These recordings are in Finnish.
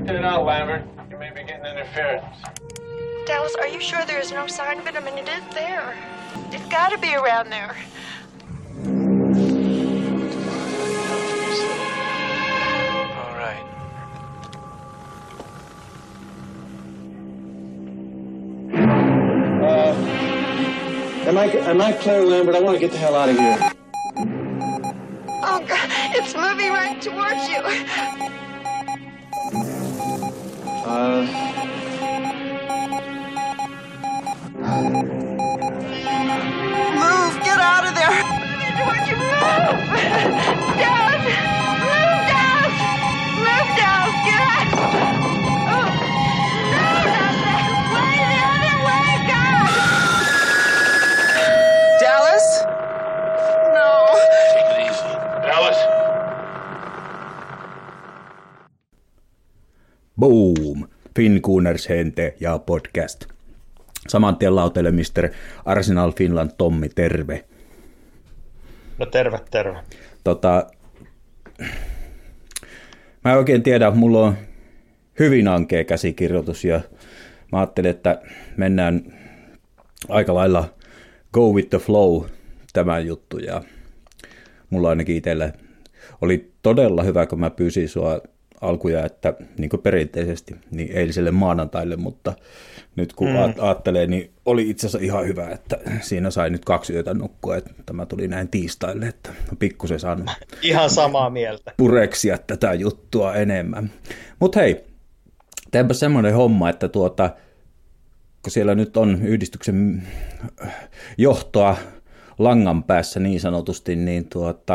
Straighten it out, Lambert. You may be getting interference. Dallas, are you sure there is no sign of it? I mean, it is there. It's got to be around there. All right. Am I clear, Lambert? I want to get the hell out of here. Oh, God, it's moving right towards you. Move, get out of there. Moving towards you, move. Dallas, move, Dallas. Move, Dallas, get out. Oh, no, not that way, the other way, God. Dallas? No. Take it easy. Dallas? Boom! Finkunners Hente ja podcast. Saman tien lauteille Mr. Arsenal Finland Tommi, terve. No terve. Mä en oikein tiedä, mulla on hyvin ankea käsikirjoitus ja mä ajattelin, että mennään aika lailla go with the flow tämä juttu ja mulla ainakin itsellä oli todella hyvä, kun mä pyysin sua alkuja, että niin kuin perinteisesti niin eiliselle maanantaille, mutta nyt kun ajattelee, niin oli itse asiassa ihan hyvä, että siinä sai nyt 2 yötä nukkua, että tämä tuli näin tiistaille, että on pikkusen saanut Ihan samaa mieltä. pureksia tätä juttua enemmän. Mutta hei, tehdäänpä semmoinen homma, että kun siellä nyt on yhdistyksen johtoa langan päässä niin sanotusti, niin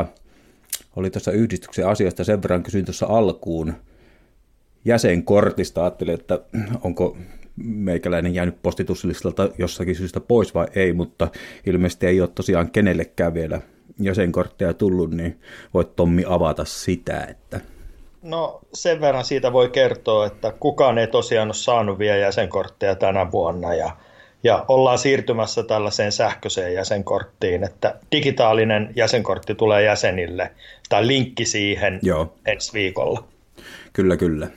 oli tuossa yhdistyksen asiasta sen verran kysyin tuossa alkuun jäsenkortista. Ajattelin, että onko meikäläinen jäänyt postituslistalta jossakin syystä pois vai ei, mutta ilmeisesti ei ole tosiaan kenellekään vielä jäsenkortteja tullut, niin voit Tommi avata sitä, että... No sen verran siitä voi kertoa, että kukaan ei tosiaan ole saanut vielä jäsenkortteja tänä vuonna ja ollaan siirtymässä tällaiseen sähköiseen jäsenkorttiin, että digitaalinen jäsenkortti tulee jäsenille tai linkki siihen ensi viikolla. Kyllä.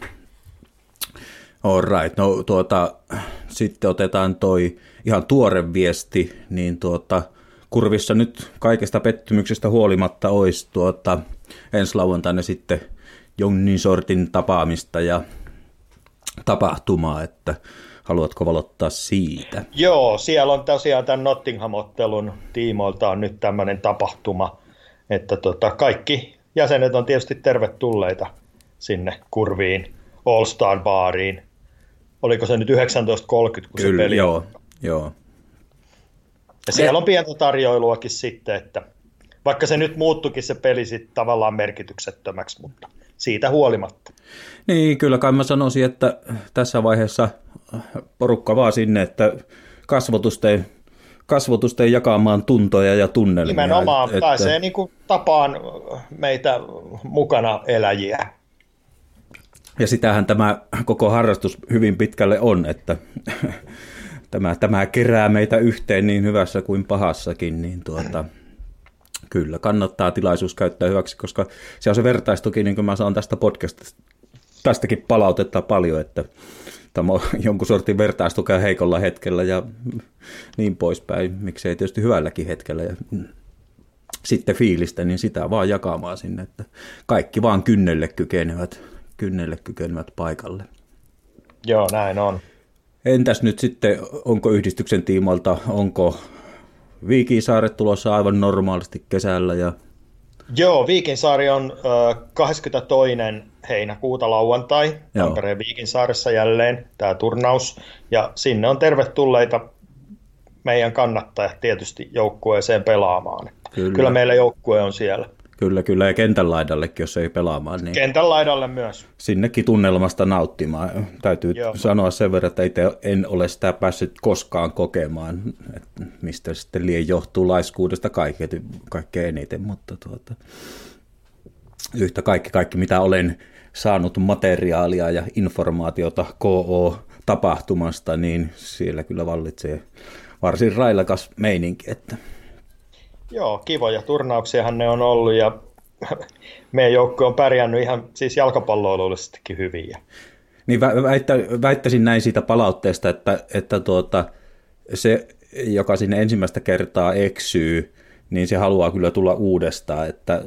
All right. No sitten otetaan toi ihan tuore viesti, niin kurvissa nyt kaikesta pettymyksestä huolimatta olisi ensi lauantaina sitten jonkin sortin tapaamista ja tapahtumaa, että haluatko valottaa siitä? Joo, siellä on tosiaan tämän Nottingham-ottelun tiimoilta on nyt tämmöinen tapahtuma, että kaikki jäsenet on tietysti tervetulleita sinne kurviin, All Star Bariin. Oliko se nyt 19.30, kun se peli on? Joo. Ja siellä on pientä tarjoiluakin sitten, että vaikka se nyt muuttukin se peli sitten tavallaan merkityksettömäksi, mutta siitä huolimatta. Niin, kyllä kai mä sanoisin, että tässä vaiheessa porukka vaan sinne, että kasvotusten jakamaan tuntoja ja tunnelmia. Nimenomaan pääsee niin kuin tapaan meitä mukana eläjiä. Ja sitähän tämä koko harrastus hyvin pitkälle on, että tämä kerää meitä yhteen niin hyvässä kuin pahassakin, niin kyllä kannattaa tilaisuus käyttää hyväksi, koska se on se vertaistuki, niin kuin mä saan tästä podcastista, tästäkin palautetta paljon, että tämä on jonkun sortin vertaistukea heikolla hetkellä ja niin poispäin, miksei tietysti hyvälläkin hetkellä ja sitten fiilistä, niin sitä vaan jakamaan sinne, että kaikki vaan kynnelle kykenevät paikalle. Joo, näin on. Entäs nyt sitten, onko yhdistyksen tiimoilta, onko Viikinsaaret tulossa aivan normaalisti kesällä? Joo, Viikinsaari on 22. heinäkuuta lauantai, Tampereen Viikinsaaressa jälleen tämä turnaus, ja sinne on tervetulleita meidän kannattajat tietysti joukkueeseen pelaamaan. Kyllä meillä joukkue on siellä. Kyllä, ja kentän laidallekin, jos ei pelaamaan. Niin kentän laidalle myös. Sinnekin tunnelmasta nauttimaan. Täytyy sanoa sen verran, että itse en ole sitä päässyt koskaan kokemaan, että mistä sitten liian johtuu laiskuudesta kaikkein eniten, mutta yhtä kaikki mitä olen saanut materiaalia ja informaatiota KO-tapahtumasta, niin siellä kyllä vallitsee varsin railakas meininki, että joo, kivoja turnauksiahan ne on ollut ja meidän joukko on pärjännyt ihan siis jalkapalloiluullisestikin hyvin. Niin väittäisin näin siitä palautteesta, että se, joka sinne ensimmäistä kertaa eksyy, niin se haluaa kyllä tulla uudestaan, että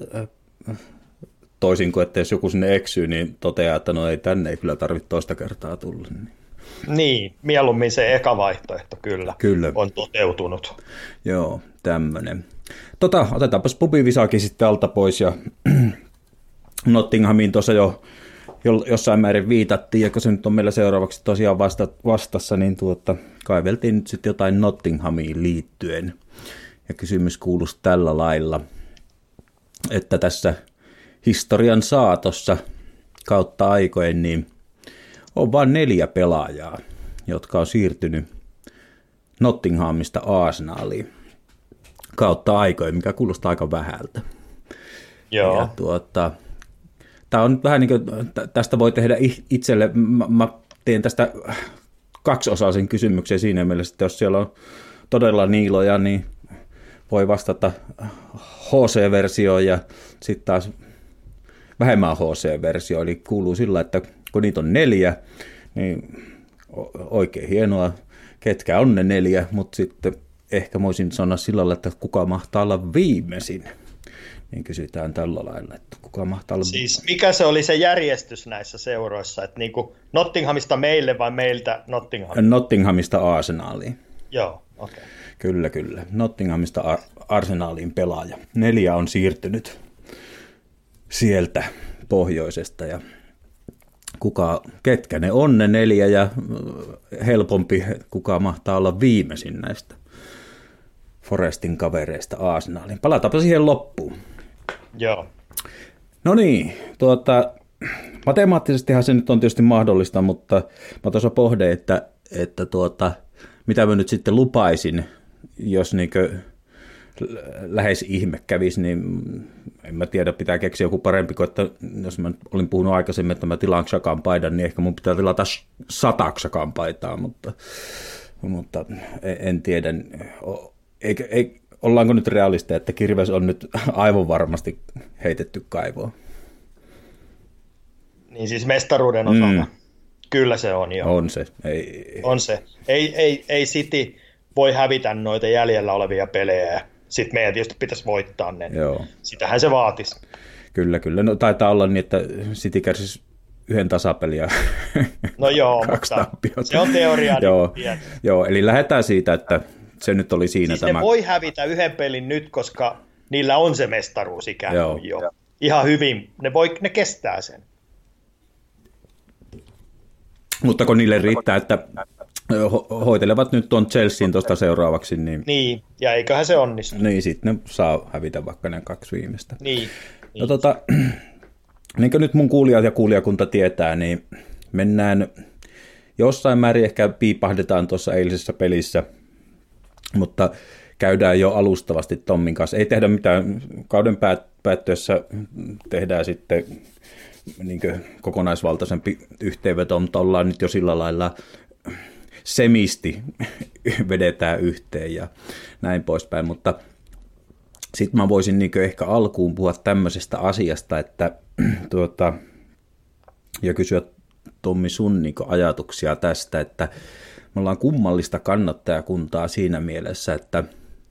toisin kuin, että jos joku sinne eksyy, niin toteaa, että no ei, tänne ei kyllä tarvitse toista kertaa tulla. Niin, mieluummin se eka vaihtoehto kyllä. On toteutunut. Joo, tämmöinen. Otetaanpas pubivisaakin sitten alta pois, ja Nottinghamiin tuossa jo jossain määrin viitattiin, ja kun se nyt on meillä seuraavaksi tosiaan vastassa, niin kaiveltiin nyt sitten jotain Nottinghamiin liittyen. Ja kysymys kuuluisi tällä lailla, että tässä historian saatossa kautta aikojen niin on vain 4 pelaajaa, jotka on siirtynyt Nottinghamista Arsenaliin kautta aikojen, mikä kuulostaa aika vähältä. Joo. Ja tämä on vähän niin kuin, tästä voi tehdä itselle, mä teen tästä 2-osaisen kysymyksen siinä mielessä, että jos siellä on todella niiloja, niin voi vastata HC-versioon ja sitten taas vähemmän HC-versio, eli kuuluu sillä, että kun niitä on 4, niin oikein hienoa, ketkä on ne 4, mutta sitten ehkä voisin sanoa sillä lailla, että kuka mahtaa olla viimeisin. Niin kysytään tällä lailla, että kuka mahtaa olla... Siis mikä se oli se järjestys näissä seuroissa, että niin kuin Nottinghamista meille vai meiltä Nottinghamiin? Nottinghamista Arsenaliin. Joo, okei. Okay. Kyllä. Nottinghamista Arsenaliin pelaaja. 4 on siirtynyt sieltä pohjoisesta ja ketkä ne on ne 4 ja helpompi, kuka mahtaa olla viimeisin näistä Forestin kavereista Arsenaliin. Palataanpa siihen loppuun. Joo. No niin, matemaattisestihan se nyt on tietysti mahdollista, mutta mä tuossa pohdin, että mitä mä nyt sitten lupaisin, jos niinkö lähes ihme kävisi, niin en mä tiedä, pitää keksiä joku parempi kuin, että jos mä olin puhunut aikaisemmin, että mä tilaan Xhakan paidan, niin ehkä mun pitää tilata 100 Xhakan paitaa, mutta en tiedä. Ollaanko nyt realisteja, että kirves on nyt aivan varmasti heitetty kaivoon? Niin siis mestaruuden osalta. Kyllä se on, joo. On se. On se. Ei City voi hävitä noita jäljellä olevia pelejä. Sitten meidän tietysti pitäisi voittaa ne. Joo. Sitähän se vaatisi. Kyllä. No, taitaa olla niin, että City kärsisi 1 tasapeliä. No joo, mutta se on teoria. Joo, eli lähdetään siitä, että se nyt oli siinä siis tämä. Ne voi hävitä 1 pelin nyt, koska niillä on se mestaruus ikään kuin jo. Ihan hyvin. Ne kestää sen. Mutta kun niille riittää, että hoitelevat nyt tuon Chelsean tuosta seuraavaksi. Niin, ja eiköhän se onnistu. Niin, sitten ne saa hävitä vaikka ne 2 viimeistä. Niin. No niin kuin nyt mun kuulijat ja kuulijakunta tietää, niin mennään jossain määrin, ehkä piipahdetaan tuossa eilisessä pelissä, mutta käydään jo alustavasti Tommin kanssa. Ei tehdä mitään, kauden päättyessä tehdään sitten niin kokonaisvaltaisempi yhteenveto, mutta ollaan nyt jo sillä lailla semisti vedetään yhteen ja näin poispäin, mutta sitten mä voisin niin ehkä alkuun puhua tämmöisestä asiasta, että ja kysyä Tommi sun niin ajatuksia tästä, että me ollaan kummallista kannattajakuntaa siinä mielessä, että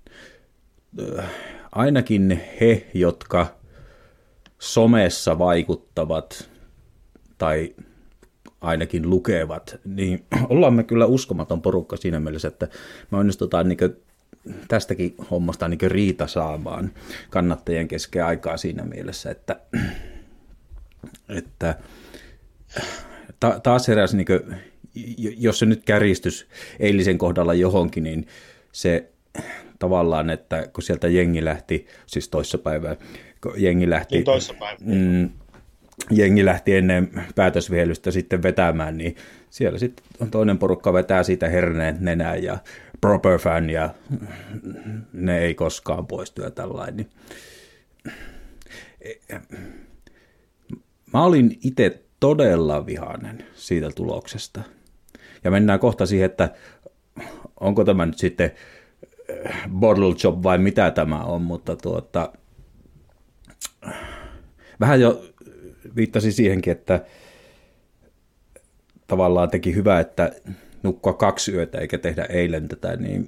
ainakin he, jotka somessa vaikuttavat tai ainakin lukevat, niin ollaan me kyllä uskomaton porukka siinä mielessä, että me onnistutaan niin tästäkin hommasta niin riita saamaan kannattajien kesken aikaa siinä mielessä, että taas heräsi, niin kuin, jos se nyt kärjistys eilisen kohdalla johonkin, niin se tavallaan, että kun sieltä jengi lähti, siis toissapäivää, kun jengi lähti, jengi lähti ennen päätösvihelystä sitten vetämään, niin siellä sitten toinen porukka vetää siitä herneen nenään ja proper fan ja ne ei koskaan poistu ja tällainen. Mä olin itse todella vihainen siitä tuloksesta. Ja mennään kohta siihen, että onko tämä nyt sitten bottle job vai mitä tämä on, mutta vähän jo viittasin siihenkin, että tavallaan teki hyvä, että nukkua 2 yötä eikä tehdä eilen tätä, niin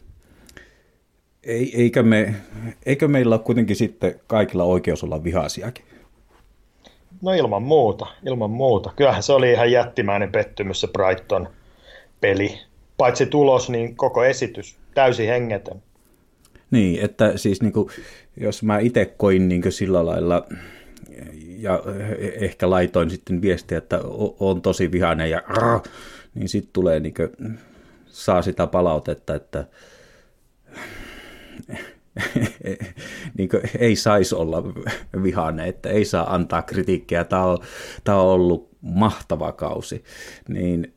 eikö meillä ole kuitenkin sitten kaikilla oikeus olla vihaisiakin? No ilman muuta, ilman muuta. Kyllähän se oli ihan jättimäinen pettymys se Brighton-peli. Paitsi tulos, niin koko esitys täysin hengetön. Niin, että siis niin kuin, jos mä itse koin niin kuin sillä lailla, ja ehkä laitoin sitten viestiä, että on tosi vihainen ja niin sitten tulee niin kuin, saa sitä palautetta, että niin kuin, ei saisi olla vihainen, että ei saa antaa kritiikkiä, tämä on ollut mahtava kausi. Niin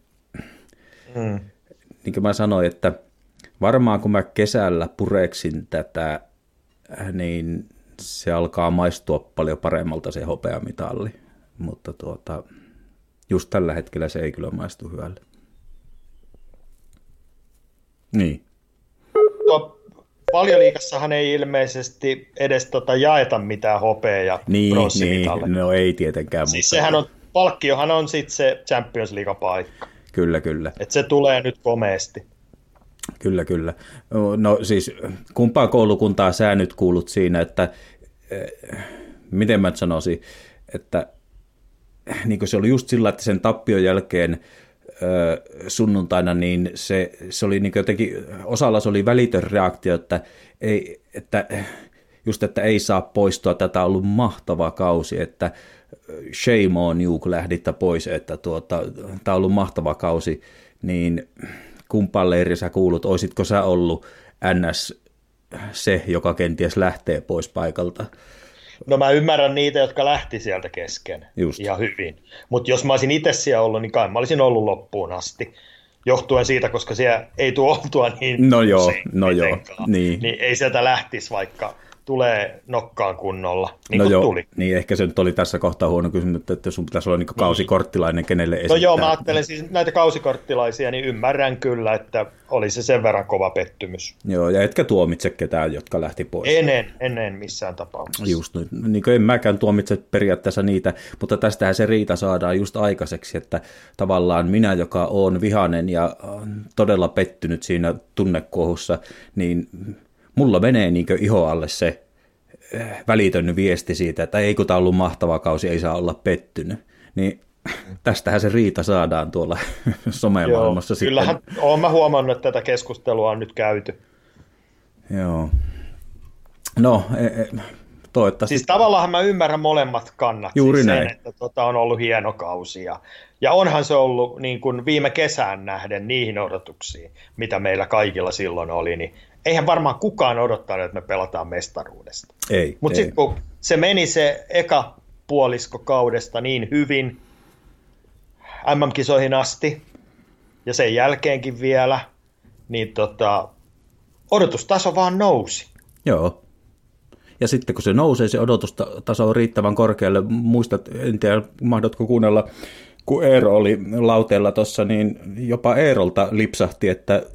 kuin mä sanoin, että varmaan kun mä kesällä pureksin tätä, niin se alkaa maistua paljon paremmalta se hopeamitalli, mutta just tällä hetkellä se ei kyllä maistu hyvälle. Niin. Valioliigassahan ei ilmeisesti edes jaeta mitään hopea- ja pronssimitalleja. Niin, no ei tietenkään. Siis mutta sehän on, palkkiohan on sitten se Champions League-paikka. Kyllä. Että se tulee nyt komeasti. Kyllä. No siis kumpaa koulukuntaa sä nyt kuulut siinä, että miten mä sanoisin, että niin kuin se oli just sillä, että sen tappion jälkeen sunnuntaina, niin se oli niin jotenkin, osalla se oli välitön reaktio, että ei saa poistua, tätä on ollut mahtava kausi, että shame on you, kun lähditte pois, että tämä on ollut mahtava kausi, niin kumpaan leiriin sä kuulut, olisitko sä ollut NS se, joka kenties lähtee pois paikalta? No mä ymmärrän niitä, jotka lähti sieltä kesken ihan hyvin. Mutta jos mä olisin itse siellä ollut, niin kai mä olisin ollut loppuun asti. Johtuen siitä, koska siellä ei tule oltua niin niin ei sieltä lähtisi, vaikka tulee nokkaan kunnolla, niin kuin tuli. Niin ehkä se nyt oli tässä kohtaa huono kysymys, että sun pitäisi olla niin kausikorttilainen, kenelle esittää. No joo, mä ajattelen siis näitä kausikorttilaisia, niin ymmärrän kyllä, että oli se sen verran kova pettymys. Joo, ja etkä tuomitse ketään, jotka lähti pois. En missään tapauksessa. Just nyt, niin kuin en mäkään tuomitse periaatteessa niitä, mutta tästähän se riita saadaan just aikaiseksi, että tavallaan minä, joka olen vihainen ja todella pettynyt siinä tunnekuohussa, niin mulla menee niin kuin iho alle se välitön viesti siitä, että ei kun tämä on ollut mahtava kausi, ei saa olla pettynyt. Niin tästähän se riita saadaan tuolla somemaailmassa sitten. Kyllähän olen mä huomannut, että tätä keskustelua on nyt käyty. Joo. No, toivottavasti. Siis tavallaan mä ymmärrän molemmat kannat. Juuri siis näin. Sen, että on ollut hieno kausi. Ja onhan se ollut niin kuin viime kesään nähden niihin odotuksiin, mitä meillä kaikilla silloin oli, niin eihän varmaan kukaan odottanut, että me pelataan mestaruudesta. Mutta sitten kun se meni se eka puolisko kaudesta niin hyvin MM-kisoihin asti ja sen jälkeenkin vielä, niin odotustaso vaan nousi. Joo. Ja sitten kun se nousee, se odotustaso on riittävän korkealle. Muistat, en tiedä, mahdotko kuunnella, kun Eero oli lauteella tuossa, niin jopa Eerolta lipsahti, että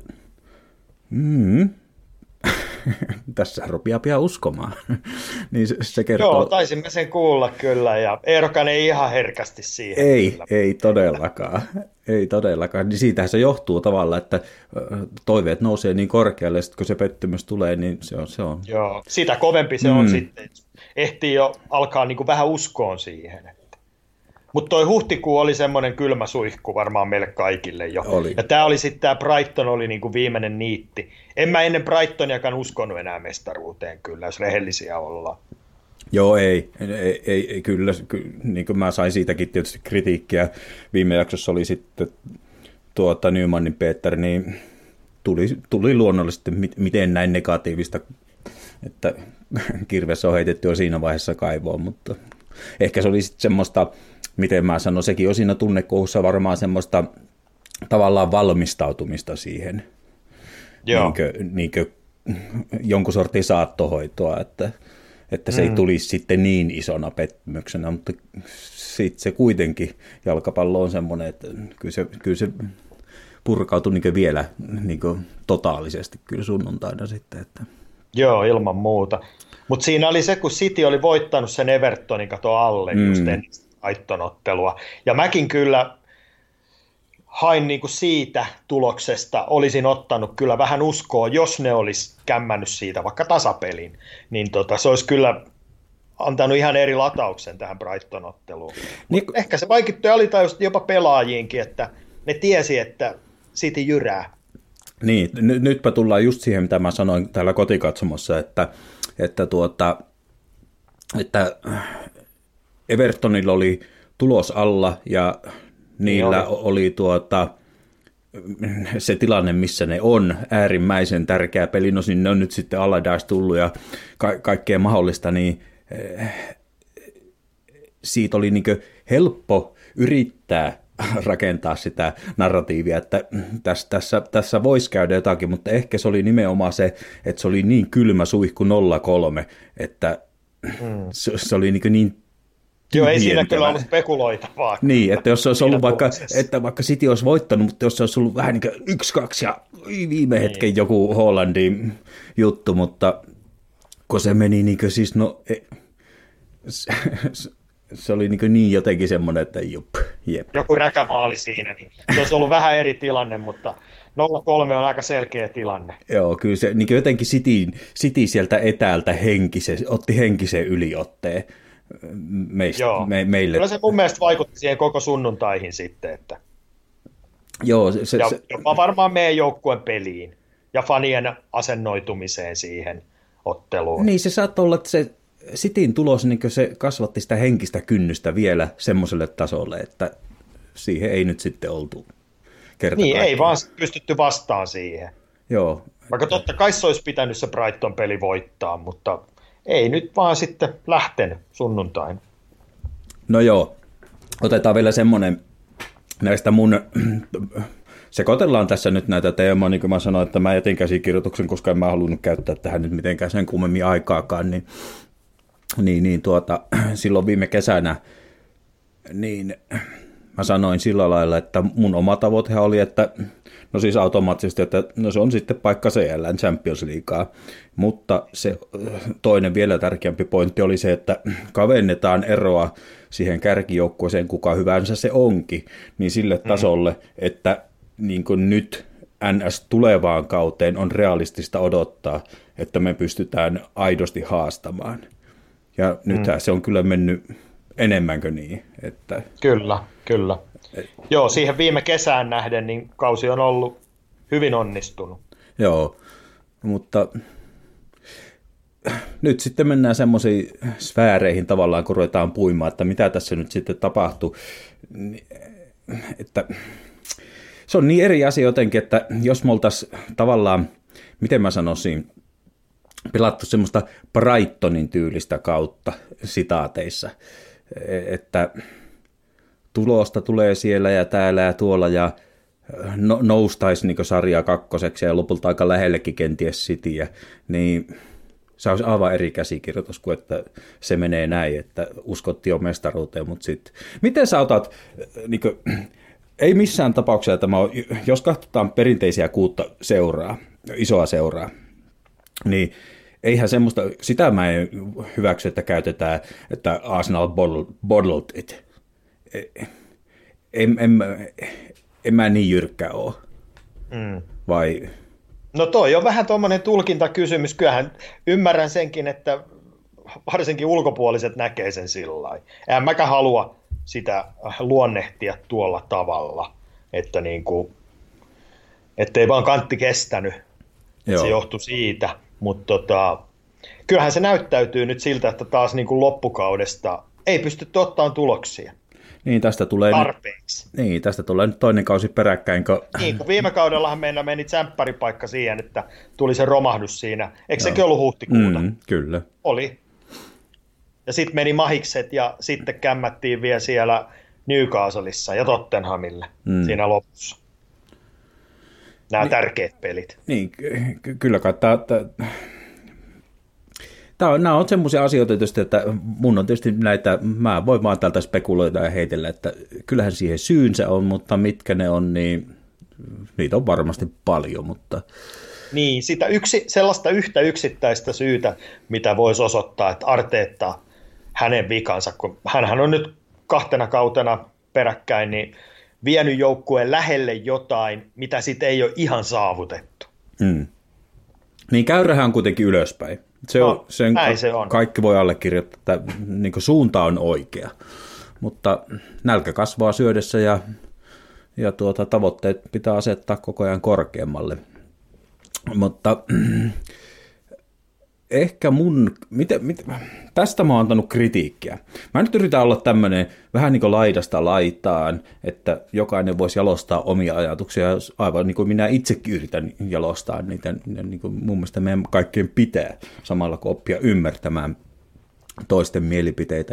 tässä rupeaa pian uskomaan. Niin se kertoo. Joo, taisimme sen kuulla kyllä, ja Eerokan ei ihan herkästi siihen. Ei todellakaan. Ei todellakaan. Niin siitähän se johtuu tavallaan, että toiveet nousee niin korkealle, ja sitten kun se pettymys tulee, niin se on. Joo, sitä kovempi se on sitten. Ehtii jo alkaa niin kuin vähän uskoon siihen. Mutta toi huhtikuu oli semmoinen kylmä suihku varmaan meille kaikille jo. Oli. Ja tämä Brighton oli niinku viimeinen niitti. En mä ennen Brightoniakaan uskonut enää mestaruuteen kyllä, jos rehellisiä ollaan. Joo, ei kyllä, niin kuin mä sain siitäkin tietysti kritiikkiä. Viime jaksossa oli sitten Nymanin Peter, niin tuli luonnollisesti miten näin negatiivista, että kirves on heitetty jo siinä vaiheessa kaivoon, mutta ehkä se oli sitten semmoista, miten mä sanon, sekin on siinä tunnekuussa varmaan semmoista tavallaan valmistautumista siihen. Joo. Niinkö jonkun sortin saattohoitoa, että se ei tulisi sitten niin isona pettymyksenä, mutta sitten se kuitenkin jalkapallo on semmoinen, että kyllä se purkautui niin vielä niin totaalisesti kyllä sunnuntaina sitten. Että. Joo, ilman muuta. Mutta siinä oli se, kun City oli voittanut sen Evertonin alle just ennen Brighton-ottelua. Ja mäkin kyllä hain niin kuin siitä tuloksesta, olisin ottanut kyllä vähän uskoa, jos ne olisi kämmännyt siitä vaikka tasapelin, niin se olisi kyllä antanut ihan eri latauksen tähän Brighton-otteluun. Niin, ehkä se vaikutti alitajuisesti jopa pelaajiinkin, että ne tiesi, että City jyrää. Niin, nytpä tullaan just siihen, mitä mä sanoin täällä kotikatsomossa, että Evertonilla oli tulos alla ja niillä oli se tilanne, missä ne on, äärimmäisen tärkeä peli, no sinne on nyt sitten Allardyce tullut ja kaikkea mahdollista, niin siitä oli niin kuin helppo yrittää rakentaa sitä narratiivia, että tässä voisi käydä jotakin, mutta ehkä se oli nimenomaan se, että se oli niin kylmä suihku 0-3, että se oli niin joo, ei siinä kyllä ollut spekuloitavaa. Niin, että jos se olisi ollut vaikka City olisi voittanut, mutta jos se olisi ollut vähän niin kuin 1-2 ja viime hetken joku Hollandin juttu, mutta kun se meni niin kuin siis, se oli niin jotenkin semmoinen, että jep. Joku räkämaali siinä, niin se olisi ollut vähän eri tilanne, mutta 0-3 on aika selkeä tilanne. Joo, kyllä se niin jotenkin City sieltä etäältä otti henkisen yliotteen meille. Kyllä se mun mielestä vaikutti siihen koko sunnuntaihin sitten, että joo, jopa varmaan meidän joukkueen peliin ja fanien asennoitumiseen siihen otteluun. Niin, se saattoi olla, että se Cityn tulos, niin se kasvatti sitä henkistä kynnystä vielä semmoiselle tasolle, että siihen ei nyt sitten oltu kerta niin, ei vaan pystytty vastaan siihen. Joo. Vaikka totta kai se olisi pitänyt se Brighton-peli voittaa, mutta ei nyt vaan sitten lähtenyt sunnuntain. No joo, otetaan vielä semmoinen näistä mun, sekoitellaan tässä nyt näitä teemaa, niin kuin mä sanoin, että mä jätin käsikirjoituksen, koska en mä halunnut käyttää tähän nyt mitenkään sen kummemmin aikaakaan, niin silloin viime kesänä, niin mä sanoin sillä lailla, että mun oma tavoitehan oli, että no siis automaattisesti, että no se on sitten paikka CL:n Champions Leaguea, mutta se toinen vielä tärkeämpi pointti oli se, että kavennetaan eroa siihen kärkijoukkueeseen, kuka hyvänsä se onkin, niin sille tasolle, että niin kuin nyt NS tulevaan kauteen on realistista odottaa, että me pystytään aidosti haastamaan. Ja nythän se on kyllä mennyt enemmän niin. Että Kyllä. Joo, siihen viime kesään nähden niin kausi on ollut hyvin onnistunut. Joo, mutta nyt sitten mennään semmoisiin sfääreihin tavallaan, kun ruvetaan puimaan, että mitä tässä nyt sitten tapahtuu. Että se on niin eri asia jotenkin, että jos me oltaisiin tavallaan, miten mä sanoisin, pelattu semmoista Brightonin tyylistä kautta sitaateissa, että tulosta tulee siellä ja täällä ja tuolla ja noustaisi niin sarja kakkoseksi ja lopulta aika lähellekin kenties Cityä, niin se olisi aivan eri käsikirjoitus kuin, että se menee näin, että uskottiin jo mestaruuteen, mutta sitten. Miten sä otat, niin kuin, ei missään tapauksessa tämä on, jos katsotaan perinteisiä kuutta seuraa, isoa seuraa, niin eihän semmoista, sitä mä en hyväksy, että käytetään, että Arsenal bottled it. En mä niin jyrkkä ole. Vai? No toi on vähän tuommoinen tulkintakysymys. Kyllähän ymmärrän senkin, että varsinkin ulkopuoliset näkee sen sillä lailla. En mäkään halua sitä luonnehtia tuolla tavalla, että niinku, ettei vaan kantti kestänyt. Se johtui siitä. Mutta kyllähän se näyttäytyy nyt siltä, että taas niinku loppukaudesta ei pystytty ottamaan tuloksia. Niin, tästä tulee nyt toinen kausi peräkkäin. Niin, kun viime kaudellahan meillä meni tsempparipaikka siihen, että tuli se romahdus siinä. Eikö sekin ollut huhtikuuta? Kyllä. Oli. Ja sitten meni mahikset ja sitten kämmättiin vielä siellä Newcastleissa ja Tottenhamille siinä lopussa. Nämä tärkeät pelit. Niin, kyllä kai nämä on semmoisia asioita tietysti, että mun on tietysti näitä, mä voin vaan täältä spekuloida ja heitellä, että kyllähän siihen syynsä on, mutta mitkä ne on, niin niitä on varmasti paljon, mutta. Niin, sellaista yhtä yksittäistä syytä, mitä voisi osoittaa, että Arteetta hänen vikansa, kun hänhän on nyt 2 kautena peräkkäin, niin vienyt joukkueen lähelle jotain, mitä sitten ei ole ihan saavutettu. Niin käyrähän on kuitenkin ylöspäin. Se on. Kaikki voi allekirjoittaa, että niin suunta on oikea. Mutta nälkä kasvaa syödessä ja tavoitteet pitää asettaa koko ajan korkeammalle. Mutta ehkä tästä mä oon antanut kritiikkiä. Mä nyt yritän olla tämmöinen vähän niin kuin laidasta laitaan, että jokainen voisi jalostaa omia ajatuksia, aivan niin kuin minä itsekin yritän jalostaa niitä, niin kuin mun mielestä meidän kaikkien pitää, samalla kun oppia ymmärtämään toisten mielipiteitä,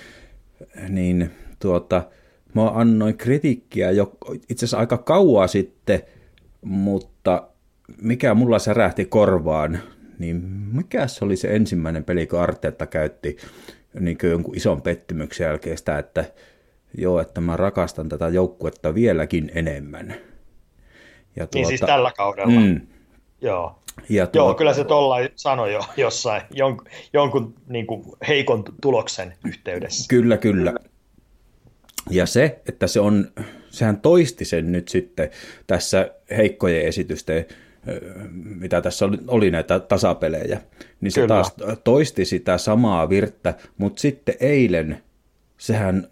niin mä annoin kritiikkiä jo itse asiassa aika kauan sitten, mutta mikä mulla särähti korvaan, niin mikä se oli se ensimmäinen peli, kun Arteetta käytti niin jonkun ison pettymyksen jälkeen sitä, että että mä rakastan tätä joukkuetta vieläkin enemmän. Ja niin siis tällä kaudella. Joo. Joo, kyllä se tollain sanoi jo jossain jonkun niin kuin heikon tuloksen yhteydessä. Kyllä. Ja se, että sehän toisti sen nyt sitten tässä heikkojen esitysten, mitä tässä oli näitä tasapelejä, niin se taas toisti sitä samaa virttä, mutta sitten eilen sehän,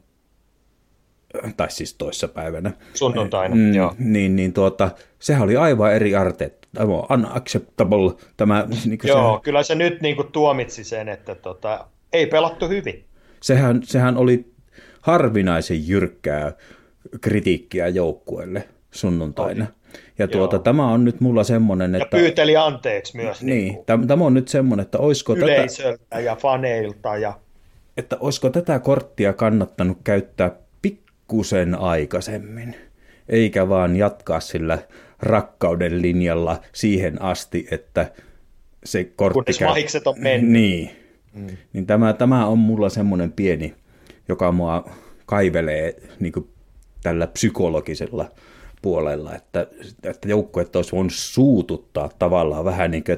tai siis toissapäivänä, sunnuntaina, joo. Sehän oli aivan eri Arteetta. Tämä on unacceptable. Joo, kyllä se nyt niin kuin tuomitsi sen, että ei pelattu hyvin. Sehän oli harvinaisen jyrkkää kritiikkiä joukkueelle sunnuntaina. Ja tämä on nyt mulla semmoinen, että... Ja pyyteli anteeksi myös. Niin, tämä on nyt semmoinen, että olisiko yleisöltä ja faneilta ja... Että olisiko tätä korttia kannattanut käyttää pikkusen aikaisemmin, eikä vaan jatkaa sillä rakkauden linjalla siihen asti, että se kortti... Kunnes mahikset on mennyt. Niin tämä on mulla semmoinen pieni, joka mua kaivelee niin kuin tällä psykologisella puolella, että joukkueet olisi voinut suututtaa tavallaan vähän niin kuin,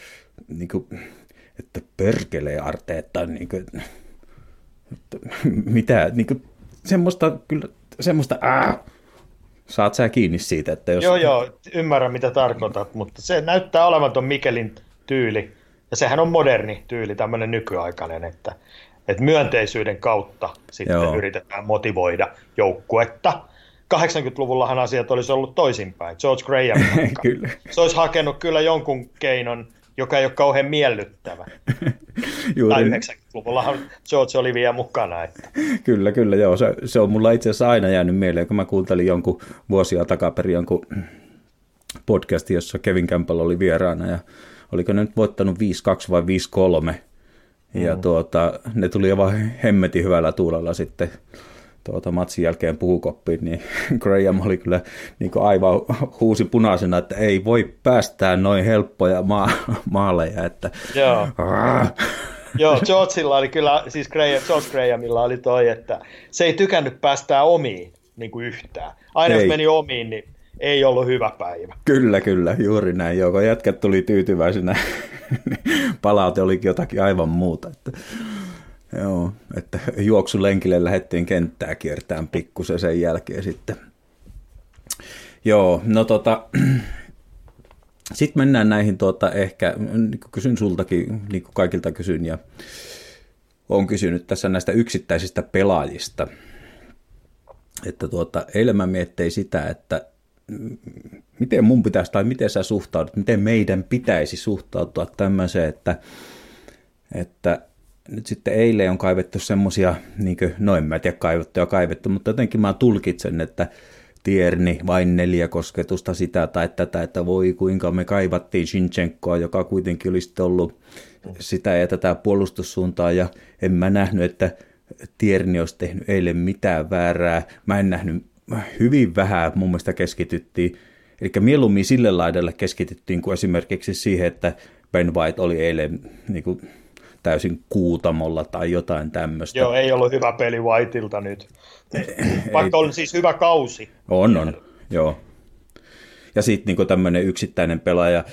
että perkelee Arteetta, niin kuin, että mitä, niin kuin, semmoista, saat sä kiinni siitä, että jos... Joo, ymmärrän mitä tarkoitat, mutta se näyttää olevan ton Mikelin tyyli, ja sehän on moderni tyyli, tämmöinen nykyaikainen, että myönteisyyden kautta sitten yritetään motivoida joukkuetta. 80-luvullahan asiat olisi ollut toisinpäin, George Graham. Kyllä. Se olisi hakenut kyllä jonkun keinon, joka ei ole kauhean miellyttävä. Tai 90-luvullahan George oli vielä mukana. Että. Kyllä, joo. Se on mulla itse asiassa aina jäänyt mieleen, kun mä kuuntelin jonkun vuosia takaperin jonkun podcastin, jossa Kevin Campbell oli vieraana, ja oliko ne nyt voittanut 5-2 vai 5-3, ja ne tuli aivan hemmetin hyvällä tuulella sitten matsin jälkeen puhukoppiin, niin Graham oli kyllä niin aivan huusi punaisena, että ei voi päästää noin helppoja maaleja. Että... Joo, Georgeilla oli kyllä, siis George Grahamilla oli toi, että se ei tykännyt päästää omiin niin kuin yhtään. Aina jos meni omiin, niin ei ollut hyvä päivä. Kyllä, juuri näin. Joo, kun jätkät tuli tyytyväisenä, palaute olikin jotakin aivan muuta. Joo, että juoksulenkille lähdettiin kenttää kiertämään pikkusen sen jälkeen sitten. Joo, no sitten mennään näihin ehkä, niin kuin kysyn sultakin, niin kuin kaikilta kysyn, ja olen kysynyt tässä näistä yksittäisistä pelaajista. Että eilen mä miettein sitä, että miten mun pitäisi, tai miten sä suhtaudut, miten meidän pitäisi suhtautua tämmöiseen, että nyt sitten eilen on kaivettu semmoisia, en mä tiedä kaivettu, mutta jotenkin mä tulkitsen, että Tierney vain 4 kosketusta sitä tai tätä, että voi kuinka me kaivattiin Zinchenkoa, joka kuitenkin olisi ollut sitä ja tätä puolustussuuntaa, ja en mä nähnyt, että Tierney olisi tehnyt eilen mitään väärää. Mä en nähnyt, hyvin vähän mun mielestä keskityttiin, eli mieluummin sille laidalle keskityttiin kuin esimerkiksi siihen, että Ben White oli eilen täysin kuutamolla tai jotain tämmöistä. Joo, ei ollut hyvä peli Whiteilta nyt. Vaikka on siis hyvä kausi. On, joo. Ja sitten niin tämmöinen yksittäinen pelaaja,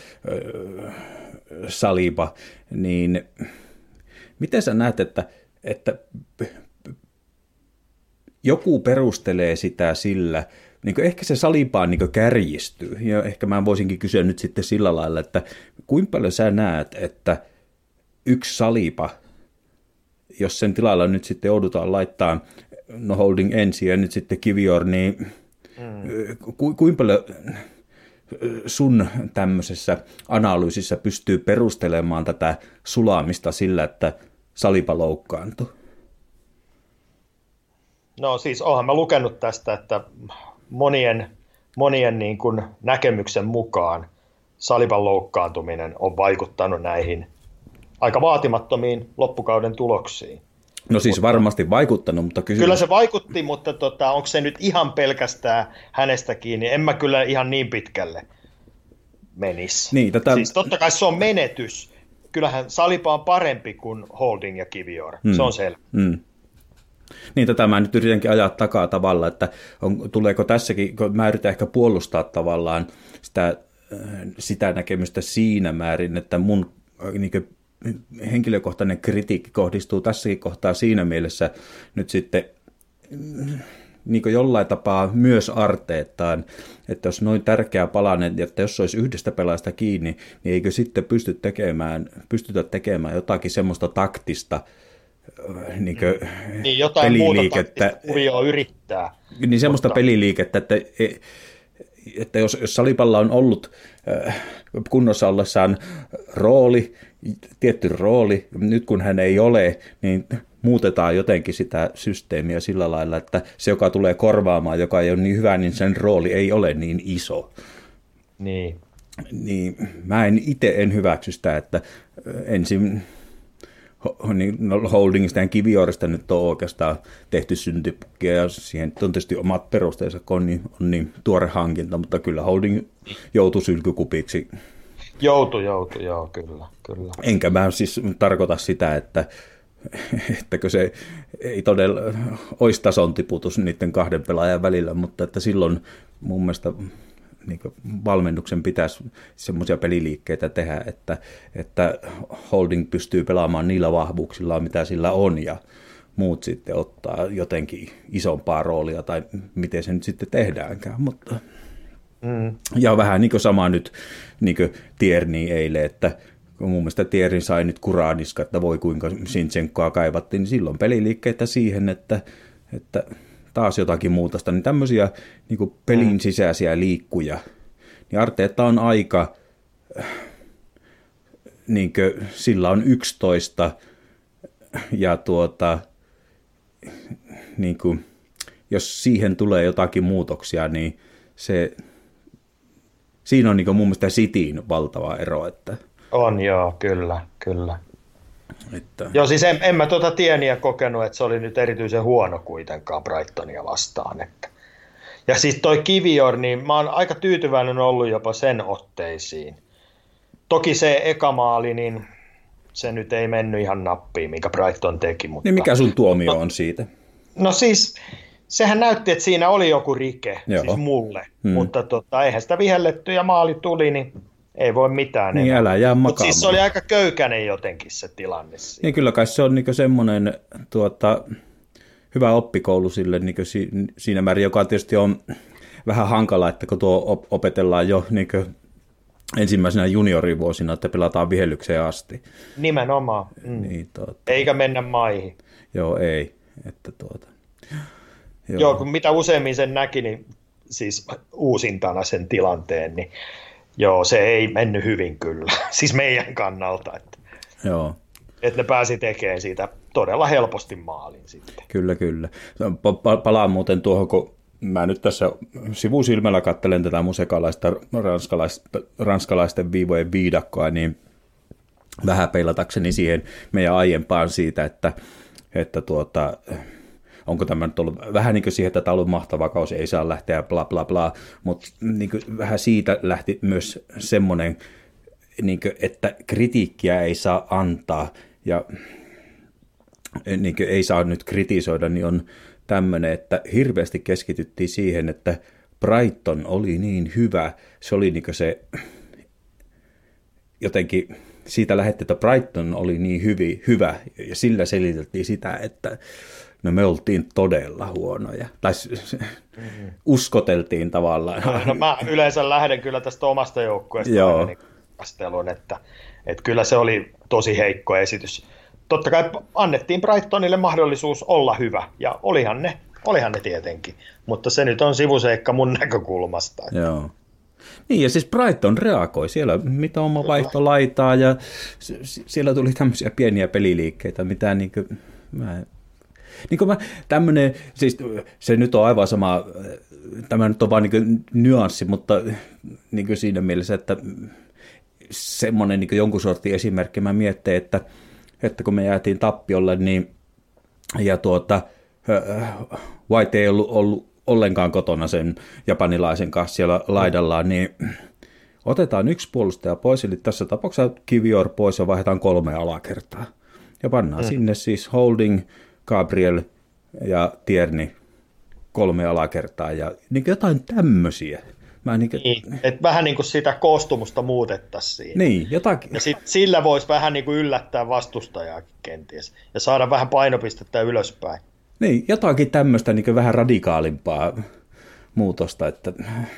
Saliba, niin miten sä näet, että joku perustelee sitä sillä, niin ehkä se salipaan niin kärjistyy. Ja ehkä mä voisinkin kysyä nyt sitten sillä lailla, että kuinka paljon sä näet, että yksi salipa, jos sen tilalla nyt sitten joudutaan laittaa Holding ensin ja nyt sitten Kivior, niin kuinka paljon sun tämmöisessä analyysissä pystyy perustelemaan tätä sulaamista sillä, että salipa loukkaantui? No siis oonhan mä lukenut tästä, että monien niin kuin näkemyksen mukaan salipan loukkaantuminen on vaikuttanut näihin aika vaatimattomiin loppukauden tuloksiin. No siis varmasti vaikuttanut, mutta kysymys... Kyllä se vaikutti, mutta onko se nyt ihan pelkästään hänestä kiinni? En mä kyllä ihan niin pitkälle menisi. Niin, siis totta kai se on menetys. Kyllähän salipa on parempi kuin Holding ja Kivior. Se on selvä. Niin, tätä mä nyt yritänkin ajaa takaa tavallaan, että tuleeko tässäkin, kun mä yritän ehkä puolustaa tavallaan sitä näkemystä siinä määrin, että mun niin henkilökohtainen kritiikki kohdistuu tässäkin kohtaa siinä mielessä nyt sitten niin jollain tapaa myös Arteettaan, että jos noin tärkeä palanen, että jos olisi yhdestä pelaajasta kiinni, niin eikö sitten pystytä tekemään jotakin semmoista taktista niin jotain peliliikettä. Muuta taktista yrittää. Niin semmoista peliliikettä, että jos salipalla on ollut kunnossa ollessaan tietty rooli, nyt kun hän ei ole, niin muutetaan jotenkin sitä systeemiä sillä lailla, että se, joka tulee korvaamaan, joka ei ole niin hyvä, niin sen rooli ei ole niin iso. Niin mä en hyväksy sitä, että ensin Holdingista ja Kiviorista nyt on oikeastaan tehty syntipukkia ja siihen on tietysti omat perusteensa, kun on niin tuore hankinta, mutta kyllä Holding joutui sylkykupiksi. Joutui, joo, kyllä. Enkä mä siis tarkoita sitä, ettäkö se ei todella olisi tason tiputus niiden kahden pelaajan välillä, mutta että silloin mun mielestä niin valmennuksen pitäisi semmoisia peliliikkeitä tehdä, että Holding pystyy pelaamaan niillä vahvuuksilla, mitä sillä on, ja muut sitten ottaa jotenkin isompaa roolia, tai miten se nyt sitten tehdäänkään. Mutta... Ja vähän niin kuin sama nyt niin kuin Tierney eilen, että kun mun mielestä Tierney sai nyt kuraaniska, että voi kuinka Sinchenkoa kaivattiin, niin silloin peliliikkeitä siihen, että taas jotakin muuta, niin tämmöisiä niin kuin pelin sisäisiä liikkuja, niin Arteetta on aika, niin kuin, sillä on 11, ja niin kuin, jos siihen tulee jotakin muutoksia, niin siinä on niin kuin mun mielestä Cityin valtava ero. Että... On joo, kyllä. Joo, siis en mä Tierneyä kokenut, että se oli nyt erityisen huono kuitenkaan Brightonia vastaan. Että. Ja siis toi Kivior, niin mä oon aika tyytyväinen ollut jopa sen otteisiin. Toki se eka maali, niin se nyt ei mennyt ihan nappiin, minkä Brighton teki. Mutta... Niin mikä sun tuomio on siitä? No siis, sehän näytti, että siinä oli joku rike, siis mulle. Mutta eihän sitä vihelletty ja maali tuli, niin... Ei voi mitään. Niin, älä jää makaamaan. Mutta siis se oli aika köykäinen jotenkin se tilanne. Niin kyllä kai se on niinku semmoinen hyvä oppikoulu sille niinku siinä määrin, joka tietysti on vähän hankala, että kun tuo opetellaan jo niinku ensimmäisenä juniorivuosina, että pelataan vihellykseen asti. Nimenomaan. Niin, eikä mennä maihin. Joo, ei. Että Joo, kun mitä useammin sen näki, niin siis uusintana sen tilanteen, niin joo, se ei mennyt hyvin kyllä, siis meidän kannalta, että ne pääsi tekemään siitä todella helposti maalin sitten. Kyllä. Palaan muuten tuohon, kun mä nyt tässä sivusilmällä katselen tätä musekalaista ranskalaisten viivojen viidakkoa, niin vähän peilatakseni siihen meidän aiempaan siitä, että onko tämä nyt ollut vähän niin kuin siihen, että tämä on ollut mahtava kausi, ei saa lähteä bla bla bla, mutta niin kuin vähän siitä lähti myös semmoinen, niin kuin, että kritiikkiä ei saa antaa ja niin kuin ei saa nyt kritisoida, niin on tämmöinen, että hirveästi keskityttiin siihen, että Brighton oli niin hyvä, se oli niin kuin se jotenkin siitä lähdettiin, että Brighton oli niin hyvä, ja sillä seliteltiin sitä, että no me oltiin todella huonoja. Tai uskoteltiin tavallaan. No mä yleensä lähden kyllä tästä omasta joukkueesta kasteluun, että kyllä se oli tosi heikko esitys. Totta kai annettiin Brightonille mahdollisuus olla hyvä, ja olihan ne tietenkin, mutta se nyt on sivuseikka mun näkökulmasta. Joo. Niin, ja siis Brighton reagoi siellä, mitä oma vaihto laitaa, ja siellä tuli tämmöisiä pieniä peliliikkeitä, mitä tämmöinen, siis se nyt on aivan sama, tämä nyt on vaan nyanssi, mutta siinä mielessä, että semmoinen jonkun sortin esimerkki, mä mietin, että kun me jäätiin tappiolle, niin ja White ei ollut ollenkaan kotona sen japanilaisen kanssa siellä laidallaan, niin otetaan yksi puolustaja pois, eli tässä tapauksessa Kivior pois ja vaihdetaan 3 alakertaa. Ja pannaan sinne siis Holding, Gabriel ja Tierney 3 alakertaa ja jotain tämmöisiä. Että vähän niin kuin sitä koostumusta muutettaisiin. Niin, jotakin. Ja sillä voisi vähän niin kuin yllättää vastustajaa kenties ja saada vähän painopistettä ylöspäin. Niin, jotakin tämmöistä vähän radikaalimpaa muutosta, että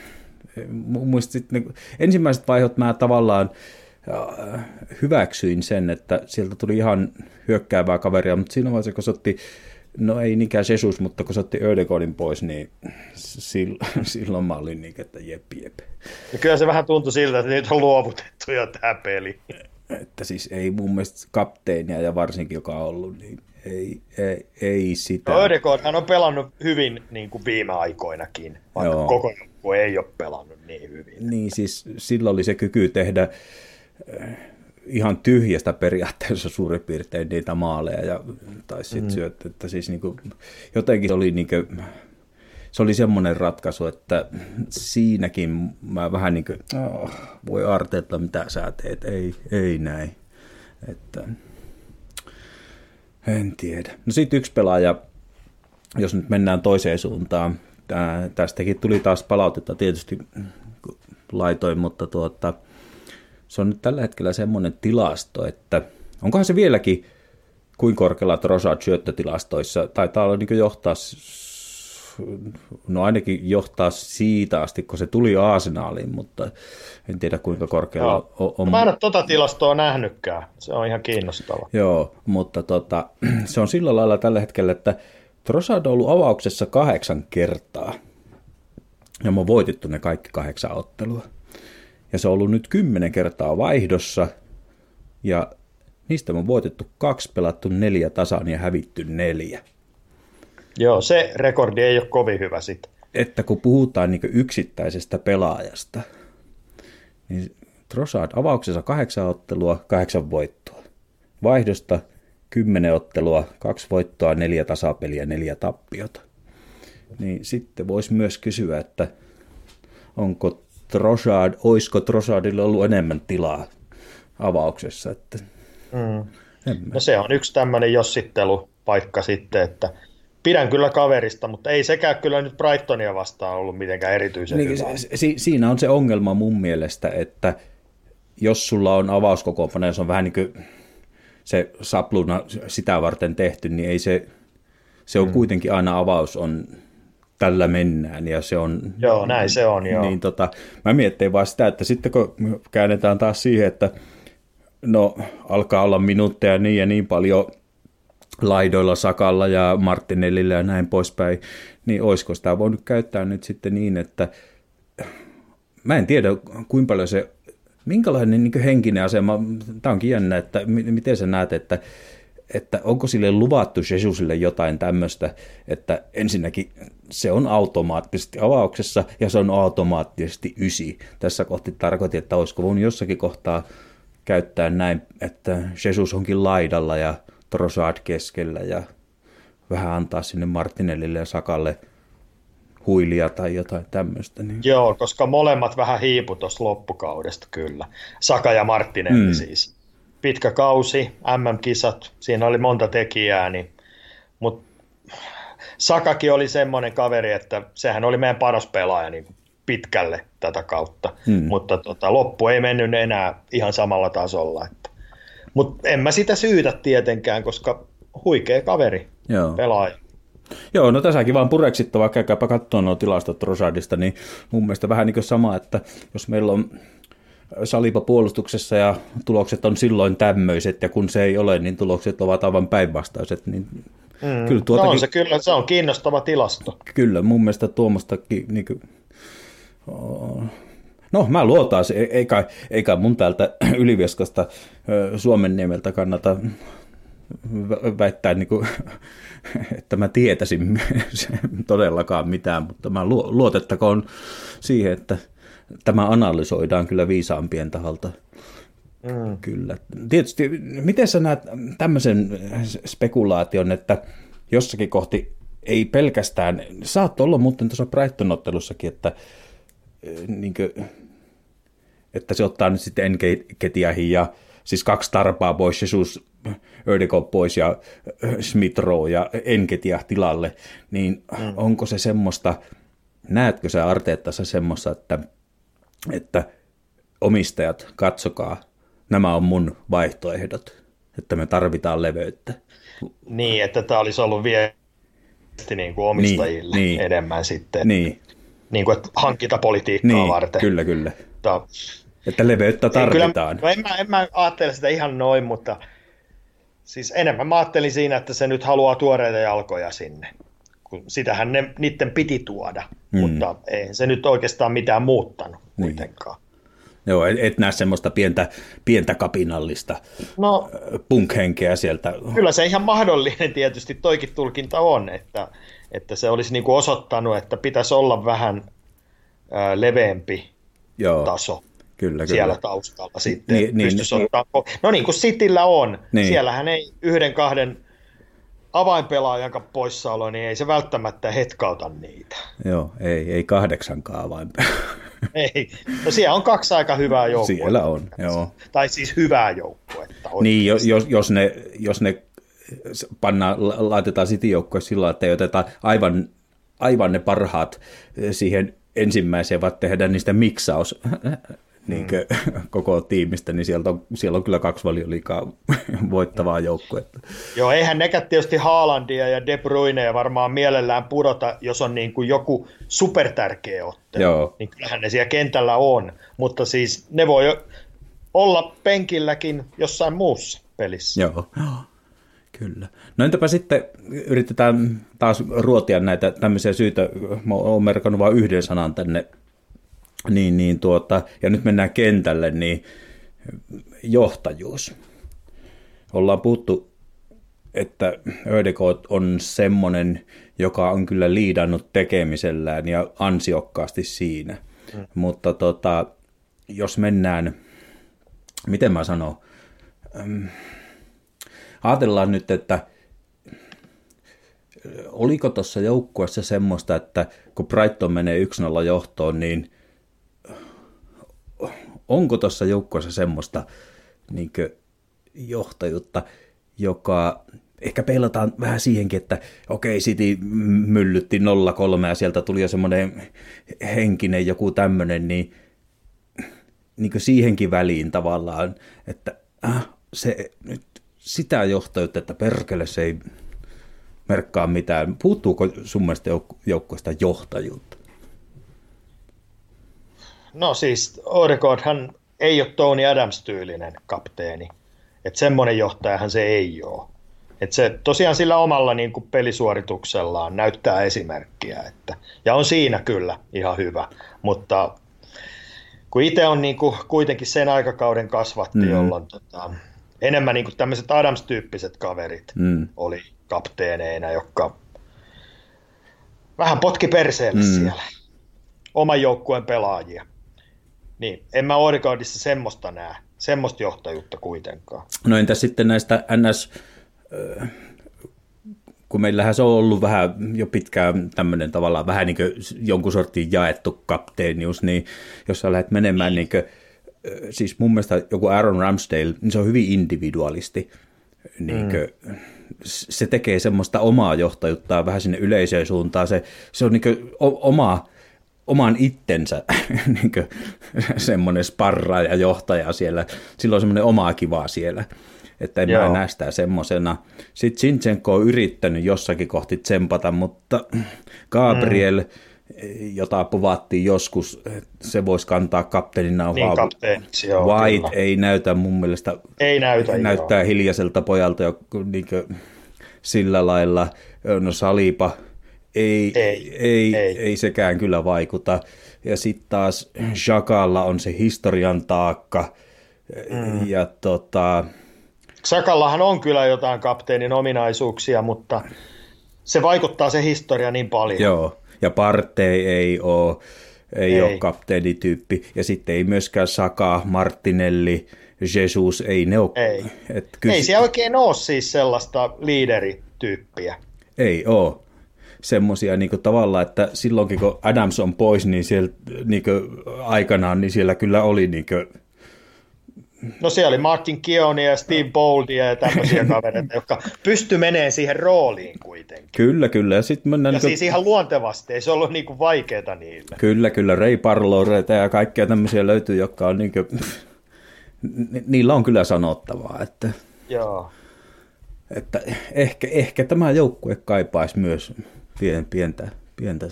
ensimmäiset vaihot mä tavallaan hyväksyin sen, että sieltä tuli ihan hyökkäävää kaveria, mutta siinä vaiheessa, kun se otti, no ei niinkään Jesus, mutta kun se otti Ödegaardin pois, niin silloin mä olin että jep. Ja kyllä se vähän tuntui siltä, että niitä on luovutettu jo tämä peli. Että siis ei mun mielestä kapteenia ja varsinkin joka on ollut, niin ei sitä. No Ödegaardhan on pelannut hyvin niin kuin viime aikoinakin, vaikka koko joukko ei ole pelannut niin hyvin. Niin siis sillä oli se kyky tehdä ihan tyhjästä periaatteessa suurin piirtein niitä maaleja tai sitten syöttö, että siis jotenkin oli se oli semmoinen ratkaisu, että siinäkin mä vähän voi Arteetta, mitä sä teet, ei näin, että en tiedä. No sitten yksi pelaaja, jos nyt mennään toiseen suuntaan, tästäkin tuli taas palautetta tietysti laitoin, mutta se on nyt tällä hetkellä semmoinen tilasto, että onkohan se vieläkin kuin korkealla Trossard syöttötilastoissa, taitaa olla johtaa, no ainakin johtaa siitä asti, kun se tuli Arsenaliin, mutta en tiedä kuinka korkealla on. Mä en ole tuota tilastoa nähnytkään, se on ihan kiinnostava. Joo, mutta se on sillä lailla tällä hetkellä, että Trossard on ollut avauksessa 8 kertaa, ja me on voitettu ne kaikki 8 ottelua. Ja se on ollut nyt 10 kertaa vaihdossa, ja niistä on voitettu 2, pelattu 4 tasan ja hävitty 4. Joo, se rekordi ei ole kovin hyvä sitten. Että kun puhutaan yksittäisestä pelaajasta, niin Trossard avauksessa 8 ottelua, 8 voittoa. Vaihdosta 10 ottelua, 2 voittoa, 4 tasapeliä, 4 tappiota. Niin sitten voisi myös kysyä, että olisiko Trossardilla ollut enemmän tilaa avauksessa? Että No se on yksi tämmöinen jossittelupaikka sitten, että pidän kyllä kaverista, mutta ei sekään kyllä nyt Brightonia vastaan ollut mitenkään erityisen hyvä. Siinä on se ongelma mun mielestä, että jos sulla on avauskokoonpano, jos on vähän niin kuin se sapluna sitä varten tehty, niin ei se on kuitenkin aina avaus on tällä mennään ja se on... Joo, näin se on, joo. Niin mä mietin vaan sitä, että sitten kun käännetään taas siihen, että no alkaa olla minuutteja niin ja niin paljon laidoilla Sakalla ja Martinellillä ja näin poispäin, niin olisiko sitä voinut käyttää nyt sitten niin, että mä en tiedä kuinka paljon se, minkälainen henkinen asema, tämä onkin jännä, että miten sä näet, että onko sille luvattu Jesusille jotain tämmöistä, että ensinnäkin se on automaattisesti avauksessa ja se on automaattisesti 9. Tässä kohti tarkoitin, että olisiko voinut jossakin kohtaa käyttää näin, että Jesus onkin laidalla ja Trossard keskellä ja vähän antaa sinne Martinellille ja Sakalle huilia tai jotain tämmöistä. Niin. Joo, koska molemmat vähän hiipu tuossa loppukaudesta kyllä. Saka ja Martinelli siis. Pitkä kausi, MM-kisat, siinä oli monta tekijää, mutta Sakakin oli semmoinen kaveri, että sehän oli meidän paras pelaaja niin pitkälle tätä kautta, mutta loppu ei mennyt enää ihan samalla tasolla. Että Mutta en mä sitä syytä tietenkään, koska huikea kaveri, pelaaja. Joo, no tässäkin vaan pureksittavaa, käykääpä katsoa nuo tilastot Rosardista, niin mun mielestä vähän niin kuin sama, että jos meillä on Saliba puolustuksessa ja tulokset on silloin tämmöiset, ja kun se ei ole, niin tulokset ovat aivan päinvastaiset, niin kyllä tuotakin... No kyllä, se on kiinnostava tilasto. Kyllä, mun mielestä tuommoistakin... Niin kuin... No, mä luotaan se, eikä mun täältä Ylivieskasta Suomenniemeltä kannata väittää, niin kuin, että mä tietäisin todellakaan mitään, mutta mä luotettakoon siihen, että tämä analysoidaan kyllä viisaampien taholta. Kyllä. Tietysti, miten sä näet tämmöisen spekulaation, että jossakin kohti ei pelkästään, saattoi olla muuten tuossa Brighton-ottelussakin, että se ottaa nyt sitten Nketiahin ja siis 2 tarpaa pois, Jesus Ödegaard pois ja Smith Rowe ja Nketiah tilalle, niin onko se semmoista, näetkö sä Arteettassa semmoista, että omistajat, katsokaa, nämä on mun vaihtoehdot, että me tarvitaan leveyttä. Niin, että tämä olisi ollut viesti niin kuin omistajille enemmän sitten. Niin kuin, että hankintapolitiikkaa varten. Kyllä. Että leveyttä tarvitaan. Kyllä, en mä ajattele sitä ihan noin, mutta siis enemmän mä ajattelin siinä, että se nyt haluaa tuoreita jalkoja sinne. Sitähän niiden piti tuoda, mutta ei se nyt oikeastaan mitään muuttanut kuitenkaan. Joo, et näe semmoista pientä kapinallista punk-henkeä sieltä. Kyllä se ihan mahdollinen tietysti, toikin tulkinta on, että se olisi niin kuin osoittanut, että pitäisi olla vähän leveämpi taso siellä taustalla sitten. No niin kuin Cityllä on, siellähän ei 1-2 avainpelaajan poissaolo, niin ei se välttämättä hetkauta niitä. Joo, ei 8 avainpelaajan. Ei, no siellä on 2 aika hyvää joukkuetta. Siellä on, joo. Tai siis hyvää joukkuetta. Niin, jos ne laitetaan City-joukkoja sillä, että ei oteta aivan ne parhaat siihen ensimmäiseen, vaan tehdään niistä miksaus koko tiimistä, niin siellä on kyllä 2 Valioliigaa voittavaa joukkuetta. Joo, eihän nekään tietysti Haalandia ja De Bruyneja varmaan mielellään pudota, jos on niin kuin joku supertärkeä ottelu. Joo. Niin kyllähän ne siellä kentällä on, mutta siis ne voi olla penkilläkin jossain muussa pelissä. Joo, kyllä. No entäpä sitten yritetään taas ruotia näitä tämmöisiä syitä, mä oon merkannut vain yhden sanan tänne, ja nyt mennään kentälle, niin johtajuus. Ollaan puhuttu, että Ödegaard on semmoinen, joka on kyllä liidannut tekemisellään ja ansiokkaasti siinä. Mutta jos mennään, miten mä sanon, ajatellaan nyt, että oliko tuossa joukkueessa semmoista, että kun Brighton menee 1-0 johtoon, niin onko tuossa joukkueessa semmoista johtajuutta, joka ehkä peilataan vähän siihenkin, että okei, City myllytti 0-3 ja sieltä tuli jo semmoinen henkinen joku tämmöinen, niin kuin siihenkin väliin tavallaan, että se nyt sitä johtajuutta, että perkele se ei merkkaa mitään. Puuttuuko sun mielestä joukkueesta johtajuutta? No siis Ödegaardhan ei ole Tony Adams-tyylinen kapteeni. Että semmoinen johtajahan se ei ole. Että se tosiaan sillä omalla niin kuin pelisuorituksellaan näyttää esimerkkiä. Ja on siinä kyllä ihan hyvä. Mutta kun itse on niin kuin kuitenkin sen aikakauden kasvatti, jolloin enemmän niin kuin tämmöiset Adams-tyyppiset kaverit oli kapteeneina, jotka vähän potki perseelle siellä. Oman joukkueen pelaajia. Niin, en mä Ödegaardissa semmoista näe, semmoista johtajuutta kuitenkaan. No entäs sitten näistä NS, kun meillähän se on ollut vähän jo pitkään tämmöinen tavallaan vähän niin kuin jonkun sortin jaettu kapteenius, niin jos sä lähdet menemään niin kuin, siis mun mielestä joku Aaron Ramsdale, niin se on hyvin individualisti, niin kuin, se tekee semmoista omaa johtajuuttaa vähän sinne yleisöön suuntaan, se on niin kuin oman itsensä niin semmoinen sparra ja johtaja siellä. Sillä on semmoinen omaa kivaa siellä, että en mä näe sitä semmoisena. Sitten Zinchenko on yrittänyt jossakin kohti tsempata, mutta Gabriel, jota povattiin joskus, se voisi kantaa kapteenin nauhaa. Niin, White kyllä. Ei näytä mun mielestä, näyttää hiljaiselta pojalta jo niin sillä lailla. No Saliba, ei sekään kyllä vaikuta. Ja sitten taas Xhakalla on se historian taakka. Ja Xhakallahan on kyllä jotain kapteenin ominaisuuksia, mutta se vaikuttaa se historia niin paljon. Joo, ja Partey ei ole kapteenityyppi. Ja sitten ei myöskään Saka, Martinelli, Jesus, ei ne ole. Ei siellä oikein ole siis sellaista liiderityyppiä. Ei ole. Semmoisia niin tavallaan, että silloinkin kun Adams on pois, niin siellä niin aikanaan niin siellä kyllä oli niin kuin... No siellä oli Martin Keonia ja Steve Boldia ja tämmöisiä kavereita, jotka pysty menemään siihen rooliin kuitenkin. Kyllä. Ja, siis ihan luontevasti, ei se ollut niin kuin vaikeaa niille. Kyllä. Ray Parloureita ja kaikkea tämmöisiä löytyy, jotka on niin kuin... Niillä on kyllä sanottavaa, että... Joo. Että ehkä tämä joukkue kaipaisi myös pientä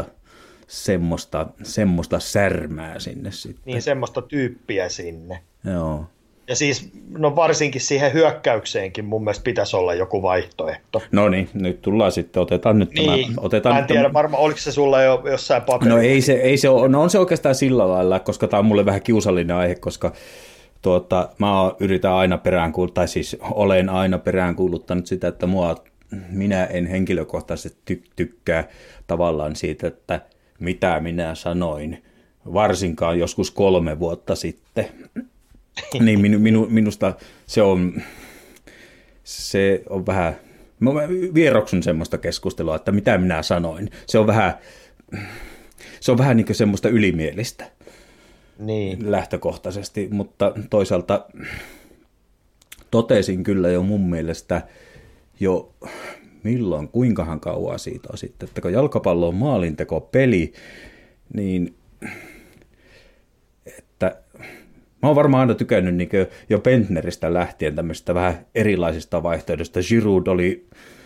semmoista särmää sinne sitten. Niin, semmoista tyyppiä sinne. Joo. Ja siis, no varsinkin siihen hyökkäykseenkin mun mielestä pitäisi olla joku vaihtoehto. No niin, nyt tullaan sitten, otetaan nyt niin, mä en tiedä varmaan, oliko se sulla jo jossain paperilla? No ei se ole, no on se oikeastaan sillä lailla, koska tämä on mulle vähän kiusallinen aihe, koska mä yritän aina peräänkuuluttaa, siis olen aina peräänkuuluttanut sitä, että minä en henkilökohtaisesti tykkää tavallaan siitä, että mitä minä sanoin, varsinkaan joskus 3 vuotta sitten. Niin minusta se on vähän, mä vieroksun semmoista keskustelua, että mitä minä sanoin. Se on vähän niin kuin semmoista ylimielistä. Niin. Lähtökohtaisesti, mutta toisaalta totesin kyllä jo mun mielestä jo kuinkahan kauan siitä on sitten, että kun jalkapallo on maalintekopeli, niin että mä oon varmaan aina tykännyt niin jo Bentneristä lähtien tämmöistä vähän erilaisista vaihtoehdosta. Giroud oli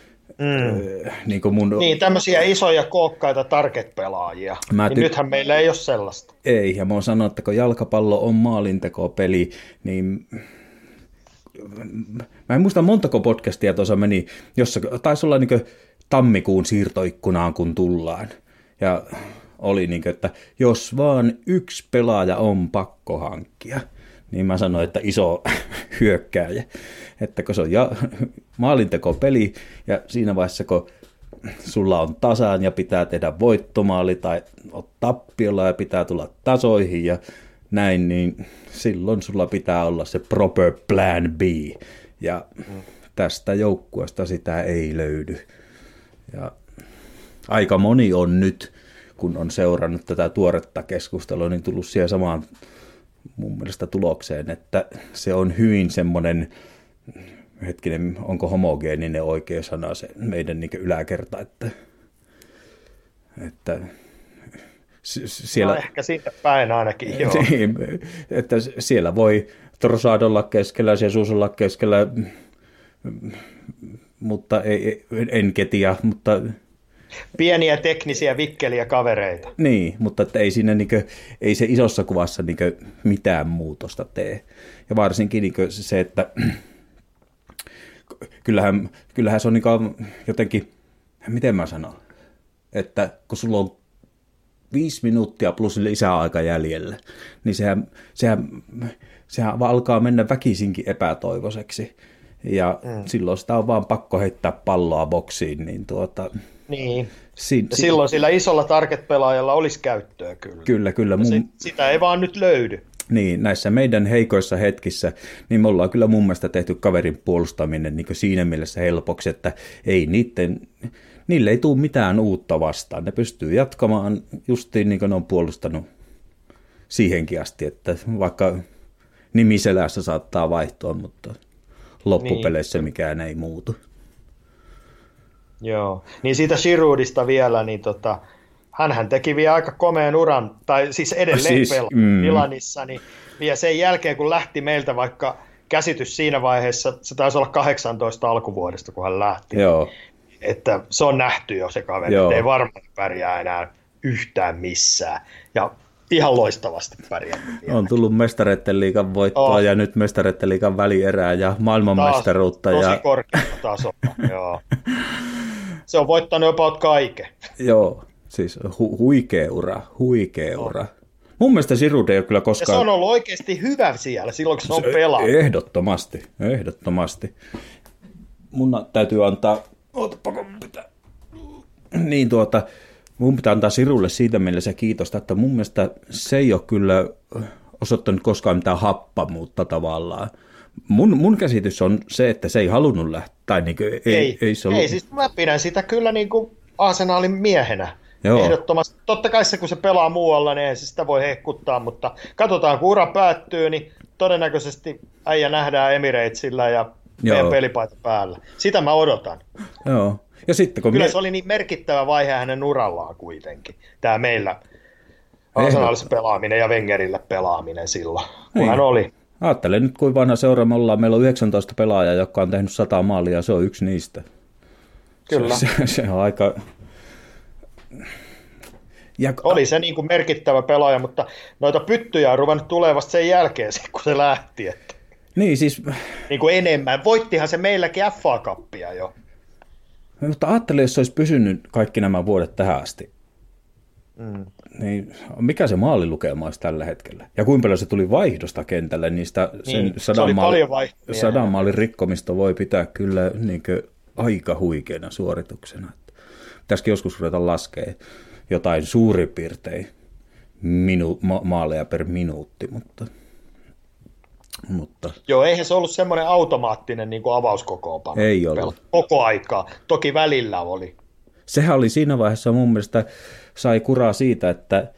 niin, tämmöisiä isoja kookkaita target-pelaajia. Nythän meillä ei ole sellaista. Ei, ja mä oon sanonut, että kun jalkapallo on maalintekopeli, niin mä en muista montako podcastia tuossa meni, jossa taisi olla niin tammikuun siirtoikkunaan, kun tullaan. Ja oli niin kuin, että jos vaan yksi pelaaja on pakko hankkia, niin mä sanoin, että iso hyökkääjä. Että kun se on maalintekopeli ja siinä vaiheessa, kun sulla on tasaan ja pitää tehdä voittomaali tai on tappiolla ja pitää tulla tasoihin ja näin, niin silloin sulla pitää olla se proper plan B. Ja tästä joukkueesta sitä ei löydy. Ja aika moni on nyt, kun on seurannut tätä tuoretta keskustelua, niin tullut siihen samaan mun mielestä tulokseen, että se on hyvin semmoinen, hetkinen, onko homogeeninen oikea sana se meidän niin yläkerta, että siellä... No ehkä siitä päin ainakin, joo. Niin, että siellä voi Trossard olla keskellä, Jesus olla keskellä, mutta en ketiä, mutta... Pieniä teknisiä vikkeliä kavereita. Niin, mutta että ei, siinä ei se isossa kuvassa mitään muutosta tee. Ja varsinkin se, että kyllähän se on jotenkin, miten mä sanon, että kun sulla on 5 minuuttia plus lisäaika jäljellä, niin sehän alkaa mennä väkisinkin epätoivoiseksi. Ja silloin sitä on vaan pakko heittää palloa boksiin, niin Niin. Silloin sillä isolla target-pelaajalla olisi käyttöä kyllä. Kyllä. Sitä ei vaan nyt löydy. Niin, näissä meidän heikoissa hetkissä, niin me ollaan kyllä mun mielestä tehty kaverin puolustaminen niin siinä mielessä helpoksi, että ei niille ei tule mitään uutta vastaan. Ne pystyy jatkamaan justiin niin kuin ne on puolustanut siihenkin asti, että vaikka nimiselässä saattaa vaihtua, mutta loppupeleissä mikään ei muutu. Joo, niin siitä Giroudista vielä, niin hänhän teki vielä aika komeen uran, tai siis edelleen pelaa Milanissa, niin ja sen jälkeen kun lähti meiltä vaikka käsitys siinä vaiheessa, se taisi olla 18 alkuvuodesta, kun hän lähti. Joo. Että se on nähty jo se kaveri, että ei varmaan pärjää enää yhtään missään. Ja ihan loistavasti pärjää. On tullut Mestareiden liigan voittoa ja nyt Mestareiden liigan välierää ja maailmanmestaruutta. Tosi korkealla tasolla, joo. Se on voittanut jopa kaiken. Joo, siis huikea ura. Mun mielestä Giroud ei ole kyllä koskaan... Ja se on ollut oikeasti hyvä siellä silloin, kun se on pelannut. Ehdottomasti. Mun täytyy antaa... Mun pitää antaa Giroudlle siitä mielessä kiitosta, että mun mielestä se ei ole kyllä osoittanut koskaan mitään happamuutta tavallaan. Mun käsitys on se, että se ei halunnut lähteä. Tai niin kuin, ei, se ollut... ei, siis mä pidän sitä kyllä niin kuin Arsenalin miehenä. Joo. Ehdottomasti. Totta kai se, kun se pelaa muualla, niin ei se sitä voi hehkuttaa, mutta katsotaan, kun ura päättyy, niin todennäköisesti äijä nähdään Emiratesillä ja meidän pelipaita päällä. Sitä mä odotan. Joo. Ja sitten, kun kyllä se oli niin merkittävä vaihe hänen urallaan kuitenkin, tämä meillä Arsenalissa pelaaminen ja Wengerillä pelaaminen silloin, kun hän oli. Ajattelen nyt, kuinka vanha seura me ollaan. Meillä on 19 pelaajaa, jotka on tehnyt 100 maalia, ja se on yksi niistä. Kyllä. Se on aika... Oli se niin kuin merkittävä pelaaja, mutta noita pyttyjä on ruvennut tulemaan vasta sen jälkeen, kun se lähti. Että... Niin siis... Niin kuin enemmän. Voittihan se meilläkin FA-kappia jo. Mutta ajattele, jos se olisi pysynyt kaikki nämä vuodet tähän asti. Niin mikä se maalilukema olisi tällä hetkellä? Ja kuinka paljon se tuli vaihdosta kentälle, niistä sen 100 maalin rikkomista voi pitää kyllä niin kuin aika huikeana suorituksena. Pitäisikin joskus ruveta laskemaan jotain suurin piirtein maaleja per minuutti, mutta... Joo, eihän se ollut semmoinen automaattinen niin kuin avauskokoonpano. Ei ollut. Koko aikaa. Toki välillä oli. Sehän oli siinä vaiheessa mun mielestä sai kuraa siitä, että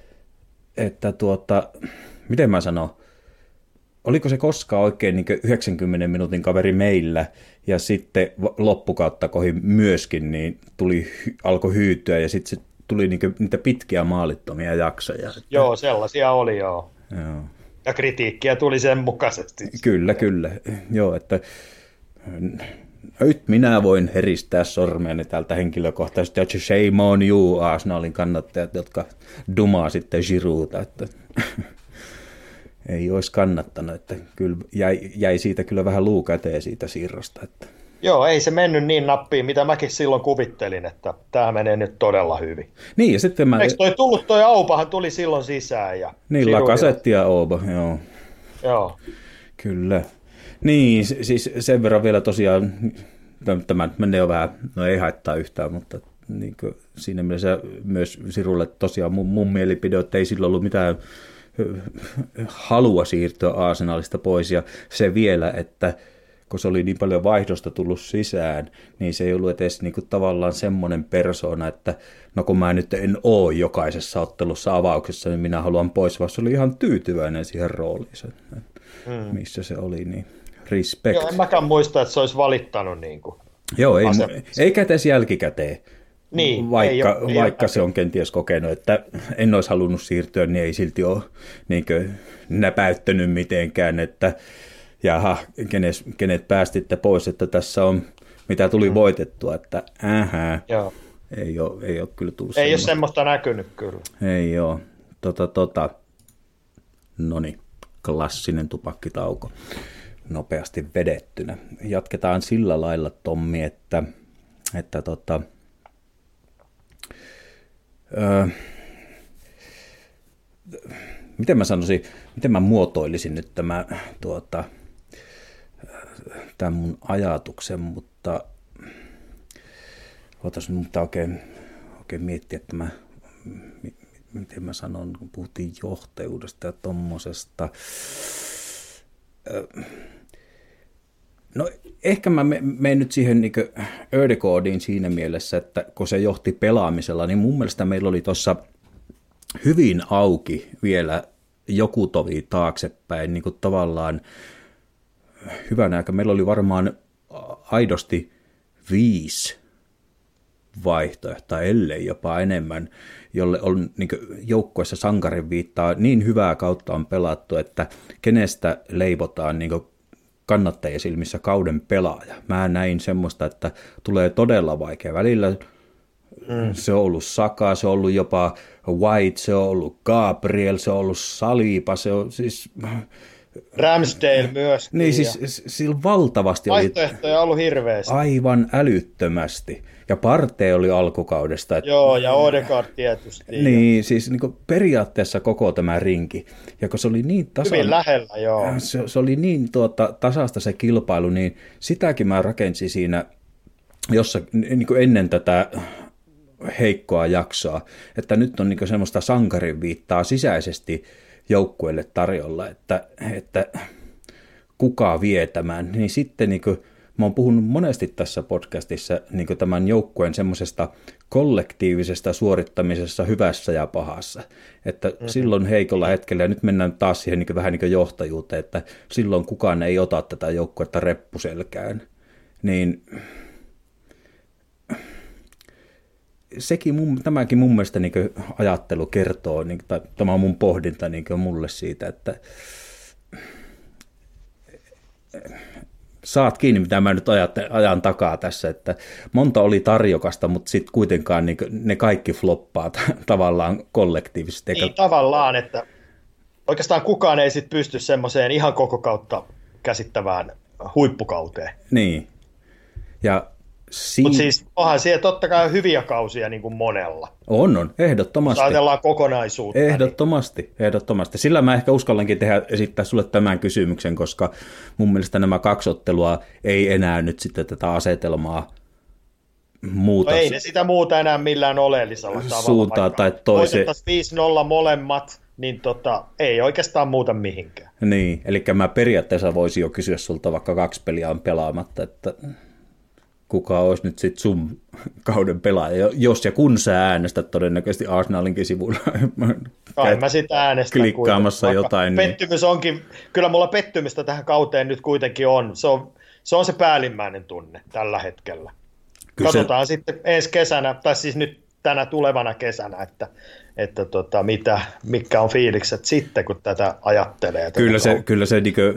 miten mä sanon, oliko se koskaan oikein niin 90 minuutin kaveri meillä ja sitten loppukautta kohin myöskin, niin alkoi hyytyä ja sitten se tuli niitä pitkiä maalittomia jaksoja. Joo, sellaisia oli joo. Ja kritiikkiä tuli sen mukaisesti. Kyllä. Joo, että nyt minä voin heristää sormeeni tältä henkilökohtaisesti, että shame on you, Arsenalin kannattajat, jotka dumaa sitten Girouda, että ei olisi kannattanut, että kyllä jäi siitä kyllä vähän luu käteen siitä siirrosta. Että. Joo, ei se mennyt niin nappiin, mitä mäkin silloin kuvittelin, että tämä menee nyt todella hyvin. Niin, ja sitten eikö toi Aubahan tuli silloin sisään? Ja niin, Lacazette ja Auba, joo. Kyllä. Niin, siis sen verran vielä tosiaan, tämä menee jo vähän, no ei haittaa yhtään, mutta niin siinä mielessä myös Giroudlle tosiaan mun mielipide, että ei sillä ollut mitään halua siirtyä Arsenalista pois, ja se vielä, että kun se oli niin paljon vaihdosta tullut sisään, niin se ei ollut edes niin kuin tavallaan semmoinen persona, että no kun mä nyt en ole jokaisessa ottelussa avauksessa, niin minä haluan pois, vaan se oli ihan tyytyväinen siihen rooliin, missä se oli, niin respect. Joo, en mäkään muista, että se olisi valittanut niin kuin. Joo, ei kätes jälkikäteen. Niin, vaikka se on kenties kokenut, että en olisi halunnut siirtyä, niin ei silti ole niin kuin näpäyttänyt mitenkään, että jaha, kenet päästitte pois, että tässä on, mitä tuli voitettua, että Joo. Ei ole kyllä tullut ei ole semmoista näkynyt kyllä. Ei ole. Noniin, klassinen tupakkitauko. Nopeasti vedettynä. Jatketaan sillä lailla, Tommi, että miten mä sanoisin, miten mä muotoilisin nyt tämän mun ajatuksen, mutta otasin nyt oikein miettiä, että miten mä sanon, kun puhuttiin johtajuudesta ja tommosesta. No ehkä mä menen nyt siihen niin Ödegaardiin siinä mielessä, että kun se johti pelaamisella, niin mun mielestä meillä oli tuossa hyvin auki vielä joku tovi taaksepäin, niin kuin tavallaan hyvänä aika. Meillä oli varmaan aidosti 5 vaihtoehtoa, ellei jopa enemmän, jolle on niin joukkueessa sankarin viittaa niin hyvää kautta on pelattu, että kenestä leivotaan niin kannattajien silmissä kauden pelaaja. Mä näin semmoista, että tulee todella vaikea. Välillä se on ollut Saka, se on ollut jopa White, se on ollut Gabriel, se on ollut Saliba, se on siis... Ramsdale myös. Niin siis sillä valtavasti vaihtoehtoja on ollut hirveästi. Aivan älyttömästi. Ja Partey oli alkukaudesta. Joo, ja Odegaard tietysti. Niin, siis niin periaatteessa koko tämä rinki. Ja kun se oli niin hyvin lähellä, joo. Se oli niin tasaista se kilpailu, niin sitäkin mä rakensin siinä niin ennen tätä heikkoa jaksoa, että nyt on niin semmoista sankarin viittaa sisäisesti joukkueelle tarjolla, että kuka vie tämän, niin sitten niin kuin, mä oon puhunut monesti tässä podcastissa niin kuin tämän joukkueen semmoisesta kollektiivisesta suorittamisessa hyvässä ja pahassa, että silloin heikolla hetkellä, ja nyt mennään taas siihen niin kuin, vähän niin kuin johtajuuteen, että silloin kukaan ei ota tätä joukkuetta reppuselkään, niin tämäkin mun mielestä niin ajattelu kertoo, niin, tai tämä on mun pohdinta niin mulle siitä, että saat kiinni, mitä mä nyt ajan takaa tässä, että monta oli tarjokasta, mutta sitten kuitenkaan niin ne kaikki floppaa tavallaan kollektiivisesti. Niin tavallaan, että oikeastaan kukaan ei sitten pysty semmoiseen ihan koko kautta käsittävään huippukauteen. Niin, ja mutta siis onhan siellä totta kai hyviä kausia niin kuin monella. On, ehdottomasti. Jos ajatellaan kokonaisuutta. Ehdottomasti. Sillä mä ehkä uskallankin esittää sulle tämän kysymyksen, koska mun mielestä nämä kaksi ottelua ei enää nyt sitten tätä asetelmaa muuta. No ei ne sitä muuta enää millään oleellisella tavalla. Suuntaan tai toiseen. Voitettaisiin 5-0 molemmat, niin ei oikeastaan muuta mihinkään. Niin, eli mä periaatteessa voisin jo kysyä sulta, vaikka 2 peliä on pelaamatta, että kuka olisi nyt sitten sun kauden pelaaja, jos ja kun sä äänestät todennäköisesti Arsenalinkin sivuilla. Kai mä sitä äänestän klikkaamassa jotain. Pettymys onkin, kyllä mulla pettymystä tähän kauteen nyt kuitenkin on. Se on se päällimmäinen tunne tällä hetkellä. Kyllä katsotaan sitten ensi kesänä, tai siis nyt tänä tulevana kesänä, että mitkä on fiilikset sitten, kun tätä ajattelee. Kyllä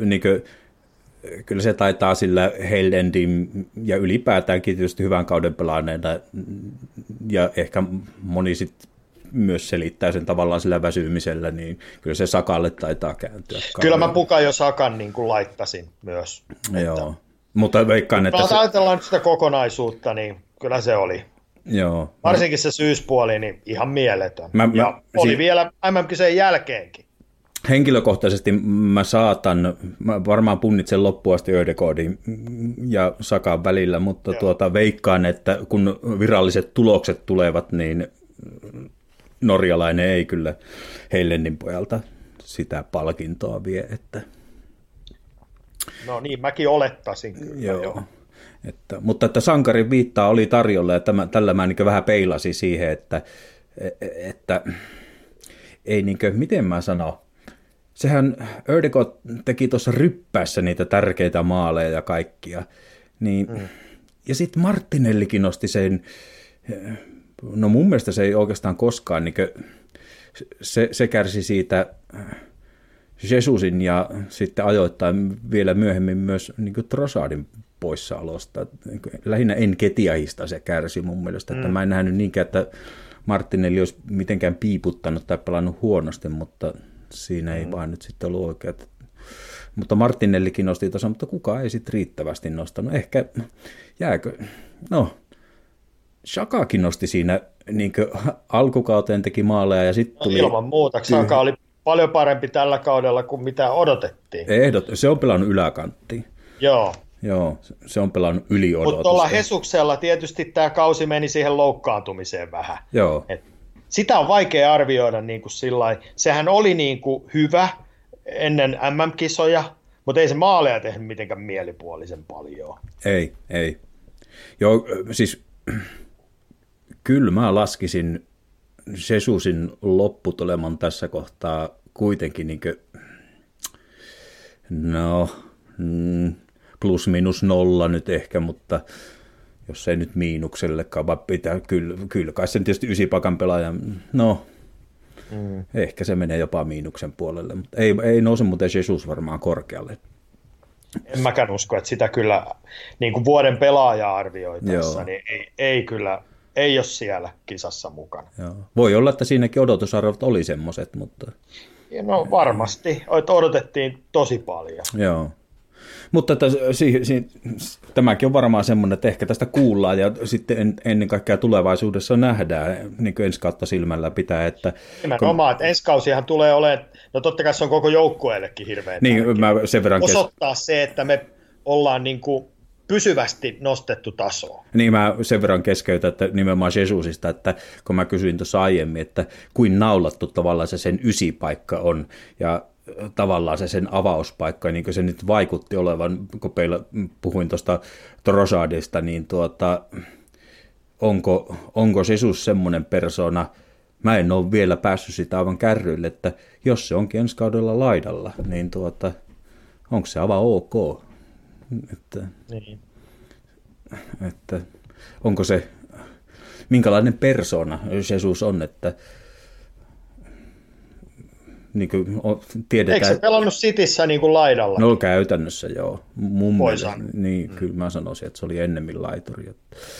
se taitaa sillä Heldendin ja ylipäätäänkin tietysti hyvän kauden pelaaneena, ja ehkä moni sitten myös selittää sen tavallaan sillä väsymisellä, niin kyllä se Sakalle taitaa kääntyä. Kyllä mä Bukayo Sakan niin kuin laittasin myös. Joo, mutta veikkaan, että... Jos ajatellaan nyt sitä kokonaisuutta, niin kyllä se oli. Joo. Varsinkin se syyspuoli, niin ihan mieletön. Ja oli vielä MM-kiseen jälkeenkin. Henkilökohtaisesti mä varmaan punnitsen loppuun asti Ödegaardin ja Sakan välillä, mutta veikkaan, että kun viralliset tulokset tulevat, niin norjalainen ei kyllä Heilennin pojalta sitä palkintoa vie. Että... No niin, mäkin olettaisin kyllä. Joo. Mutta että sankarin viittaa oli tarjolla, ja tällä mä niin vähän peilasin siihen, että ei niin kuin, miten mä sanon, sehän Ödegaard teki tuossa ryppäässä niitä tärkeitä maaleja ja kaikkia, niin, ja sitten Martinellikin nosti sen, no mun mielestä se ei oikeastaan koskaan, niin se kärsi siitä Jesusin ja sitten ajoittain vielä myöhemmin myös niin Trossardin poissaolosta. Lähinnä Nketiahista se kärsi mun mielestä, että mä en nähnyt niinkään, että Martinelli olisi mitenkään piiputtanut tai pelannut huonosti, mutta siinä ei vaan nyt sitten ollut oikeat. Mutta Martinellikin nosti tuossa, mutta kukaan ei sitten riittävästi nostanut. Ehkä jääkö, Xhakakin nosti siinä niin alkukauteen teki maaleja ja sitten tuli... Ilman muuta, Xhaka oli paljon parempi tällä kaudella kuin mitä odotettiin. Se on pelannut yläkanttiin. Joo, se on pelannut yli odotusta. Mutta tuolla Hesuksella tietysti tämä kausi meni siihen loukkaantumiseen vähän. Joo. Sitä on vaikea arvioida niin kuin sillain. Sehän oli niin kuin hyvä ennen MM-kisoja, mutta ei se maaleja tehnyt mitenkään mielipuolisen paljon. Ei. Joo, siis kyllä mä laskisin Jesusin lopputuleman tässä kohtaa kuitenkin niin kuin, plus minus 0 nyt ehkä, mutta jos ei nyt miinuksellekaan, vaan pitää, kyllä kai sen tietysti 9 paikan pelaaja, no, ehkä se menee jopa miinuksen puolelle, mutta ei nouse muuten Jesus varmaan korkealle. En mäkään usko, että sitä kyllä niin kuin vuoden pelaaja arvioitaessa, niin ei kyllä, ei ole siellä kisassa mukana. Joo. Voi olla, että siinäkin odotusarvot oli semmoiset, mutta... No varmasti, odotettiin tosi paljon. Joo. Mutta tämäkin on varmaan semmoinen, että ehkä tästä kuullaan ja sitten ennen kaikkea tulevaisuudessa nähdään niin kuin ensi kautta silmällä pitää. Että nimenomaan, että ensi kausihan tulee olemaan, no totta kai se on koko joukkueellekin hirveän niin, mä sen verran osoittaa se, että me ollaan niin kuin pysyvästi nostettu tasoa. Niin mä sen verran keskeytän, että nimenomaan Jesusista, että kun mä kysyin tuossa aiemmin, että kuin naulattu tavallaan se sen 9 paikka on ja tavallaan se sen avauspaikka, niin kuin se nyt vaikutti olevan, kun puhuin tuosta Trossardista, niin onko Jesus semmoinen persona, mä en ole vielä päässyt sitä aivan kärryille, että jos se onkin ensi kaudella laidalla, niin onko se aivan ok? Että onko se, minkälainen persona Jesus on, että niin kuin tiedetään. Eikö se pelannut Cityssä niin kuin laidalla? No käytännössä joo. Mun mielestä, niin, kyllä mä sanoisin, että se oli ennemmin laituri.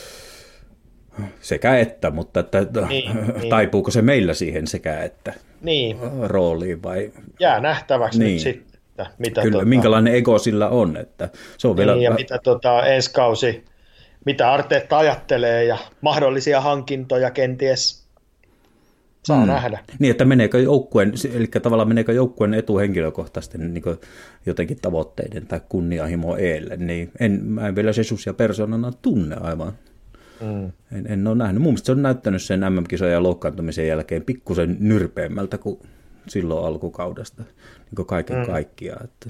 Sekä että, mutta että, taipuuko se meillä siihen sekä että rooliin vai? Jää nähtäväksi nyt sitten. Mitä kyllä, minkälainen ego sillä on. Että se on vielä... ja mitä ensi kausi, mitä Arteetta ajattelee ja mahdollisia hankintoja kenties saa nähdä. Niin, että meneekö joukkueen etu henkilökohtaisten niin jotenkin tavoitteiden tai kunnianhimo eelle, niin mä en vielä Jesusia persoonana tunne aivan. En ole nähnyt. Mun mielestä se on näyttänyt sen MM-kisojen loukkaantumisen jälkeen pikkusen nyrpeämmältä kuin silloin alkukaudesta, niin kuin kaiken kaikkiaan. Että...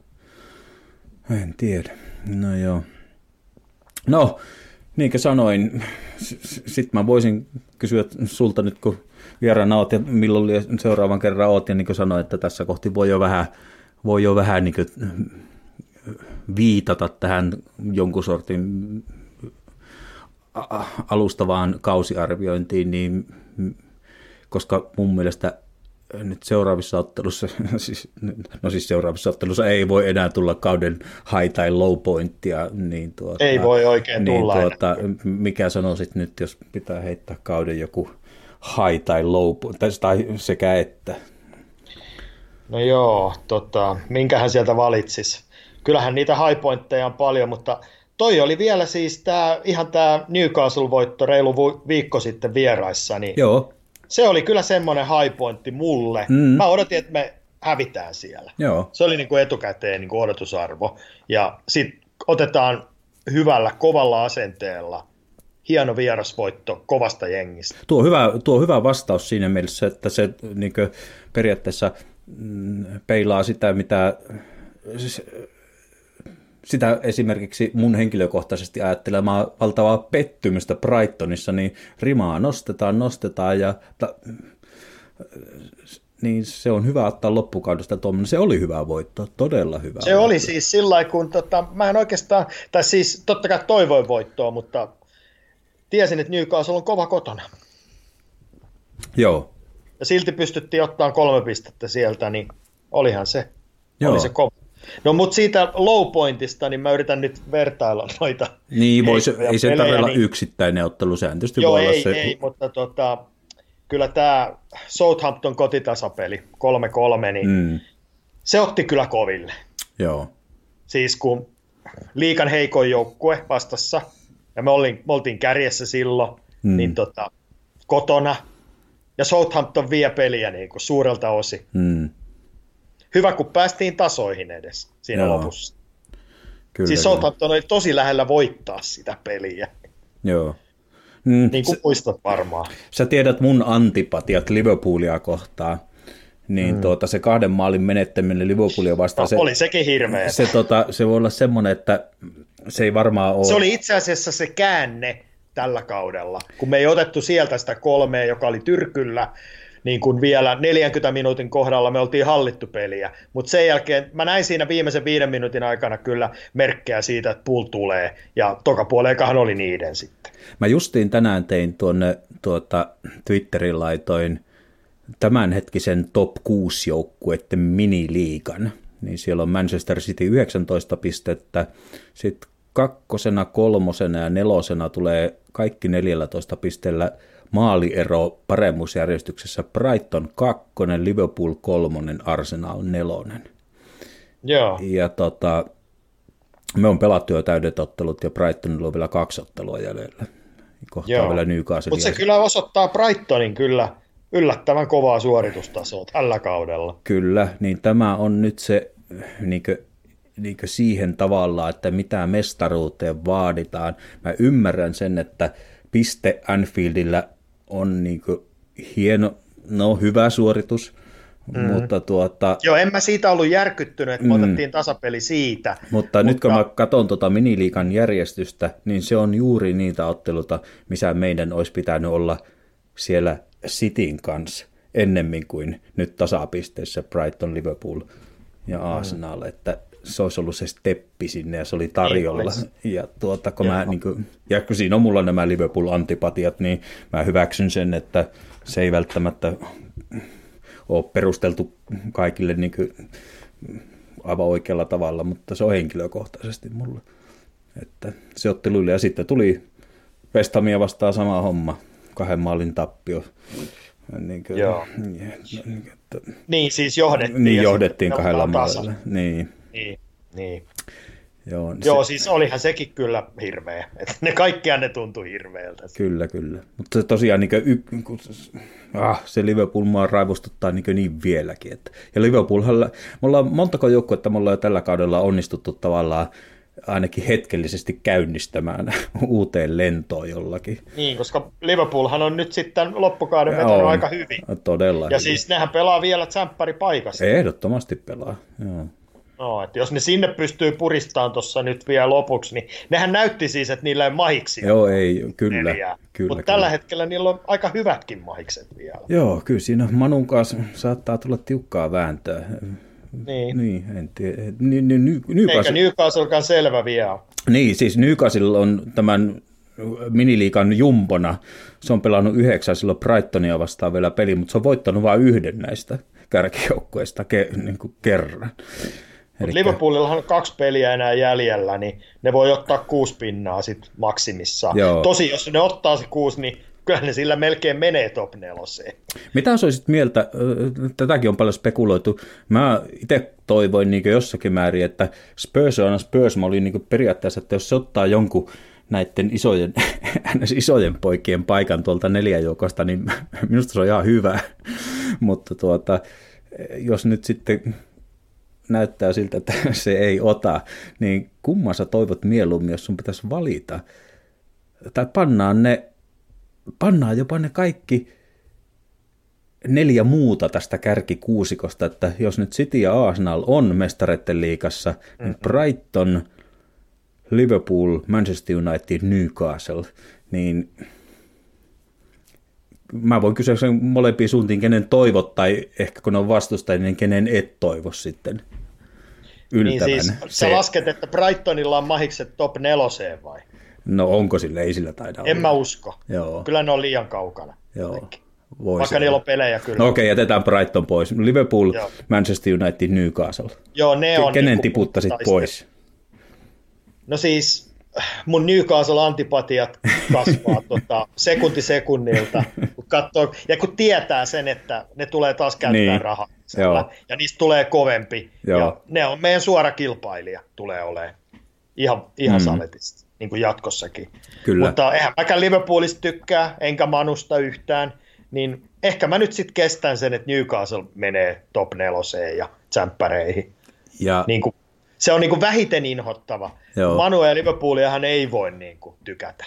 En tiedä. No joo. No, niin kuin sanoin, sitten mä voisin kysyä sulta nyt, kun vieraana oot ja milloin seuraavan kerran oot, ja niin kuin sanoin, että tässä kohti voi jo vähän niin kuin viitata tähän jonkun sortin alustavaan kausiarviointiin, niin koska mun mielestä nyt seuraavissa ottelussa, seuraavissa ottelussa ei voi enää tulla kauden high tai low pointtia. Niin ei voi oikein tulla. Mikä sanoisit nyt, jos pitää heittää kauden joku high tai low tai sekä että? No joo, minkähän sieltä valitsisi? Kyllähän niitä high pointteja on paljon, mutta toi oli vielä siis ihan tämä Newcastle-voitto reilu viikko sitten vieraissa, niin joo. Se oli kyllä semmoinen high pointti mulle. Mä odotin, että me hävitään siellä. Joo. Se oli niin kuin etukäteen niin kuin odotusarvo. Ja sitten otetaan hyvällä, kovalla asenteella hieno vierasvoitto kovasta jengistä. Tuo on hyvä vastaus siinä mielessä, että se niin kuin periaatteessa peilaa sitä, mitä... Sitä esimerkiksi mun henkilökohtaisesti ajattelemaan valtavaa pettymystä Brightonissa, niin rimaa nostetaan ja niin se on hyvä ottaa loppukaudesta tuommoinen. Se oli hyvä voitto, todella hyvä se voitto. Oli siis sillä lailla, kun mä en oikeastaan, tai siis totta kai toivoin voittoa, mutta tiesin, että Newcastle on kova kotona. Joo. Ja silti pystyttiin ottamaan 3 pistettä sieltä, niin olihan se, oli se kova. No mutta siitä low pointista, niin mä yritän nyt vertailla noita. Niin, ei se tarvitse olla yksittäinen ottelu, sehän tietysti voi olla se. Ei, mutta kyllä tämä Southampton kotitasapeli 3-3, niin se otti kyllä koville. Joo. Siis kun liigan heikoin joukkue vastassa, ja me oltiin kärjessä silloin, niin kotona, ja Southampton vie peliä niin kuin suurelta osin. Hyvä, kun päästiin tasoihin edes siinä lopussa. Kyllä, siis Southampton oli tosi lähellä voittaa sitä peliä. Joo. Niin kuin muistat varmaan. Sä tiedät mun antipatiat Liverpoolia kohtaan. Niin se 2 maalin menettäminen Liverpoolia vastaan. Oli sekin hirveä. Se voi olla semmoinen, että se ei varmaan ole. Se oli itse asiassa se käänne tällä kaudella. Kun me ei otettu sieltä sitä 3, joka oli tyrkyllä, niin kuin vielä 40 minuutin kohdalla me oltiin hallittu peliä, mutta sen jälkeen mä näin siinä viimeisen 5 minuutin aikana kyllä merkkejä siitä, että Poole tulee, ja tokapuoleikahan oli niiden sitten. Mä justiin tänään tein tuonne Twitterin laitoin tämänhetkisen top 6 joukkueiden miniliigan, niin siellä on Manchester City 19 pistettä, sitten 2., 3. ja 4. tulee kaikki 14 pisteellä maaliero paremmuusjärjestyksessä Brighton 2, Liverpool 3, Arsenal 4. Joo. Ja me on pelattu jo täydet ottelut ja Brightonilla on vielä 2 ottelua jäljellä. Kohtaa vielä Newcastle. Mutta se kyllä osoittaa Brightonin kyllä yllättävän kovaa suoritustasoa tällä kaudella. Kyllä, niin tämä on nyt se niinkö siihen tavallaan, että mitä mestaruuteen vaaditaan. Mä ymmärrän sen, että piste Anfieldillä on niinkö hieno, hyvä suoritus, mutta Joo, en mä siitä ollut järkyttynyt, että me otettiin tasapeli siitä. Mutta nyt kun mä katson miniliigan järjestystä, niin se on juuri niitä otteluita, missä meidän olisi pitänyt olla siellä Cityn kanssa ennemmin kuin nyt tasapisteessä Brighton, Liverpool ja Arsenal, että se olisi ollut se steppi sinne ja se oli tarjolla. Ja kun siinä on mulla nämä Liverpool-antipatiat, niin mä hyväksyn sen, että se ei välttämättä ole perusteltu kaikille niin kuin aivan oikealla tavalla, mutta se on henkilökohtaisesti mulle. Että se otteluille ja sitten tuli West Hamia vastaan sama homma, 2 maalin tappio. Niin, siis johdettiin. Niin, johdettiin 2 maalilla. Niin. Joo, siis olihan sekin kyllä hirveä. Että kaikkiaan ne tuntui hirveältä. Kyllä. Mutta se tosiaan se Liverpool mua raivostuttaa niin vieläkin. Ja Liverpoolhan, me ollaan montako joukkuetta me ollaan jo tällä kaudella onnistuttu tavallaan ainakin hetkellisesti käynnistämään uuteen lentoon jollakin. Niin, koska Liverpoolhan on nyt sitten loppukauden vetänyt aika hyvin. Todella. Ja siis nehän pelaa vielä tsemppäripaikassa. Ehdottomasti pelaa, joo. No, että jos ne sinne pystyy puristamaan tuossa nyt vielä lopuksi, niin nehän näytti siis, että niillä ei mahiksi. Joo, ei, kyllä. Mutta tällä hetkellä niillä on aika hyvätkin mahikset vielä. Joo, kyllä siinä Manun kanssa saattaa tulla tiukkaa vääntöä. Niin, en tiedä. Eikä Newcastlekaan selvä vielä. Niin, siis Newcastle on tämän miniliigan jumbona. Se on pelannut 9 silloin Brightonia vastaan vielä peli, mutta se on voittanut vain 1 näistä kärkijoukkueista kerran. Liverpoolillahan on 2 peliä enää jäljellä, niin ne voi ottaa 6 pinnaa sit maksimissaan. Joo. Tosi, jos ne ottaa se 6, niin kyllä ne sillä melkein menee top 4. Mitä sä olisit mieltä, tätäkin on paljon spekuloitu, mä itse toivoin niin jossakin määrin, että Spurs on Spurs, mä olin niin periaatteessa, että jos se ottaa jonkun näiden isojen poikien paikan tuolta 4 joukosta, niin minusta se on ihan hyvä, mutta jos nyt sitten näyttää siltä, että se ei ota, niin kumman sä toivot mieluummin, jos sun pitäisi valita? Tai pannaan jopa ne kaikki 4 muuta tästä kärkikuusikosta, että jos nyt City ja Arsenal on mestareiden liigassa, niin Brighton, Liverpool, Manchester United, Newcastle, niin mä voin kysyä sen molempiin suuntiin, kenen toivot, tai ehkä kun on vastustajia, niin kenen et toivo sitten yltävän. Niin siis sä lasket, että Brightonilla on mahikset top 4 vai? No onko sille, ei sillä taida olla. En mä usko. Joo. Kyllä ne on liian kaukana. Joo. Vaikka niillä on pelejä kyllä. No okei, jätetään Brighton pois. Liverpool, joo. Manchester United, Newcastle. Joo, ne on. Kenen tiputtaisit pois? No siis mun Newcastle-antipatiat kasvaa sekunnilta, kun katsoo, ja kun tietää sen, että ne tulee taas käyttää rahaa, ja niistä tulee kovempi, ja ne on meidän suora kilpailija, tulee olemaan ihan saletista, niin kuin jatkossakin. Kyllä. Mutta eihän mäkään Liverpoolista tykkää, enkä Manusta yhtään, niin ehkä mä nyt sitten kestän sen, että Newcastle menee top 4 ja tsemppäreihin. Ja niin kuin se on niin kuin vähiten inhottava. Joo. Manu ja Liverpooliahan ei voi niin kuin tykätä.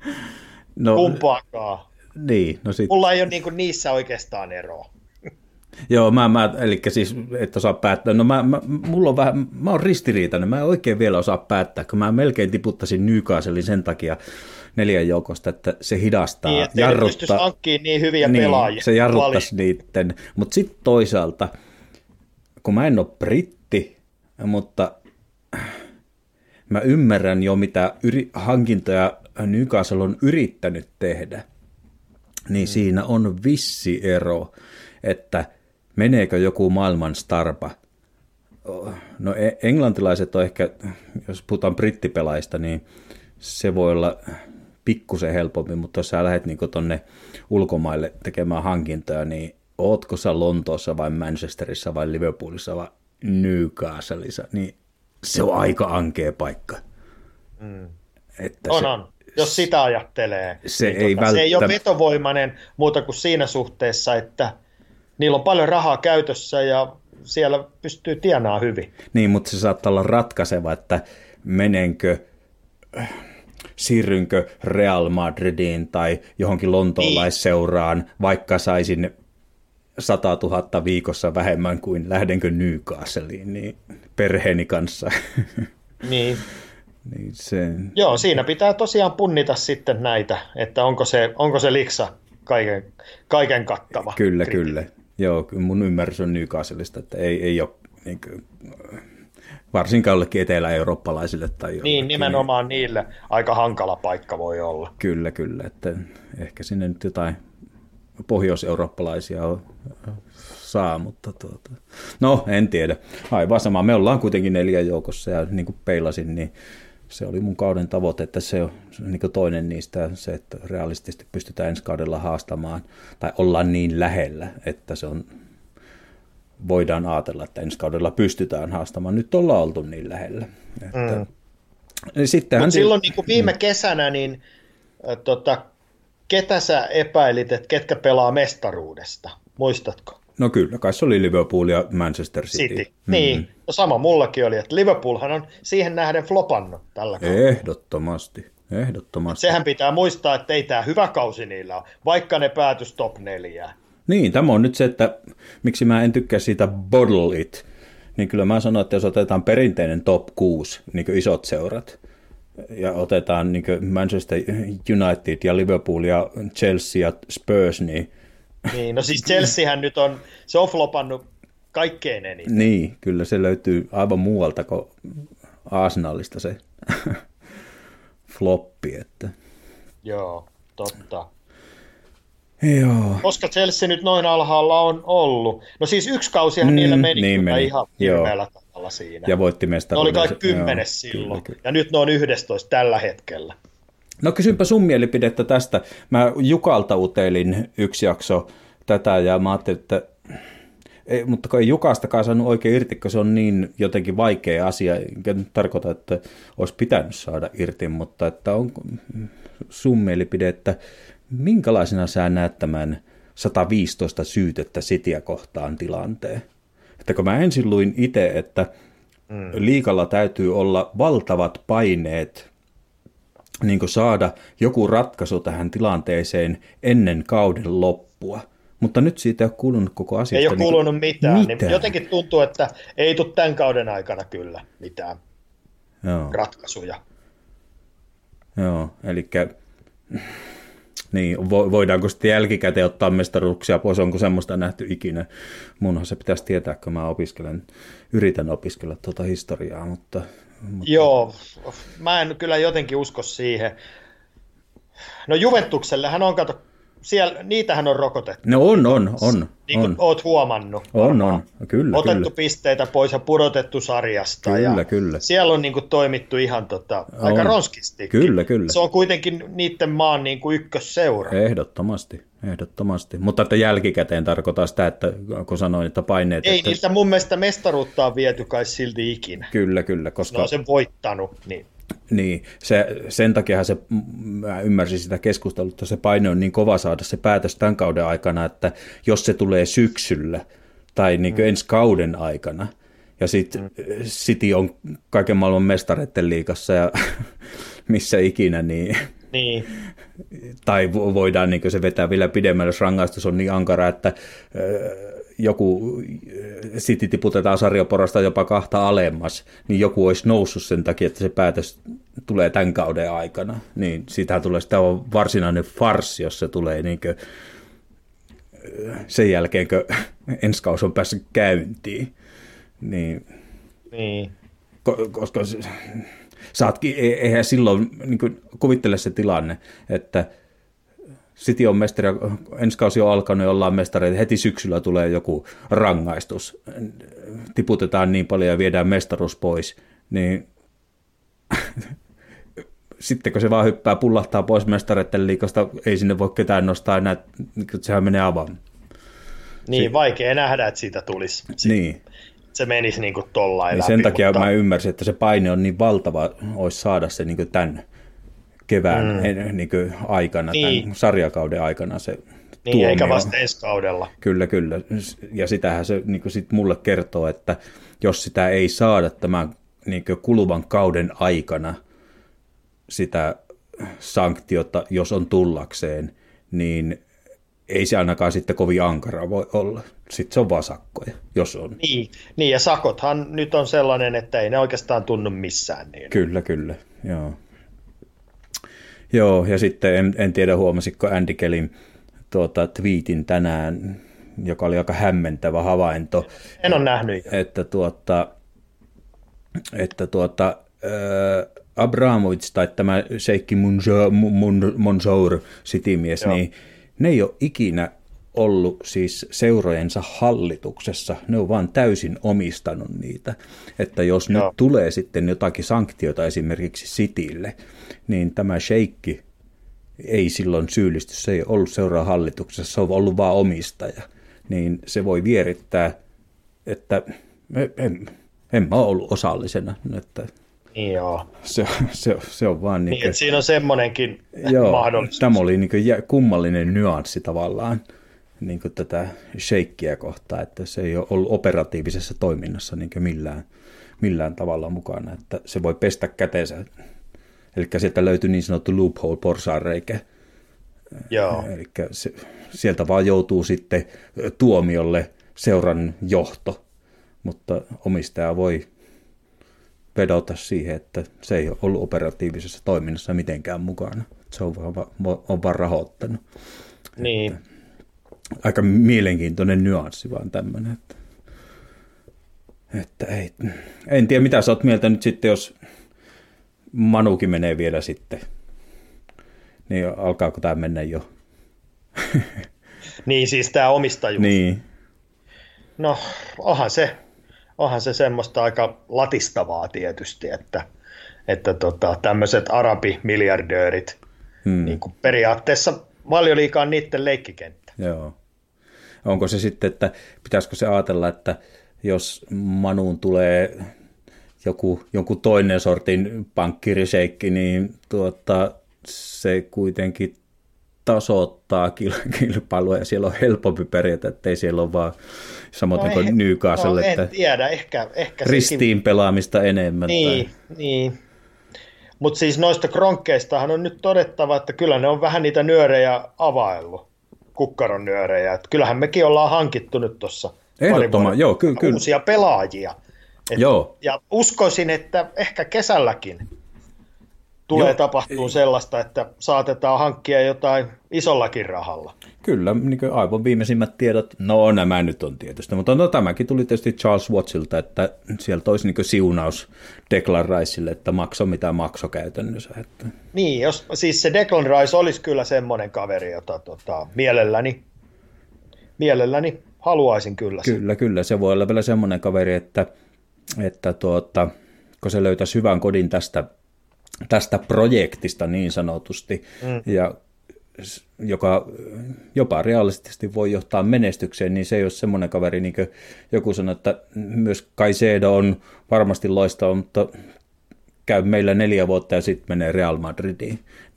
No, kumpaakaan. Niin, no sit. Mulla ei ole niin kuin niissä oikeastaan eroa. Joo, eli siis et osaa päättää. No mulla on vähän, mä oon ristiriitainen, mä en oikein vielä osaa päättää, kun mä melkein tiputtaisin Newcastlein sen takia 4 joukosta, että se hidastaa, niin, jarruttaa. Pystyisi hankkimaan niin hyviä pelaajia. Se jarruttaisi niitten, mutta sitten toisaalta, kun mä en ole britti, mutta mä ymmärrän jo, mitä hankintoja Newcastle on yrittänyt tehdä, niin siinä on vissi ero, että meneekö joku maailman starpa. No englantilaiset on ehkä, jos puhutaan brittipelaajista, niin se voi olla pikkusen helpompi, mutta jos sä lähdet niin tonne ulkomaille tekemään hankintoja, niin ootko sä Lontoossa vai Manchesterissa vai Liverpoolissa vai Newcastleissa, niin se on aika ankea paikka. Että on. Jos sitä ajattelee. Se, niin ei se ei ole vetovoimainen muuta kuin siinä suhteessa, että niillä on paljon rahaa käytössä ja siellä pystyy tienaamaan hyvin. Niin, mutta se saattaa olla ratkaiseva, että siirrynkö Real Madridiin tai johonkin lontoolaisseuraan, vaikka saisin 100 000 viikossa vähemmän kuin lähdenkö Newcastleen niin perheeni kanssa. Niin. Niin se... Joo, siinä pitää tosiaan punnita sitten näitä, että onko se liksa kaiken kattava. Kyllä. Joo, mun ymmärrys on Newcastlesta, että ei ole niin kuin, varsinkaan jollekin etelä-eurooppalaisille. Tai niin, nimenomaan niille aika hankala paikka voi olla. Kyllä, että ehkä sinne nyt jotain pohjois-eurooppalaisia saa, mutta no en tiedä. Aivan sama, me ollaan kuitenkin 4 joukossa ja niin kuin peilasin, niin se oli mun kauden tavoite, että se on niin kuin toinen niistä se, että realistisesti pystytään ensi kaudella haastamaan tai ollaan niin lähellä, että se on, voidaan ajatella, että ensi kaudella pystytään haastamaan. Nyt ollaan oltu niin lähellä. Mutta silloin niin kuin viime kesänä, niin ketä sä epäilit, että ketkä pelaa mestaruudesta? Muistatko? No kyllä, kai se oli Liverpool ja Manchester City. Niin, no sama mullakin oli, että Liverpoolhan on siihen nähden flopannut tällä kaudella. Ehdottomasti. Sehän pitää muistaa, että ei tämä hyvä kausi niillä ole, vaikka ne päätys top 4. Niin, tämä on nyt se, että miksi mä en tykkää siitä bottle it, niin kyllä mä sanon, että jos otetaan perinteinen top 6, niin kuin isot seurat, ja otetaan niin kuin Manchester United ja Liverpool ja Chelsea ja Spurs, niin no siis Chelseahän nyt se on flopannut kaikkein eniten. Niin, kyllä se löytyy aivan muualta kuin Arsenalista se floppi. Että. Joo, totta. Joo. Koska Chelsea nyt noin alhaalla on ollut. No siis yksi kausihan niillä meni niin kyllä ihan hirveällä tavalla siinä. Ja voitti mestaruuden. Ne oli kai 10 silloin. Kyllä. Ja nyt ne on 11 tällä hetkellä. No kysynpä sun mielipidettä tästä. Mä Jukalta utelin yksi jakso tätä ja mä ajattelin, että mutta kun ei Jukastakaan saanut oikein irti, kun se on niin jotenkin vaikea asia, enkä nyt tarkoita, että olisi pitänyt saada irti, mutta että on sun mielipide, että minkälaisena sä näet tämän 115 syytettä Cityä kohtaan tilanteen? Että kun mä ensin luin itse, että liigalla täytyy olla valtavat paineet niin kuin saada joku ratkaisu tähän tilanteeseen ennen kauden loppua. Mutta nyt siitä ei ole kuulunut koko asiasta. Ei ole kuulunut mitään. Niin jotenkin tuntuu, että ei tule tämän kauden aikana kyllä mitään ratkaisuja. Joo, eli niin, voidaanko sitten jälkikäteen ottaa mestaruuksia pois, onko semmoista nähty ikinä? Munhan se pitäisi tietää, kun mä yritän opiskella tuota historiaa, mutta... Joo, mä en kyllä jotenkin usko siihen. No Juventuksellehän on, kato, siellä, niitähän on rokotettu. No on. Niin kuin oot huomannut. On, kyllä. Otettu pisteitä pois ja pudotettu sarjasta. Kyllä. Siellä on niin kuin toimittu ihan aika ronskisti. Kyllä. Se on kuitenkin niiden maan niin kuin ykkösseura. Ehdottomasti. Mutta että jälkikäteen tarkoittaa sitä, että kun sanoin, että paineet... Ei niiltä mun mielestä mestaruutta on viety kai silti ikinä. Kyllä, koska... Ne on sen voittanut, niin... Niin, sen takiahan mä ymmärsin sitä keskustelua, että se paine on niin kova saada se päätös tämän kauden aikana, että jos se tulee syksyllä tai niin kuin ensi kauden aikana, ja sitten City on kaiken maailman mestareiden liigassa ja missä ikinä, niin. Tai voidaan niin se vetää vielä pidemmälle, jos rangaistus on niin ankara, että joku City tiputetaan sarjaporasta jopa 2 alemmas, niin joku olisi noussut sen takia, että se päätös tulee tämän kauden aikana. Niin siitä tulee sitä varsinainen farssi, jos se tulee niin kuin sen jälkeen, kun ensi kausi on päässyt käyntiin. Niin. Koska saatkin, eihän silloin niin kuin kuvittele se tilanne, että City on mestari, ensi kausi on alkanut ja ollaan mestareita, heti syksyllä tulee joku rangaistus, tiputetaan niin paljon ja viedään mestaruus pois, niin sitten kun se vaan hyppää, pullahtaa pois mestareiden liigasta, ei sinne voi ketään nostaa enää, sehän menee avaan. Niin, vaikea nähdä, että siitä tulisi. Niin. Se menisi niin kuin tollain läpi. Sen takia mä ymmärsin, että se paine on niin valtava, olisi saada se niin kuin tämän kevään niin kuin aikana, tämän sarjakauden aikana se tuomio. Eikä vasta ensi kaudella. Kyllä. Ja sitähän se niin kuin sit mulle kertoo, että jos sitä ei saada tämän niin kuin kuluvan kauden aikana sitä sanktiota, jos on tullakseen, niin ei se ainakaan sitten kovin ankara voi olla. Sitten se on vaan sakkoja, jos on. Niin, ja sakothan nyt on sellainen, että ei ne oikeastaan tunnu missään. Niin. Kyllä, joo. Joo, ja sitten en tiedä huomasitko Andy Kellyn tweetin tänään, joka oli aika hämmentävä havainto. En ole nähnyt. Että Abramovich tai tämä Sheikh Mansour City-mies, niin ne ei ole ikinä ollut siis seurojensa hallituksessa, ne on vaan täysin omistanut niitä, että jos nyt tulee sitten jotakin sanktioita esimerkiksi Citylle, niin tämä sheikki ei silloin syyllisty, se ei ollut seuraa hallituksessa, se on ollut vaan omistaja, niin se voi vierittää, että en mä ole ollut osallisena, että joo. Se on vaan niin, että siinä on semmoinenkin mahdollisuus. Tämä oli niin kummallinen nyanssi tavallaan niin tätä sheikkiä kohtaan, että se ei ole ollut operatiivisessa toiminnassa niin millään tavalla mukana, että se voi pestä käteensä. Eli sieltä löytyi niin sanottu loophole, porsaanreikä. Eli sieltä vaan joutuu sitten tuomiolle seuran johto, mutta omistaja voi vedota siihen, että se ei ole ollut operatiivisessa toiminnassa mitenkään mukana. Se on vaan rahoittanut. Niin. Aika mielenkiintoinen nyanssi vaan tämmöinen. Että ei. En tiedä, mitä sä oot mieltä nyt sitten, jos Manukin menee vielä sitten. Niin alkaako tämä mennä jo? Niin, siis tämä omistajuus. Niin. No, onhan se semmoista aika latistavaa tietysti, että tämmöiset arabimiljardöörit, niin kuin periaatteessa Valioliiga on niiden leikkikenttä. Joo. Onko se sitten, että pitäisikö se ajatella, että jos Manuun tulee joku toinen sortin pankkiriseikki, niin se kuitenkin tasoittaa kilpailua ja siellä on helpompi pärjätä, ettei siellä ole vaan samoin kuin Newcastle, en tiedä, ehkä ristiin sekin pelaamista enemmän. Niin. Mutta siis noista kronkkeistahan on nyt todettava, että kyllä ne on vähän niitä nyörejä availlut, kukkaron nyörejä. Et kyllähän mekin ollaan hankittu nyt tuossa uusia pelaajia. Ja uskoisin, että ehkä kesälläkin tulee tapahtuu sellaista, että saatetaan hankkia jotain isollakin rahalla. Kyllä, niin aivan viimeisimmät tiedot, nämä nyt on tietysti, mutta tämäkin tuli tietysti Charles Wattsilta, että sieltä olisi niin siunaus Declan Ricelle, että makso mitä makso käytännössä. Että. Niin, siis se Declan Rice olisi kyllä semmoinen kaveri, jota mielelläni haluaisin kyllä. Kyllä, se voi olla vielä semmoinen kaveri, että kun se löytäisi hyvän kodin tästä projektista niin sanotusti, ja joka jopa realistisesti voi johtaa menestykseen, niin se ei ole semmoinen kaveri, niin kuin joku sanoi, että myös Caicedo on varmasti loistava, mutta käy meillä 4 vuotta ja sitten menee Real Madridiin.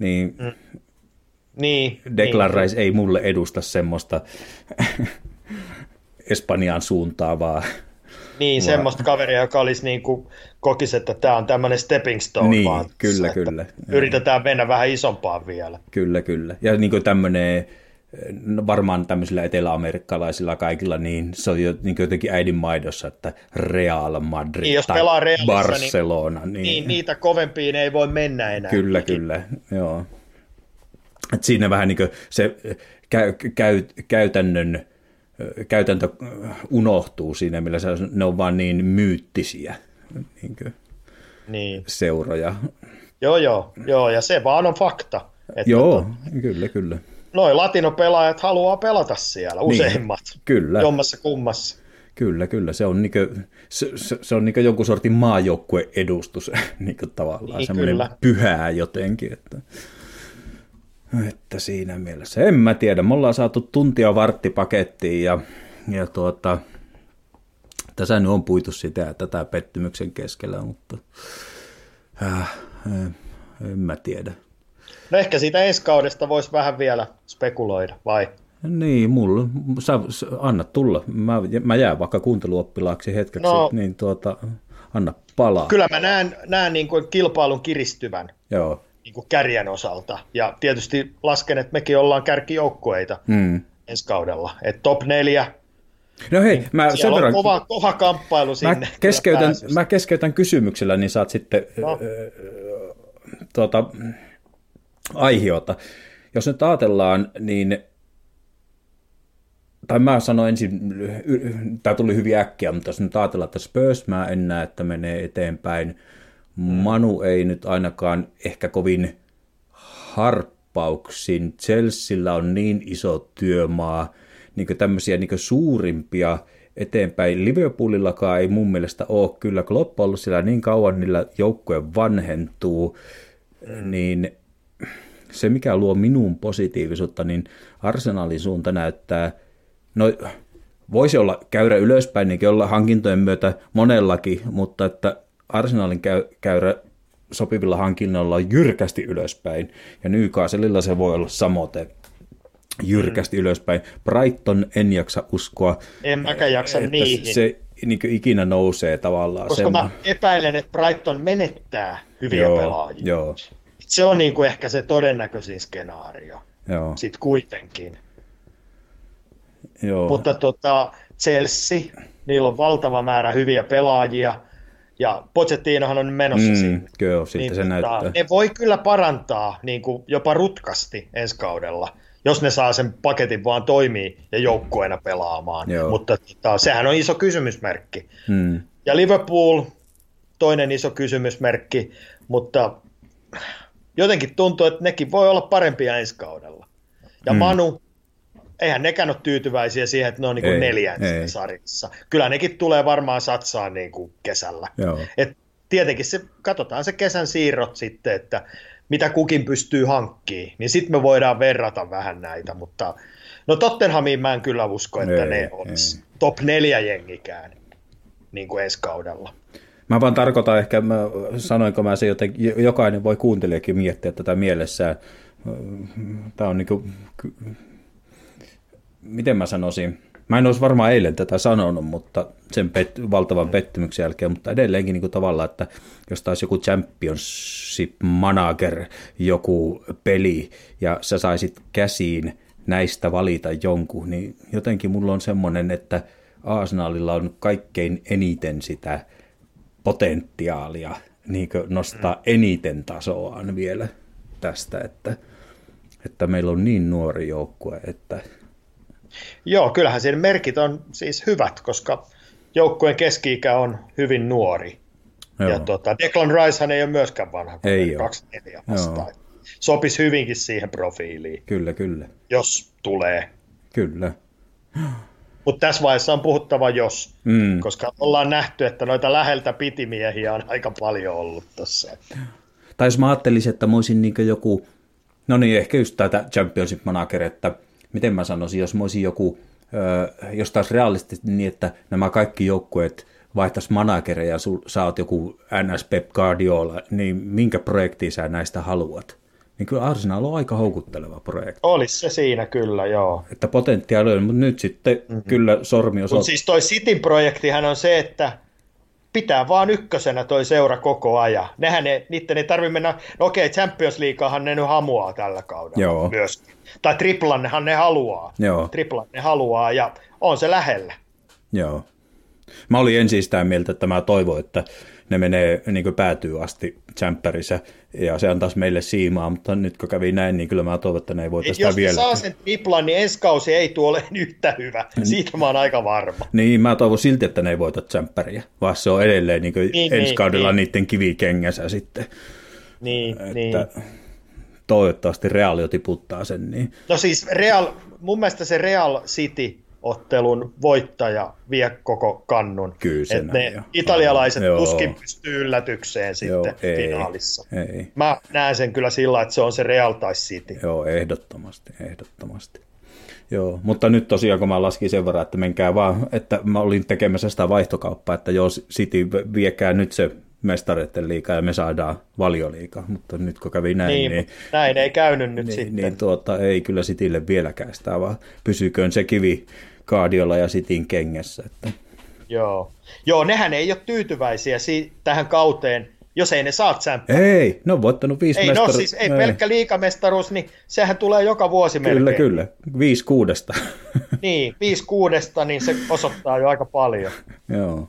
Niin Declan Rice ei mulle edusta semmoista Espanjan suuntaavaa. Niin, semmoista kaveria, joka olisi niin kuin kokisi, että tämä on tämmöinen stepping stone. Niin, vaan, kyllä. Yritetään mennä vähän isompaan vielä. Kyllä. Ja niin kuin tämmöinen no varmaan tämmöisillä eteläamerikkalaisilla kaikilla, niin se on jo niin jotenkin äidin maidossa, että Real Madrid niin, jos tai pelaa Realissa, Barcelona. Niin niitä kovempiin ei voi mennä enää. Kyllä, joo. Et siinä vähän niin kuin se käytäntö unohtuu siinä, millä ne on vaan niin myyttisiä niin. Seuroja. Joo, ja se vaan on fakta. Että joo, kyllä. Noi latinopelaajat haluaa pelata siellä, useimmat, kyllä. jommassa kummassa. Kyllä, se on, se on jonkun sortin maajoukkueedustus tavallaan, niin, semmoinen pyhää jotenkin, että siinä mielessä. En mä tiedä, me ollaan saatu tuntia varttipakettiin ja tässä nyt on puitu sitä ja tätä pettymyksen keskellä, mutta en mä tiedä. No ehkä siitä ensi kaudesta voisi vähän vielä spekuloida, vai? Niin, anna tulla. Mä jään vaikka kuunteluoppilaaksi hetkeksi, niin anna palaa. Kyllä mä näen niin kuin kilpailun kiristyvän niin kuin kärjen osalta. Ja tietysti lasken, että mekin ollaan kärkijoukkueita ensi kaudella. Et top 4. No hei, niin mä sen verran kova kamppailu sinne. Mä keskeytän kysymyksellä, niin saat sitten aihiota. Jos nyt ajatellaan, niin tai mä sanoin ensin, tämä tuli hyvin äkkiä, mutta jos nyt ajatellaan, että Spurs mä en näe, että menee eteenpäin. Manu ei nyt ainakaan ehkä kovin harppauksin. Chelsealla on niin iso työmaa, niin tämmöisiä niin suurimpia eteenpäin. Liverpoolillakaan ei mun mielestä ole. Kyllä Klopp on ollut siellä niin kauan, niillä joukkojen vanhentuu, niin se mikä luo minun positiivisuutta, niin Arsenalin suunta näyttää, no voisi olla käyrä ylöspäin, niin olla hankintojen myötä monellakin, mutta että Arsenalin käyrä sopivilla hankinnoilla on jyrkästi ylöspäin, ja Newcastlella se voi olla samoin jyrkästi ylöspäin. Brighton en jaksa uskoa, en mäkään jaksa että niihin. Se niin ikinä nousee tavallaan. Koska mä epäilen, että Brighton menettää hyviä pelaajia. Joo. Se on niin kuin ehkä se todennäköisin skenaario. Sitten kuitenkin. Joo. Mutta Chelsea, niillä on valtava määrä hyviä pelaajia, ja Pochettinohan on menossa sinne. Kyllä, sitten niin, se näyttää. Ne voi kyllä parantaa niin kuin jopa rutkasti ensi kaudella, jos ne saa sen paketin vaan toimii ja joukkueena pelaamaan. Joo. Mutta sehän on iso kysymysmerkki. Ja Liverpool, toinen iso kysymysmerkki, mutta jotenkin tuntuu, että nekin voi olla parempia ensi kaudella. Ja Manu, eihän nekään ole tyytyväisiä siihen, että ne on niin kuin neljänteen sarjassa. Kyllä nekin tulee varmaan satsaa niin kuin kesällä. Et tietenkin katsotaan se kesän siirrot sitten, että mitä kukin pystyy hankkimaan, niin sitten me voidaan verrata vähän näitä, mutta no Tottenhamiin mä en kyllä usko, että ne olisi top 4 jengikään niin kuin ensi kaudella. Mä vaan tarkoitan ehkä, sanoinko mä se jotenkin, jokainen voi kuuntelijakin miettiä tätä mielessään. Tämä on niin kuin, miten mä sanoisin, mä en olisi varmaan eilen tätä sanonut, mutta sen valtavan pettymyksen jälkeen, mutta edelleenkin niin kuin tavallaan, että jos taisi joku championship manager, joku peli, ja sä saisit käsiin näistä valita jonkun, niin jotenkin mulla on semmoinen, että Arsenalilla on kaikkein eniten sitä potentiaalia niin nostaa eniten tasoaan vielä tästä, että meillä on niin nuori joukkue, että joo, kyllähän siinä merkit on siis hyvät, koska joukkueen keski-ikä on hyvin nuori. Joo. Ja Declan Ricehan ei ole myöskään vanha, ei 24 vastaan. Sopisi hyvinkin siihen profiiliin. Kyllä. Jos tulee. Kyllä. Mutta tässä vaiheessa on puhuttava jos, koska ollaan nähty, että noita läheltä pitimiehiä on aika paljon ollut tuossa. Tai jos mä ajattelisin, että mä olisin niin joku, no niin, ehkä just tätä championship manager, että miten mä sanoisin, jos mä olisin joku, jos taas realistisesti niin, että nämä kaikki joukkueet vaihtaisi managereja ja sä oot joku NS Pep Guardiola, niin minkä projektia sä näistä haluat? Niin kyllä Arsenal on aika houkutteleva projekti. Olisi se siinä kyllä, joo. Että potentiaali on, mutta nyt sitten kyllä sormi osoittaa. Mutta siis toi Cityn projektihan on se, että pitää vaan ykkösenä toi seura koko ajan. Niitten ei tarvitse mennä, no okei, Champions Leagueahan ne nyt hamuaa tällä kaudella myöskin. Tai triplannehan ne haluaa. Triplan ne haluaa ja on se lähellä. Joo. Mä olin ensin sitä mieltä, että mä toivon, että ne menee niin päätyy asti Champerissa ja se antaisi meille siimaa, mutta nyt kun kävi näin, niin kyllä mä toivon, että ne ei voita sitä vielä. Jos saa sen triplan, niin ensi kausi ei tule ole yhtä hyvä. Siitä mä oon aika varma. Niin, mä toivon silti, että ne ei voita Champeria, vaan se on edelleen ensi kaudella niiden kivikengässä sitten. Niin. Toivottavasti Real jo tiputtaa sen. Niin. No siis mun mielestä se Real City-ottelun voittaja vie koko kannun. Kyllä se näin, ne italialaiset tuskin pystyy yllätykseen sitten finaalissa. Ei. Mä näen sen kyllä sillä, että se on se Real tai City. Joo, ehdottomasti. Joo, mutta nyt tosiaan, kun mä laskin sen verran, että menkää vaan, että mä olin tekemässä sitä vaihtokauppaa, että jos City viekää nyt se mestareiden liiga ja me saadaan Valioliiga, mutta nyt kun kävi näin, niin näin ei käynyt nyt sitten. Niin ei kyllä Citylle vieläkään sitä, vaan pysyköön se kivi Guardiola ja Cityn kengessä. Että. Joo, nehän ei ole tyytyväisiä tähän kauteen, jos ei ne saa tsempää. Ei, ne on voittanut 5 mestaruutta. No siis ei pelkkä liigamestaruus, niin sehän tulee joka vuosi melkein. Kyllä, 5-6. Niin, 5-6, niin se osoittaa jo aika paljon. Joo.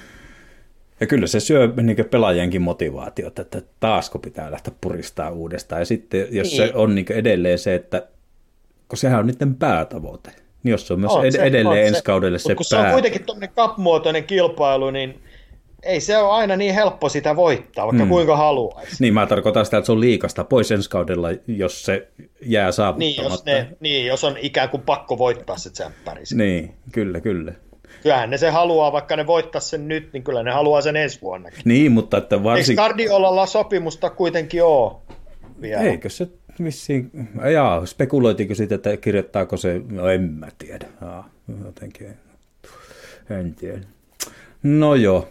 Ja kyllä se syö niin pelaajienkin motivaatiota, että taasko pitää lähteä puristaa uudestaan. Ja sitten jos se on niin edelleen se, että kun sehän on niiden päätavoite, niin jos se on myös edelleen ensi kaudelle se kun se on kuitenkin tuommoinen cup-muotoinen kilpailu, niin ei se ole aina niin helppo sitä voittaa, vaikka kuinka haluaisi. Niin, mä tarkoitan sitä, että se on liigasta pois ensi kaudella, jos se jää saavuttamatta. Jos on ikään kuin pakko voittaa se tsemppäri. Niin, kyllä. Kyllähän ne se haluaa, vaikka ne voittaa sen nyt, niin kyllä ne haluaa sen ensi vuonnakin. Niin, mutta että Eikö Guardiolalla sopimusta kuitenkin ole vielä? Eikö se vissiin, spekuloitiinko siitä, että kirjoittaako se, no en mä tiedä. Jotenkin, en tiedä. No joo.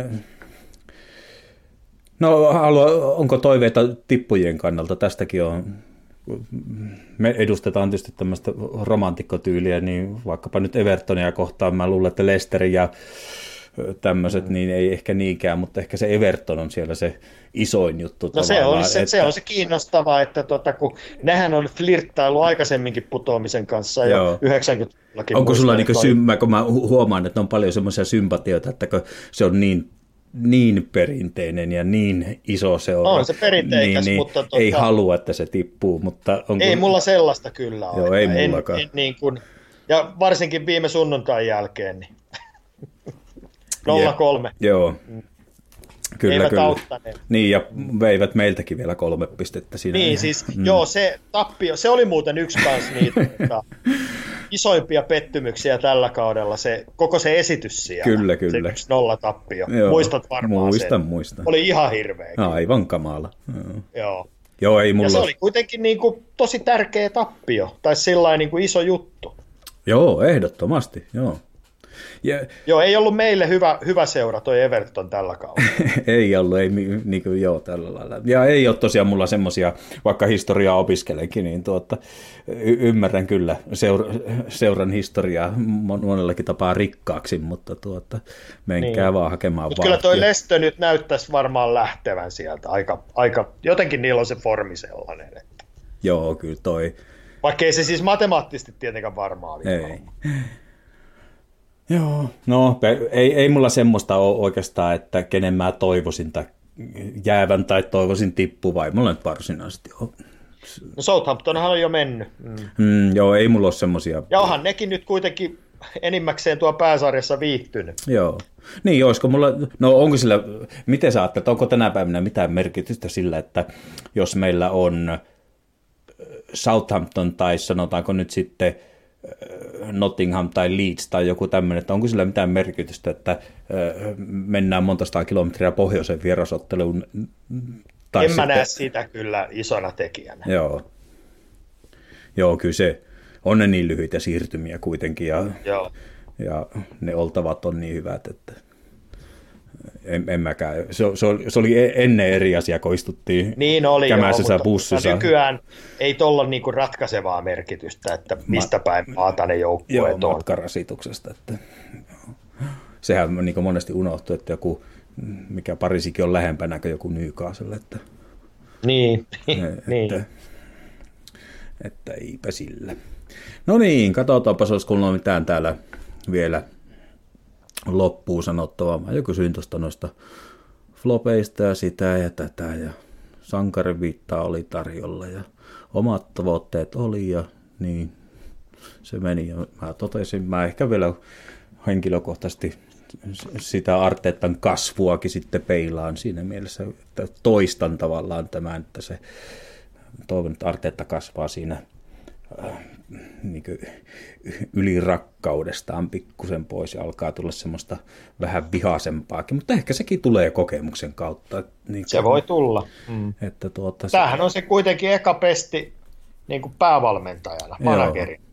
No onko toiveita tippujien kannalta? Tästäkin on. Me edustetaan tietysti tämmöistä romantikkotyyliä, niin vaikkapa nyt Evertonia kohtaan, mä luulen, että Leicester ja tämmöiset, niin ei ehkä niinkään, mutta ehkä se Everton on siellä se isoin juttu. No se on se kiinnostavaa, että kun nehän on flirttailu aikaisemminkin putoamisen kanssa jo 90-luvullakin. Onko sulla kun mä huomaan, että on paljon semmoisia sympatioita, että se on niin perinteinen ja niin iso se on se perinteikäs, niin, mutta ei halua, että se tippuu. Mutta ei mulla sellaista kyllä ole. Joo, ei mullakaan. Ja varsinkin viime sunnuntain jälkeen, niin 0-3. Joo. Kyllä. Auttaneet. Niin, ja veivät meiltäkin vielä 3 pistettä siinä. Niin, siis se tappio, se oli muuten yksi kans niitä isoimpia pettymyksiä tällä kaudella, koko se esitys siellä. Kyllä. Se 1-0 tappio. Joo, muistat varmaan sen. Muistan. Oli ihan hirveä. Aivan kamala. Joo, ei mulla. Ja se oli kuitenkin tosi tärkeä tappio, tai sellainen iso juttu. Joo, ehdottomasti, joo. Joo, ei ollut meille hyvä seura toi Everton tällä kaudella. Ei ollut, tällä lailla. Ja ei ole tosiaan mulla semmoisia, vaikka historiaa opiskelenkin, niin ymmärrän kyllä seuran historiaa monellakin tapaa rikkaaksi, mutta menkää vaan hakemaan vauhtia. Kyllä toi Lestö nyt näyttäisi varmaan lähtevän sieltä. Aika jotenkin niillä on se formi sellainen. Että. Joo, kyllä toi. Vaikka ei se siis matemaattisesti tietenkään varmaa oli. Ei. Joo, no ei mulla semmoista ole oikeastaan, että kenen mä toivoisin jäävän tai toivoisin tippuvaa, ei mulla nyt varsinaisesti ole. No Southamptonhan on jo mennyt. Joo, ei mulla ole semmoisia. Ja onhan nekin nyt kuitenkin enimmäkseen tuo pääsarjassa viihtynyt. Joo. Niin, olisiko mulla, onko sillä, miten sä ajattelet, onko tänä päivänä mitään merkitystä sillä, että jos meillä on Southampton tai sanotaanko nyt sitten Nottingham tai Leeds tai joku tämmöinen, että onko sillä mitään merkitystä, että mennään monta 100 kilometriä pohjoisen vierasotteluun? En mä näe sitä kyllä isona tekijänä. Joo, kyllä se on ne niin lyhyitä siirtymiä kuitenkin ja ne oltavat on niin hyvät, että en mäkään. Se oli ennen eri asia, kun istuttiin kämäisessä bussissa. Nykyään ei tuolla niinku ratkaisevaa merkitystä, että mistä päin maata ne joukkueet on. Matkarasituksesta. Että, sehän niin monesti unohtuu, että joku mikä Pariisikin on lähempänä kuin joku Newcastle, että Niin, niin. Että eipä sillä. No niin, katsotaanpas, olisiko minulla mitään täällä vielä loppuun sanottavaa. Mä jo kysyin tuosta noista flopeista ja sitä ja tätä ja sankariviittaa oli tarjolla ja omat tavoitteet oli ja niin se meni. Ja mä totesin, mä ehkä vielä henkilökohtaisesti sitä Arteetan kasvuakin sitten peilaan siinä mielessä, että toistan tavallaan tämän, että se toivon, että Arteetta kasvaa siinä niin ylirakkaudestaan pikkusen pois ja alkaa tulla semmoista vähän vihaisempaakin, mutta ehkä sekin tulee kokemuksen kautta. Niin se voi tulla. Että tämähän on se kuitenkin eka pesti niin kuin päävalmentajana, managerin.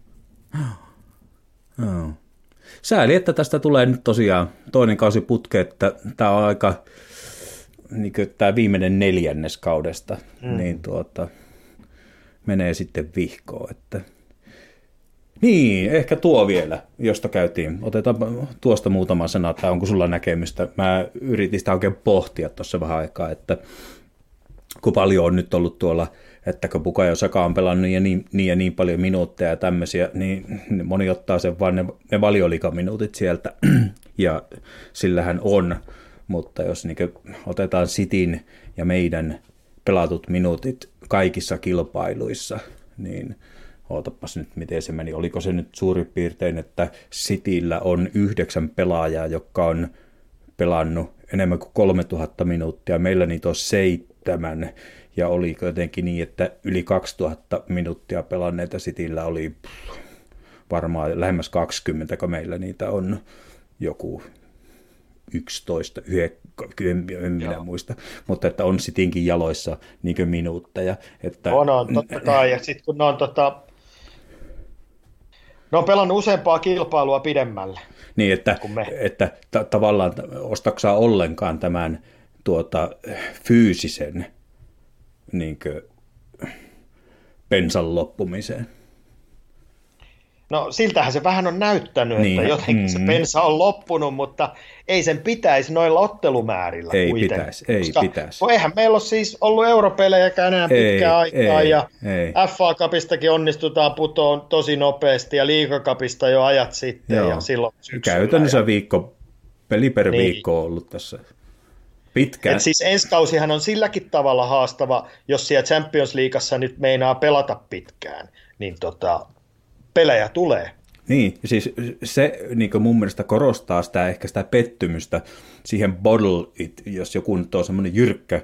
Joo. Sääli, että tästä tulee nyt tosiaan toinen kausi putke, että tämä on aika niin kuin tämä viimeinen neljännes kaudesta, niin menee sitten vihkoon. Että niin, ehkä tuo vielä, josta käytiin. Otetaan tuosta muutama sana, tai onko sulla näkemystä? Mä yritin sitä oikein pohtia tuossa vähän aikaa, että kun paljon on nyt ollut tuolla, että kun Bukayo Saka on pelannut ja niin paljon minuutteja ja tämmöisiä, niin moni ottaa sen vaan ne valioliigaminuutit sieltä, ja sillähän on, mutta jos niin otetaan Cityn ja meidän pelatut minuutit kaikissa kilpailuissa, niin ootapas nyt miten se meni. Oliko se nyt suurin piirtein, että Cityllä on 9 pelaajaa, jotka on pelannut enemmän kuin 3000 minuuttia. Meillä niitä on 7. Ja oliko jotenkin niin, että yli 2000 minuuttia pelanneita Cityllä oli varmaan lähemmäs 20, kun meillä niitä on joku 11, en minä muista, mutta että on Citynkin jaloissa niin minuutteja. Että on, totta kai, ja sitten kun ne on pelannut useampaa kilpailua pidemmälle. Niin, että tavallaan ostaksaa ollenkaan tämän fyysisen niin pensan loppumiseen. No siltähän se vähän on näyttänyt, niin, että jotenkin se pensa on loppunut, mutta ei sen pitäisi noilla ottelumäärillä ei kuitenkin. Ei pitäisi. Eihän meillä ole siis ollut europelejäkään enää pitkään aikaa, ja FA Cupistakin onnistutaan putoon tosi nopeasti, ja Liiga Cupista jo ajat sitten, ja silloin syksyllä. Käytännössä peli per viikko on ollut tässä pitkään. Et siis ensi kausihan on silläkin tavalla haastava, jos siellä Champions Leagueassa nyt meinaa pelata pitkään, niin pelejä tulee. Niin, siis se niin mun mielestä korostaa ehkä sitä pettymystä siihen bottle it, jos joku nyt on semmoinen jyrkkä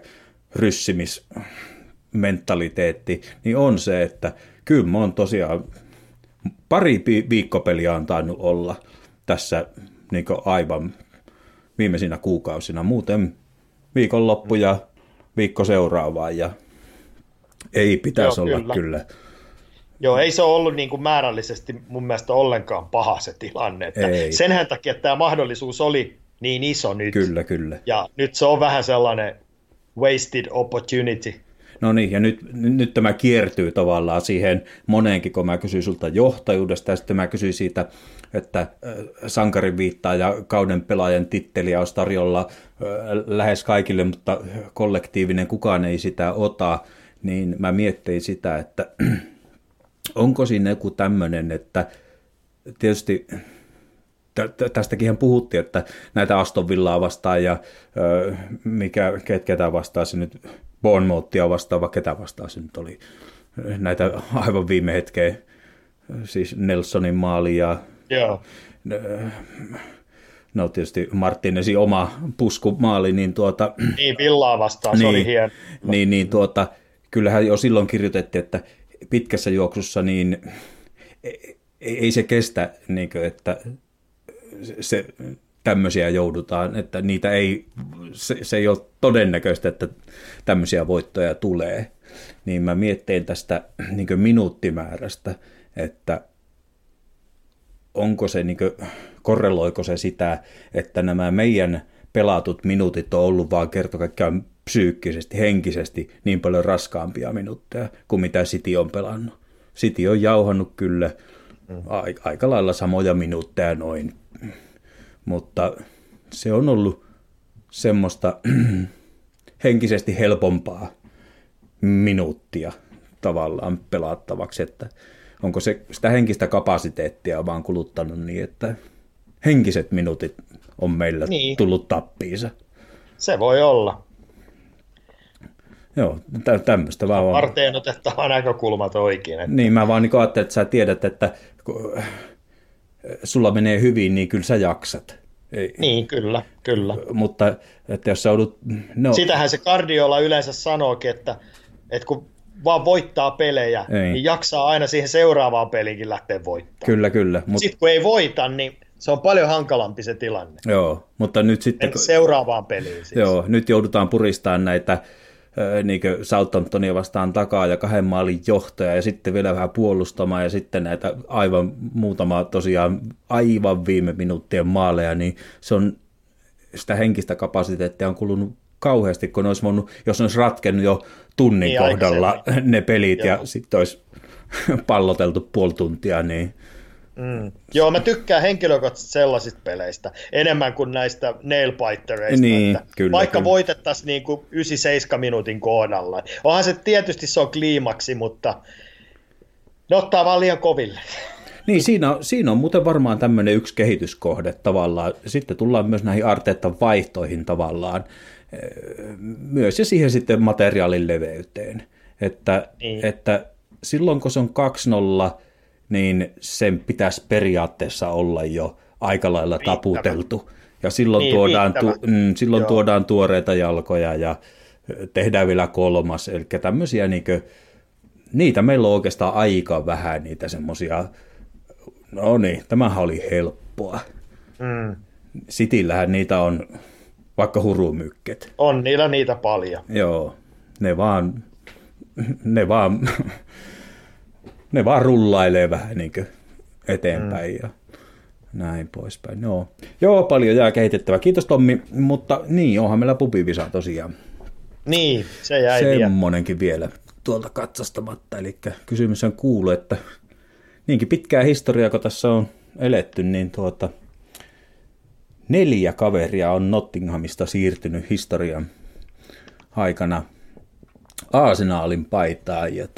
ryssimismentaliteetti, niin on se, että kyllä mä oon tosiaan pari viikkopeliä on tainnut olla tässä niin aivan viimeisinä kuukausina, muuten viikonloppu ja viikko seuraavaa ja ei pitäisi olla kyllä. Joo, ei se ole ollut niin kuin määrällisesti mun mielestä ollenkaan paha se tilanne. Että senhän takia, että tämä mahdollisuus oli niin iso nyt. Kyllä. Ja nyt se on vähän sellainen wasted opportunity. No niin, ja nyt tämä kiertyy tavallaan siihen moneenkin, kun mä kysyin sulta johtajuudesta, ja sitten mä kysyin siitä, että sankarin viittaa ja kauden pelaajan titteliä olisi tarjolla lähes kaikille, mutta kollektiivinen kukaan ei sitä ota, niin mä miettein sitä, että onko siinä joku tämmöinen, että tietysti tästäkin puhuttiin, että näitä Aston Villaa vastaan ja ketä vastaan se nyt, Bournemouthia vastaava, ketä vastaan se nyt oli, näitä aivan viime hetkeen, siis Nelsonin maali ja no tietysti Martinezin oma puskumaali, niin Niin, Villaa vastaan, se oli hieno. Niin kyllähän jo silloin kirjoitettiin, että pitkässä juoksussa niin ei se kestä, niin kuin, että se tämmöisiä joudutaan, että niitä se ei ole todennäköistä, että tämmöisiä voittoja tulee. Niin mä miettein tästä niin kuin minuuttimäärästä, että onko se, niin kuin, korreloiko se sitä, että nämä meidän pelatut minuutit on ollut vaan kertokaikkiaan psyykkisesti, henkisesti niin paljon raskaampia minuutteja kuin mitä City on pelannut. City on jauhannut kyllä aika lailla samoja minuutteja noin, mutta se on ollut semmoista henkisesti helpompaa minuuttia tavallaan pelattavaksi, että onko se sitä henkistä kapasiteettia vaan kuluttanut niin, että henkiset minuutit on meillä tullut tappiinsa. Se voi olla. Joo, tämmöistä vaan on. Varteen otettava näkökulmat oikein. Että... Niin, mä vaan niin ajattelin, että sä tiedät, että kun sulla menee hyvin, niin kyllä sä jaksat. Niin, kyllä. Mutta että jos sä joudut... No. Sitähän se Guardiola yleensä sanookin, että kun vaan voittaa pelejä, niin jaksaa aina siihen seuraavaan peliinkin lähteä voittamaan. Kyllä. Sitten kun ei voita, niin se on paljon hankalampi se tilanne. Joo, mutta nyt sitten... Seuraavaan peliin siis. Joo, nyt joudutaan puristamaan näitä niin Southamptonia vastaan takaa ja 2 maalin johtoja ja sitten vielä vähän puolustamaan ja sitten näitä aivan muutama tosiaan aivan viime minuuttien maaleja, niin se on sitä henkistä kapasiteettia on kulunut kauheasti, kun olisi voinut, jos olisi ratkennut jo tunnin niin kohdalla ne pelit ja sitten olisi palloteltu puoli tuntia, niin... Joo, mä tykkään henkilökohtaisesti sellaisista peleistä enemmän kuin näistä nail-bitereista, niin, vaikka voitettaisiin niin kuin 97 minuutin kohdalla. Onhan se tietysti se on kliimaksi, mutta ne ottaa vaan liian koville. Niin, siinä on muuten varmaan tämmöinen yksi kehityskohde tavallaan. Sitten tullaan myös näihin Arteetan vaihtoihin tavallaan myös ja siihen sitten materiaalin leveyteen. Että silloin kun se on 2-0, niin sen pitäisi periaatteessa olla jo aika lailla taputeltu. Ja silloin, tuodaan tuoreita jalkoja ja tehdään vielä 3. Eli tämmöisiä, niitä meillä on oikeastaan aika vähän, niitä semmoisia, no niin, tämähän oli helppoa. Cityllähän niitä on vaikka hurumykket. On niitä paljon. Joo, ne vaan rullailee vähän niin kuin eteenpäin ja näin poispäin. Joo, paljon jää kehitettävää. Kiitos Tommi, mutta niin, onhan meillä pubivisa tosiaan. Niin, se jäi semmonenkin vielä tuolta katsastamatta. Eli kysymys on kuuluu, että niinkin pitkää historiaa, kun tässä on eletty, niin 4 kaveria on Nottinghamista siirtynyt historian aikana Arsenalin paitaan ja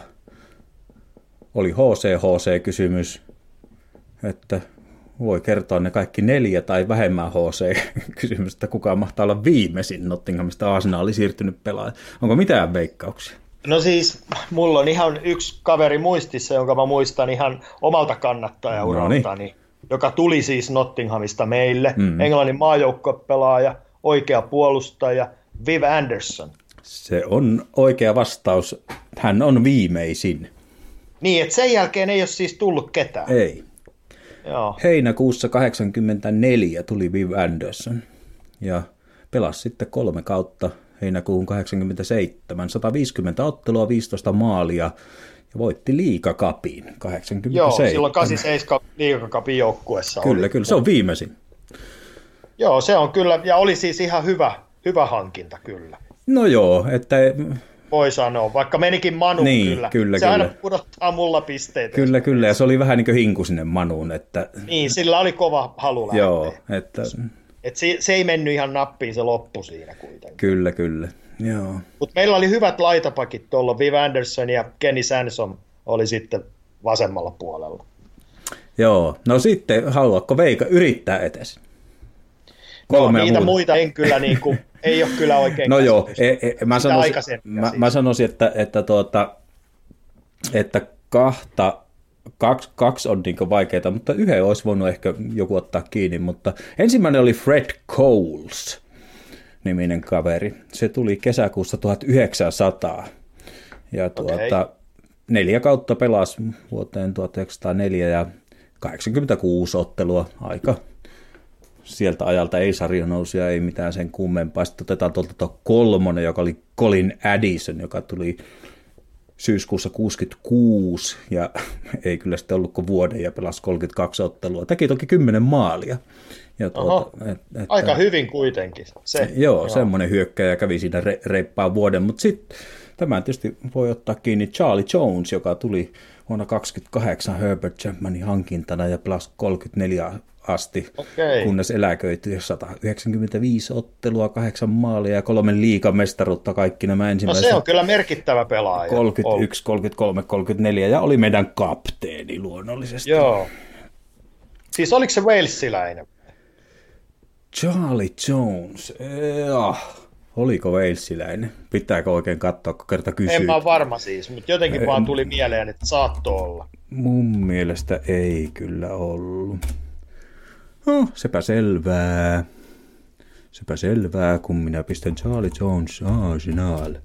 oli HC-kysymys, että voi kertoa ne kaikki 4 tai vähemmän HC-kysymystä, kuka mahtaa olla viimeisin Nottinghamista Arsenalin siirtynyt pelaaja. Onko mitään veikkauksia? No siis, mulla on ihan yksi kaveri muistissa, jonka mä muistan ihan omalta kannattajauraltani, joka tuli siis Nottinghamista meille. Englannin maajoukkuepelaaja, oikea puolustaja, Viv Anderson. Se on oikea vastaus. Hän on viimeisin. Niin, että sen jälkeen ei ole siis tullut ketään. Ei. Joo. Heinäkuussa 1984 tuli Viv Anderson ja pelasi sitten 3 kautta heinäkuun 1987, 150 ottelua, 15 maalia ja voitti liigacupin 87. Joo, silloin 87 liigacupin joukkuessa Kyllä, se on viimeisin. Joo, se on kyllä, ja oli siis ihan hyvä hankinta kyllä. No joo, että... Voi sanoa, vaikka menikin Manuun niin, kyllä. Se aina pudottaa mulla pisteitä. Kyllä, ja se oli vähän niin kuin hinku sinne Manuun. Että... Niin, sillä oli kova halu lähteä. Joo, että... se ei mennyt ihan nappiin, se loppu siinä kuitenkin. Kyllä, joo. Mutta meillä oli hyvät laitapakit tuolla, Viv Anderson ja Kenny Sansom oli sitten vasemmalla puolella. Joo, no sitten haluatko Veika yrittää etes? Niitä muita en kyllä niinku... Ei ole kyllä oikein no joo, mä sanoisin, että 2 on niin vaikeaa, mutta 1 olisi voinut ehkä joku ottaa kiinni, mutta ensimmäinen oli Fred Coles niminen kaveri. Se tuli kesäkuussa 1900 ja 4 kautta pelasi vuoteen 1904 ja 86 ottelua aika. Sieltä ajalta ei sarjanousuja, ei mitään sen kummempaa. Sitten otetaan tuolta 3, joka oli Colin Addison, joka tuli syyskuussa 66 ja ei kyllä sitten ollut kuin vuoden ja pelasi 32 ottelua. Teki toki 10 maalia. Ja aika hyvin kuitenkin. Joo, semmoinen hyökkäjä kävi siinä reippaan vuoden, mutta sitten tämä tietysti voi ottaa kiinni Charlie Jones, joka tuli vuonna 28 Herbert Chapmanin hankintana ja pelasi 34 asti, Okei. kunnes eläköityi 195 ottelua, 8 maalia ja 3 liigamestaruutta, kaikki nämä No ensimmäiset. se on kyllä merkittävä pelaaja. 31, 33, 34 ja oli meidän kapteeni luonnollisesti. Joo. Siis oliko se walesiläinen? Charlie Jones, oliko walesiläinen? Pitääkö oikein katsoa, kun kerta kysyit? En mä ole varma siis, mutta jotenkin vaan tuli mieleen, että saattoi olla. Mun mielestä ei kyllä ollut. No, sepä selvää. Sepä selvää, kun minä pistän Charlie Jones Arsenal.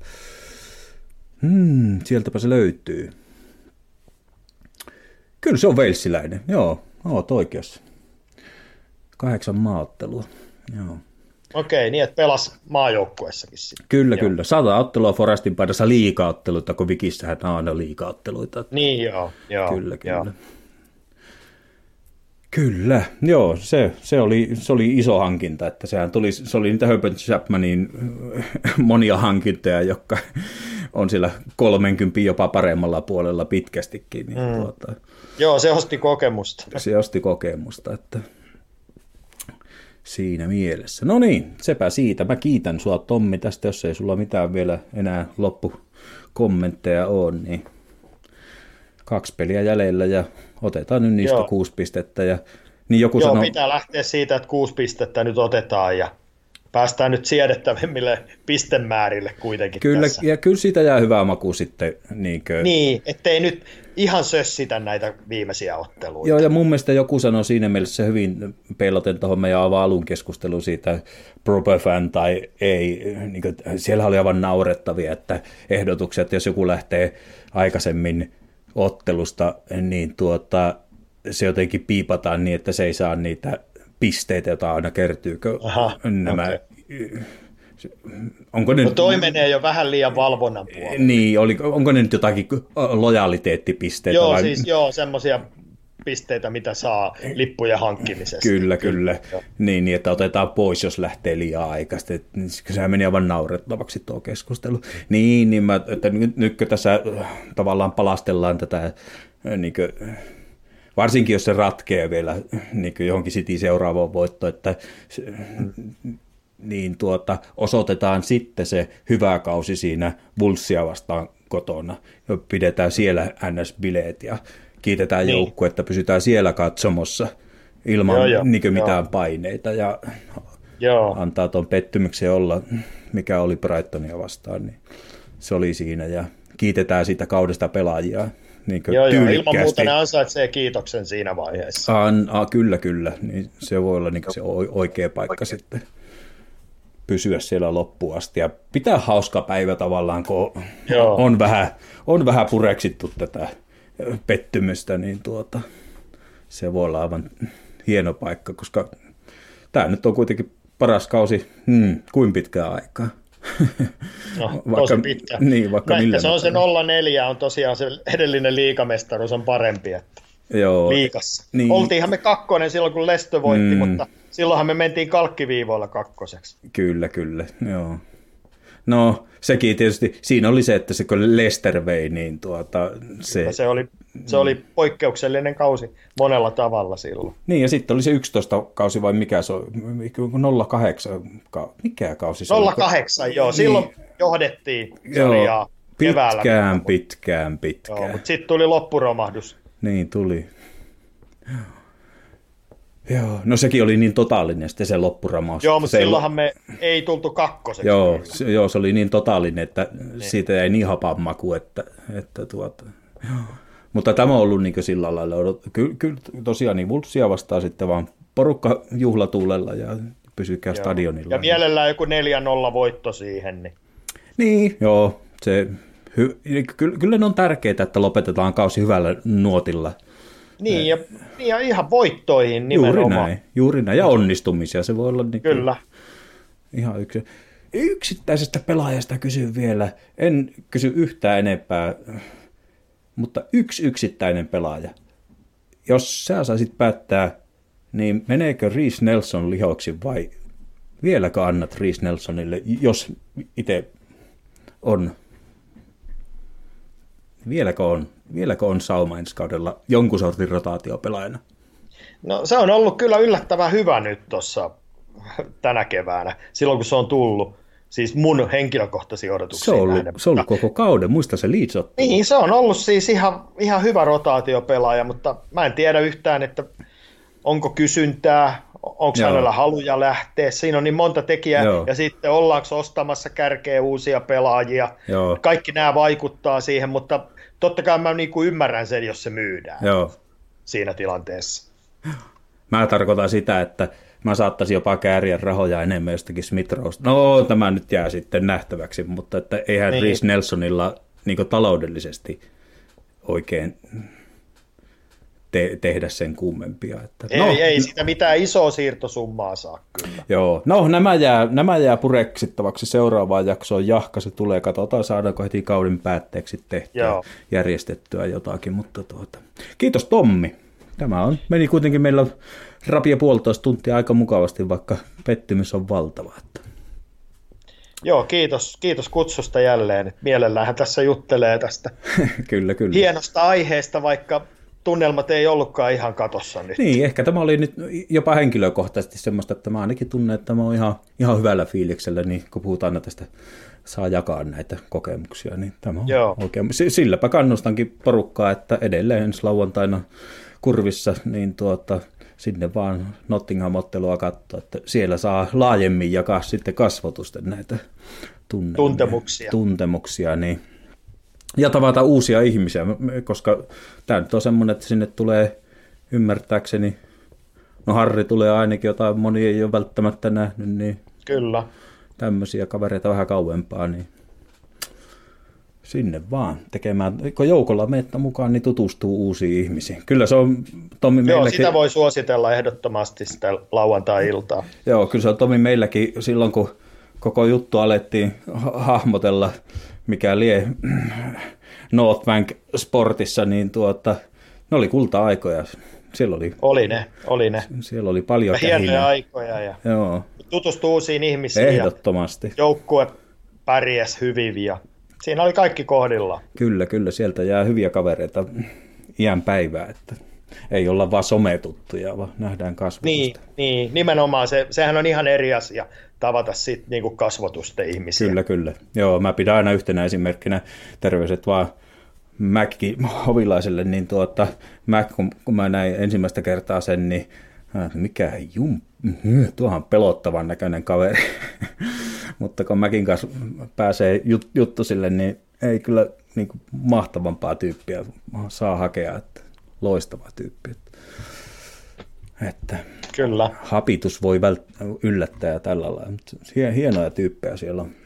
Sieltäpä se löytyy. Kyllä se on walesiläinen, joo. Oot oikeassa. 8 maaottelua, joo. Okei, niin että pelas maajoukkuessakin sitten. Kyllä, joo. Kyllä. 100 ottelua Forestin paidassa liigaotteluita, kun Vikissähän on aina liigaotteluita. Niin joo. Kyllä, kyllä. Joo. Kyllä, joo, se oli iso hankinta, että se oli niitä Herbert Chapmanin monia hankintoja, jotka on siellä 30 jopa paremmalla puolella pitkästikin. Niin Joo, se osti kokemusta. Se osti kokemusta, että siinä mielessä. No niin, sepä siitä. Mä kiitän sua, Tommi, tästä, jos ei sulla mitään vielä enää loppukommentteja ole, niin 2 peliä jäljellä ja otetaan nyt niistä 6 pistettä. Ja, niin joku sanoo, pitää lähteä siitä, että 6 pistettä nyt otetaan ja päästään nyt siedettävimmille pistemäärille kuitenkin kyllä, tässä. Ja kyllä siitä jää hyvää maku sitten. Niin, ettei nyt ihan sössitä näitä viimeisiä otteluita. Joo, ja mun mielestä joku sanoi siinä mielessä hyvin peiloten tuohon meidän alun keskusteluun siitä proper fan tai ei. Niin kuin, siellä oli aivan naurettavia että ehdotukset, jos joku lähtee aikaisemmin ottelusta, niin se jotenkin piipataan niin, että se ei saa niitä pisteitä, joita aina kertyykö nämä... Okay. Onko ne... No toi menee jo vähän liian valvonnan puolelle. Niin, onko ne nyt jotakin lojaliteettipisteitä? Joo, vai... siis semmoisia pisteitä, mitä saa lippujen hankkimisesta. Kyllä. Niin, että otetaan pois, jos lähtee liian aikaisesti. Sehän meni aivan naurettavaksi tuo keskustelu. Niin että nytkö tässä tavallaan palastellaan tätä... Niin kuin, varsinkin jos se ratkee vielä niin johonkin City seuraavaan voittoon, että niin osoitetaan sitten se hyvä kausi siinä Wolvesia vastaan kotona. Ja pidetään siellä NS-bileet ja kiitetään joukkue, että pysytään siellä katsomossa ilman mitään paineita ja antaa tuon pettymyksen olla, mikä oli Brightonia vastaan. Niin se oli siinä ja kiitetään siitä kaudesta pelaajia. Niin ilman muuta ne ansaitsee kiitoksen siinä vaiheessa. Kyllä. Niin se voi olla niin se oikea paikka sitten pysyä siellä loppuun asti. Ja pitää hauska päivä tavallaan, kun on vähän pureksittu tätä pettymystä, niin se voi olla aivan hieno paikka, koska tämä nyt on kuitenkin paras kausi kuin pitkään aikaa. No, tosi pitkä. Niin, vaikka se on se 0-4, on tosiaan se edellinen liigamestaruus on parempi, että liigassa. Niin. Oltiinhan me 2 silloin, kun Leicester voitti, mutta silloinhan me mentiin kalkkiviivoilla 2. Kyllä, joo. No, sekin tietysti, siinä oli se, että se kun Leicester vei, niin se oli poikkeuksellinen kausi monella tavalla silloin. Niin, ja sitten oli se 11 kausi, vai mikä se on, 08, mikä kausi se 08, joo, silloin johdettiin sarjaa keväällä. Pitkään. Joo, mutta sitten tuli loppuromahdus. Niin tuli. Joo, no sekin oli niin totaalinen sitten se loppuramaus. Joo, mutta silloinhan me ei tultu 2. Joo, se oli niin totaalinen, että siitä jäi niin hapan maku, että joo. Mutta tämä on ollut niin sillä lailla, kyllä tosiaan niin Wolvesia vastaan sitten vaan porukka juhlatuulella ja pysykää stadionilla. Ja mielellään joku 4-0 voitto siihen. Niin, joo, kyllä ne on tärkeää, että lopetetaan kausi hyvällä nuotilla. Niin, ja ihan voittoihin nimenomaan. Juuri näin, ja onnistumisia se voi olla. Niin kyllä. Ihan yksittäisestä pelaajasta kysyn vielä, en kysy yhtään enempää, mutta yksi yksittäinen pelaaja. Jos sä saisit päättää, niin meneekö Reiss Nelson lihoksi vai vieläkö annat Reiss Nelsonille, jos itse on, vieläkö on sauma ensi kaudella jonkun sortin rotaatiopelaajana? No se on ollut kyllä yllättävän hyvä nyt tuossa tänä keväänä, silloin kun se on tullut. Siis mun henkilökohtaisiin odotuksiin se on ollut koko kauden, muista se Leeds-ottelu. Niin, se on ollut siis ihan hyvä rotaatiopelaaja, mutta mä en tiedä yhtään, että onko kysyntää, onko hänellä haluja lähteä. Siinä on niin monta tekijää, ja sitten ollaanko ostamassa kärkeä uusia pelaajia. Joo. Kaikki nämä vaikuttaa siihen, mutta totta kai mä niin kuin ymmärrän sen, jos se myydään siinä tilanteessa. Mä tarkoitan sitä, että mä saattaisin jopa kääriä rahoja enemmän jostakin Smith Rowe. No, tämä nyt jää sitten nähtäväksi, mutta että eihän Reece Nelsonilla niin taloudellisesti oikein tehdä sen kummempia. Että, ei sitä mitään isoa siirtosummaa saa kyllä. Joo, no nämä jää pureksittavaksi seuraavaan jaksoon. Jahka se tulee, katsotaan saadaanko heti kauden päätteeksi tehtyä, järjestettyä jotakin. Mutta kiitos Tommi. Meni kuitenkin meillä rapia 1,5 tuntia aika mukavasti, vaikka pettymys on valtava. Joo, kiitos kutsusta jälleen. Mielellähän tässä juttelee tästä kyllä. hienosta aiheesta, vaikka tunnelmat ei ollutkaan ihan katossa nyt. Niin, ehkä tämä oli nyt jopa henkilökohtaisesti semmoista, että mä ainakin tunnen, että mä oon ihan hyvällä fiiliksellä, niin kun puhutaan aina tästä, saa jakaa näitä kokemuksia, niin tämä on oikein. Silläpä kannustankin porukkaa, että edelleen ensi lauantaina Kurvissa, niin sinne vaan Nottingham-ottelua katsoa, että siellä saa laajemmin jakaa sitten kasvotusten näitä tuntemuksia niin. Ja tavata uusia ihmisiä, koska tämä nyt on semmoinen, että sinne tulee ymmärtääkseni, no Harri tulee ainakin, jotain moni ei ole välttämättä nähnyt, niin kyllä. Tämmöisiä kavereita vähän kauempaa, niin sinne vaan tekemään. Kun joukolla meitä mukaan, niin tutustuu uusiin ihmisiin. Kyllä se on Tommi meilläkin. Sitä voi suositella ehdottomasti sitä lauantai-iltaa. Joo, kyllä se on Tommi meilläkin silloin, kun koko juttu alettiin hahmotella, mikä lie Northbank Sportissa, niin ne oli kulta-aikoja. Siellä oli ne. Siellä oli paljon hienoja aikoja ja tutustui uusiin ihmisiin. Ehdottomasti. Ja joukkue pärjäsi hyvin ja siinä oli kaikki kohdilla. Kyllä, sieltä jää hyviä kavereita iän päivää, että ei olla vaan sometuttuja, vaan nähdään kasvotusta. Niin, nimenomaan sehän on ihan eri asia tavata sitten niinku kasvotusten ihmisiä. Kyllä. Joo, mä pidän aina yhtenä esimerkkinä terveiset vaan Mäkki Hovilaiselle, niin Mäk, kun mä näin ensimmäistä kertaa sen, niin mikä tuohan pelottavan näköinen kaveri. Mutta kun Mäkin kanssa pääsee juttusille, niin ei kyllä niin kuin mahtavampaa tyyppiä saa hakea, että loistava tyyppi. Että kyllä. Hapitus voi yllättää ja tällä lailla, mutta hienoja tyyppejä siellä on.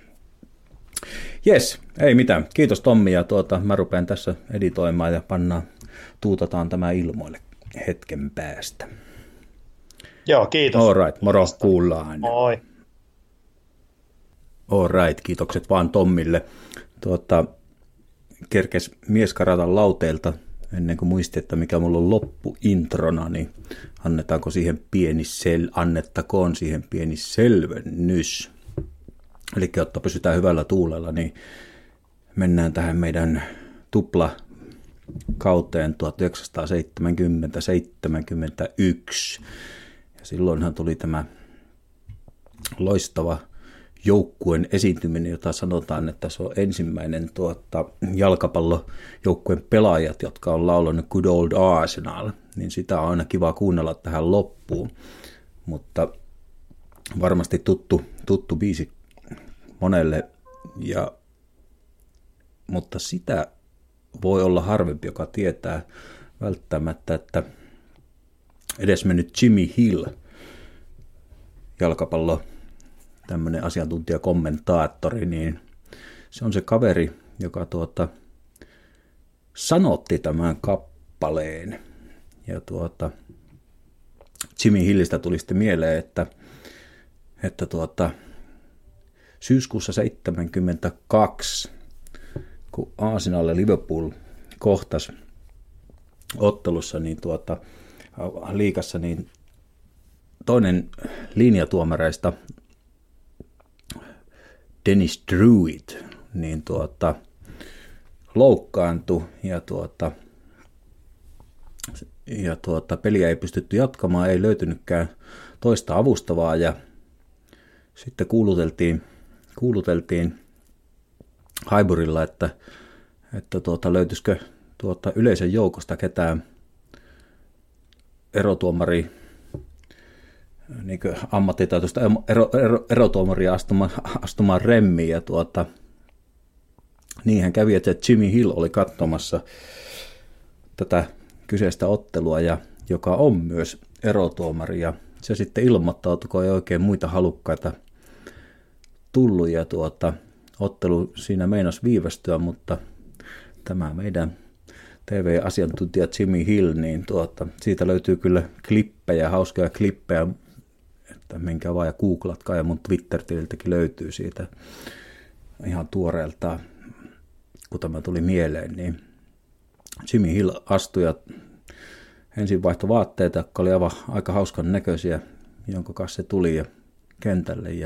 Jes, ei mitään. Kiitos Tommi ja mä rupean tässä editoimaan ja tuutataan tämä ilmoille hetken päästä. Joo, kiitos. All right, moro, kuullaan. Moi. All right, kiitokset vaan Tommille. Kerkes mies karata lauteelta ennen kuin muisti, että mikä mulla on loppuintrona, niin annettakoon siihen pieni selvennys. Eli jotta pysytään hyvällä tuulella, niin mennään tähän meidän tuplakauteen 1970-71. Ja silloinhan tuli tämä loistava joukkueen esiintyminen, jota sanotaan, että se on ensimmäinen jalkapallojoukkueen pelaajat, jotka on laulanut Good Old Arsenal, niin sitä on aina kiva kuunnella tähän loppuun. Mutta varmasti tuttu biisi monelle, mutta sitä voi olla harvempi, joka tietää välttämättä, että edesmennyt Jimmy Hill, jalkapallo tämmöinen asiantuntijakommentaattori, niin se on se kaveri, joka sanotti tämän kappaleen. Ja Jimmy Hillistä tuli sitten mieleen, että syyskuussa 1972, kun Arsenal ja Liverpool kohtasi ottelussa, niin liigassa, niin toinen linjatuomareista, Dennis Druitt, niin loukkaantui ja ja peliä ei pystytty jatkamaan, ei löytynytkään toista avustavaa ja sitten kuuluteltiin Highburylla, että löytyisikö yleisön joukosta ketään erotuomari, niin ammattitaitoista erotuomaria astumaan remmiin ja niinhän kävi, että Jimmy Hill oli katsomassa tätä kyseistä ottelua, ja joka on myös erotuomari, ja se sitten ilmoittautui, kun ei oikein muita halukkaita tullut, ja ottelu siinä meinasi viivästyä, mutta tämä meidän TV-asiantuntija Jimmy Hill, niin siitä löytyy kyllä klippejä, hauskoja klippejä, että menkää vaan ja googlatkaa, ja mun Twitter-tililtäkin löytyy siitä ihan tuoreeltaan, kun tämä tuli mieleen, niin Jimmy Hill astui ja ensin vaihtoi vaatteita, jotka oli aivan aika hauskan näköisiä, jonka kanssa se tuli ja kentälle, ja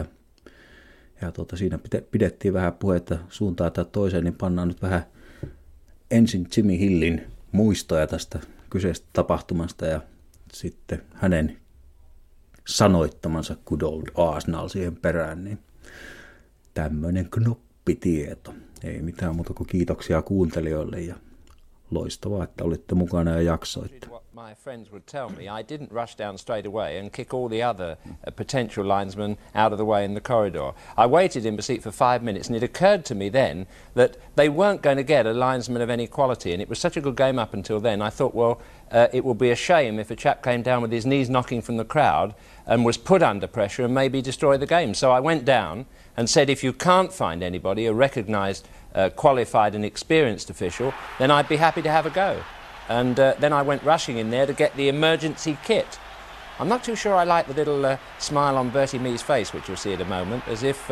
siinä pidettiin vähän puheita suuntaan tai toiseen, niin pannaan nyt vähän ensin Jimmy Hillin muistoja tästä kyseisestä tapahtumasta ja sitten hänen sanoittamansa Good Old Arsenal siihen perään, niin tämmöinen knoppitieto. Ei mitään muuta kuin kiitoksia kuuntelijoille ja loistavaa, että olitte mukana ja jaksoitte. My friends would tell me I didn't rush down straight away and kick all the other potential linesmen out of the way in the corridor. I waited in pursuit for 5 minutes, and it occurred to me then that they weren't going to get a linesman of any quality, and it was such a good game up until then. I thought, well, it would be a shame if a chap came down with his knees knocking from the crowd and was put under pressure and maybe destroy the game. So I went down and said, if you can't find anybody, a recognised, qualified and experienced official, then I'd be happy to have a go. And then I went rushing in there to get the emergency kit. I'm not too sure I like the little smile on Bertie Mee's face, which you'll see in a moment, as if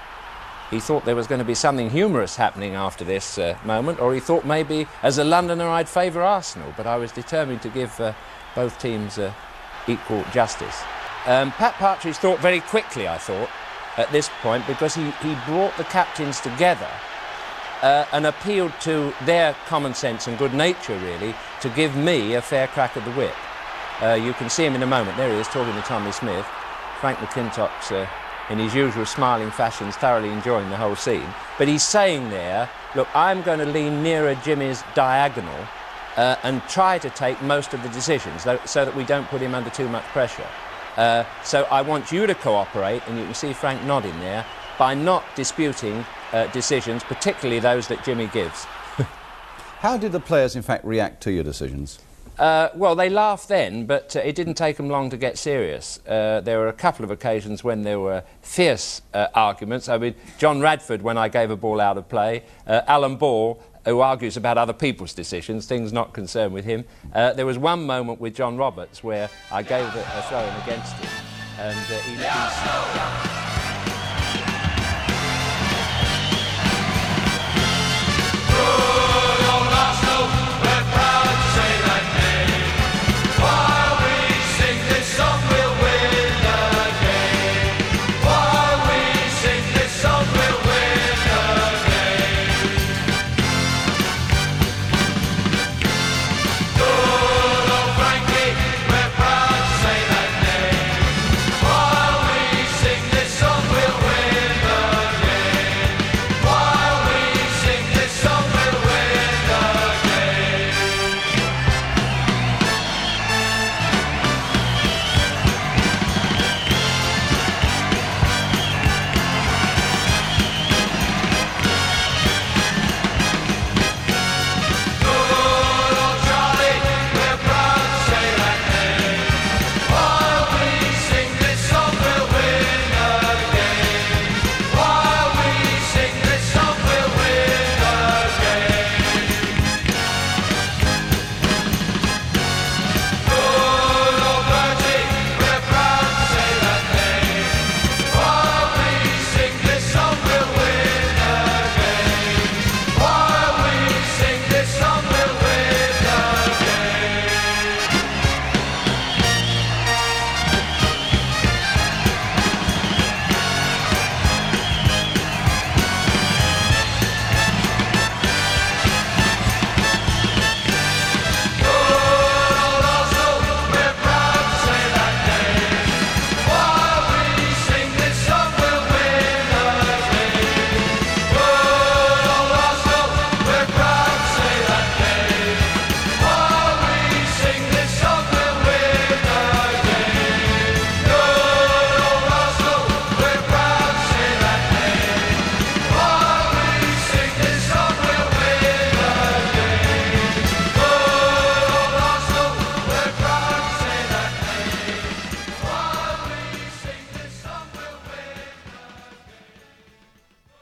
he thought there was going to be something humorous happening after this moment, or he thought maybe as a Londoner I'd favour Arsenal, but I was determined to give both teams equal justice. Pat Partridge thought very quickly, I thought, at this point, because he brought the captains together and appealed to their common sense and good nature, really, to give me a fair crack at the whip. You can see him in a moment. There he is, talking to Tommy Smith. Frank McIntosh, in his usual smiling fashion, is thoroughly enjoying the whole scene. But he's saying there, look, I'm going to lean nearer Jimmy's diagonal and try to take most of the decisions so that we don't put him under too much pressure. So I want you to cooperate, and you can see Frank nodding there, by not disputing decisions, particularly those that Jimmy gives. How did the players, in fact, react to your decisions? Well, they laughed then, but it didn't take them long to get serious. There were a couple of occasions when there were fierce arguments. I mean, John Radford, when I gave a ball out of play, Alan Ball, who argues about other people's decisions, things not concerned with him. There was one moment with John Roberts where I gave a throw-in against him, and he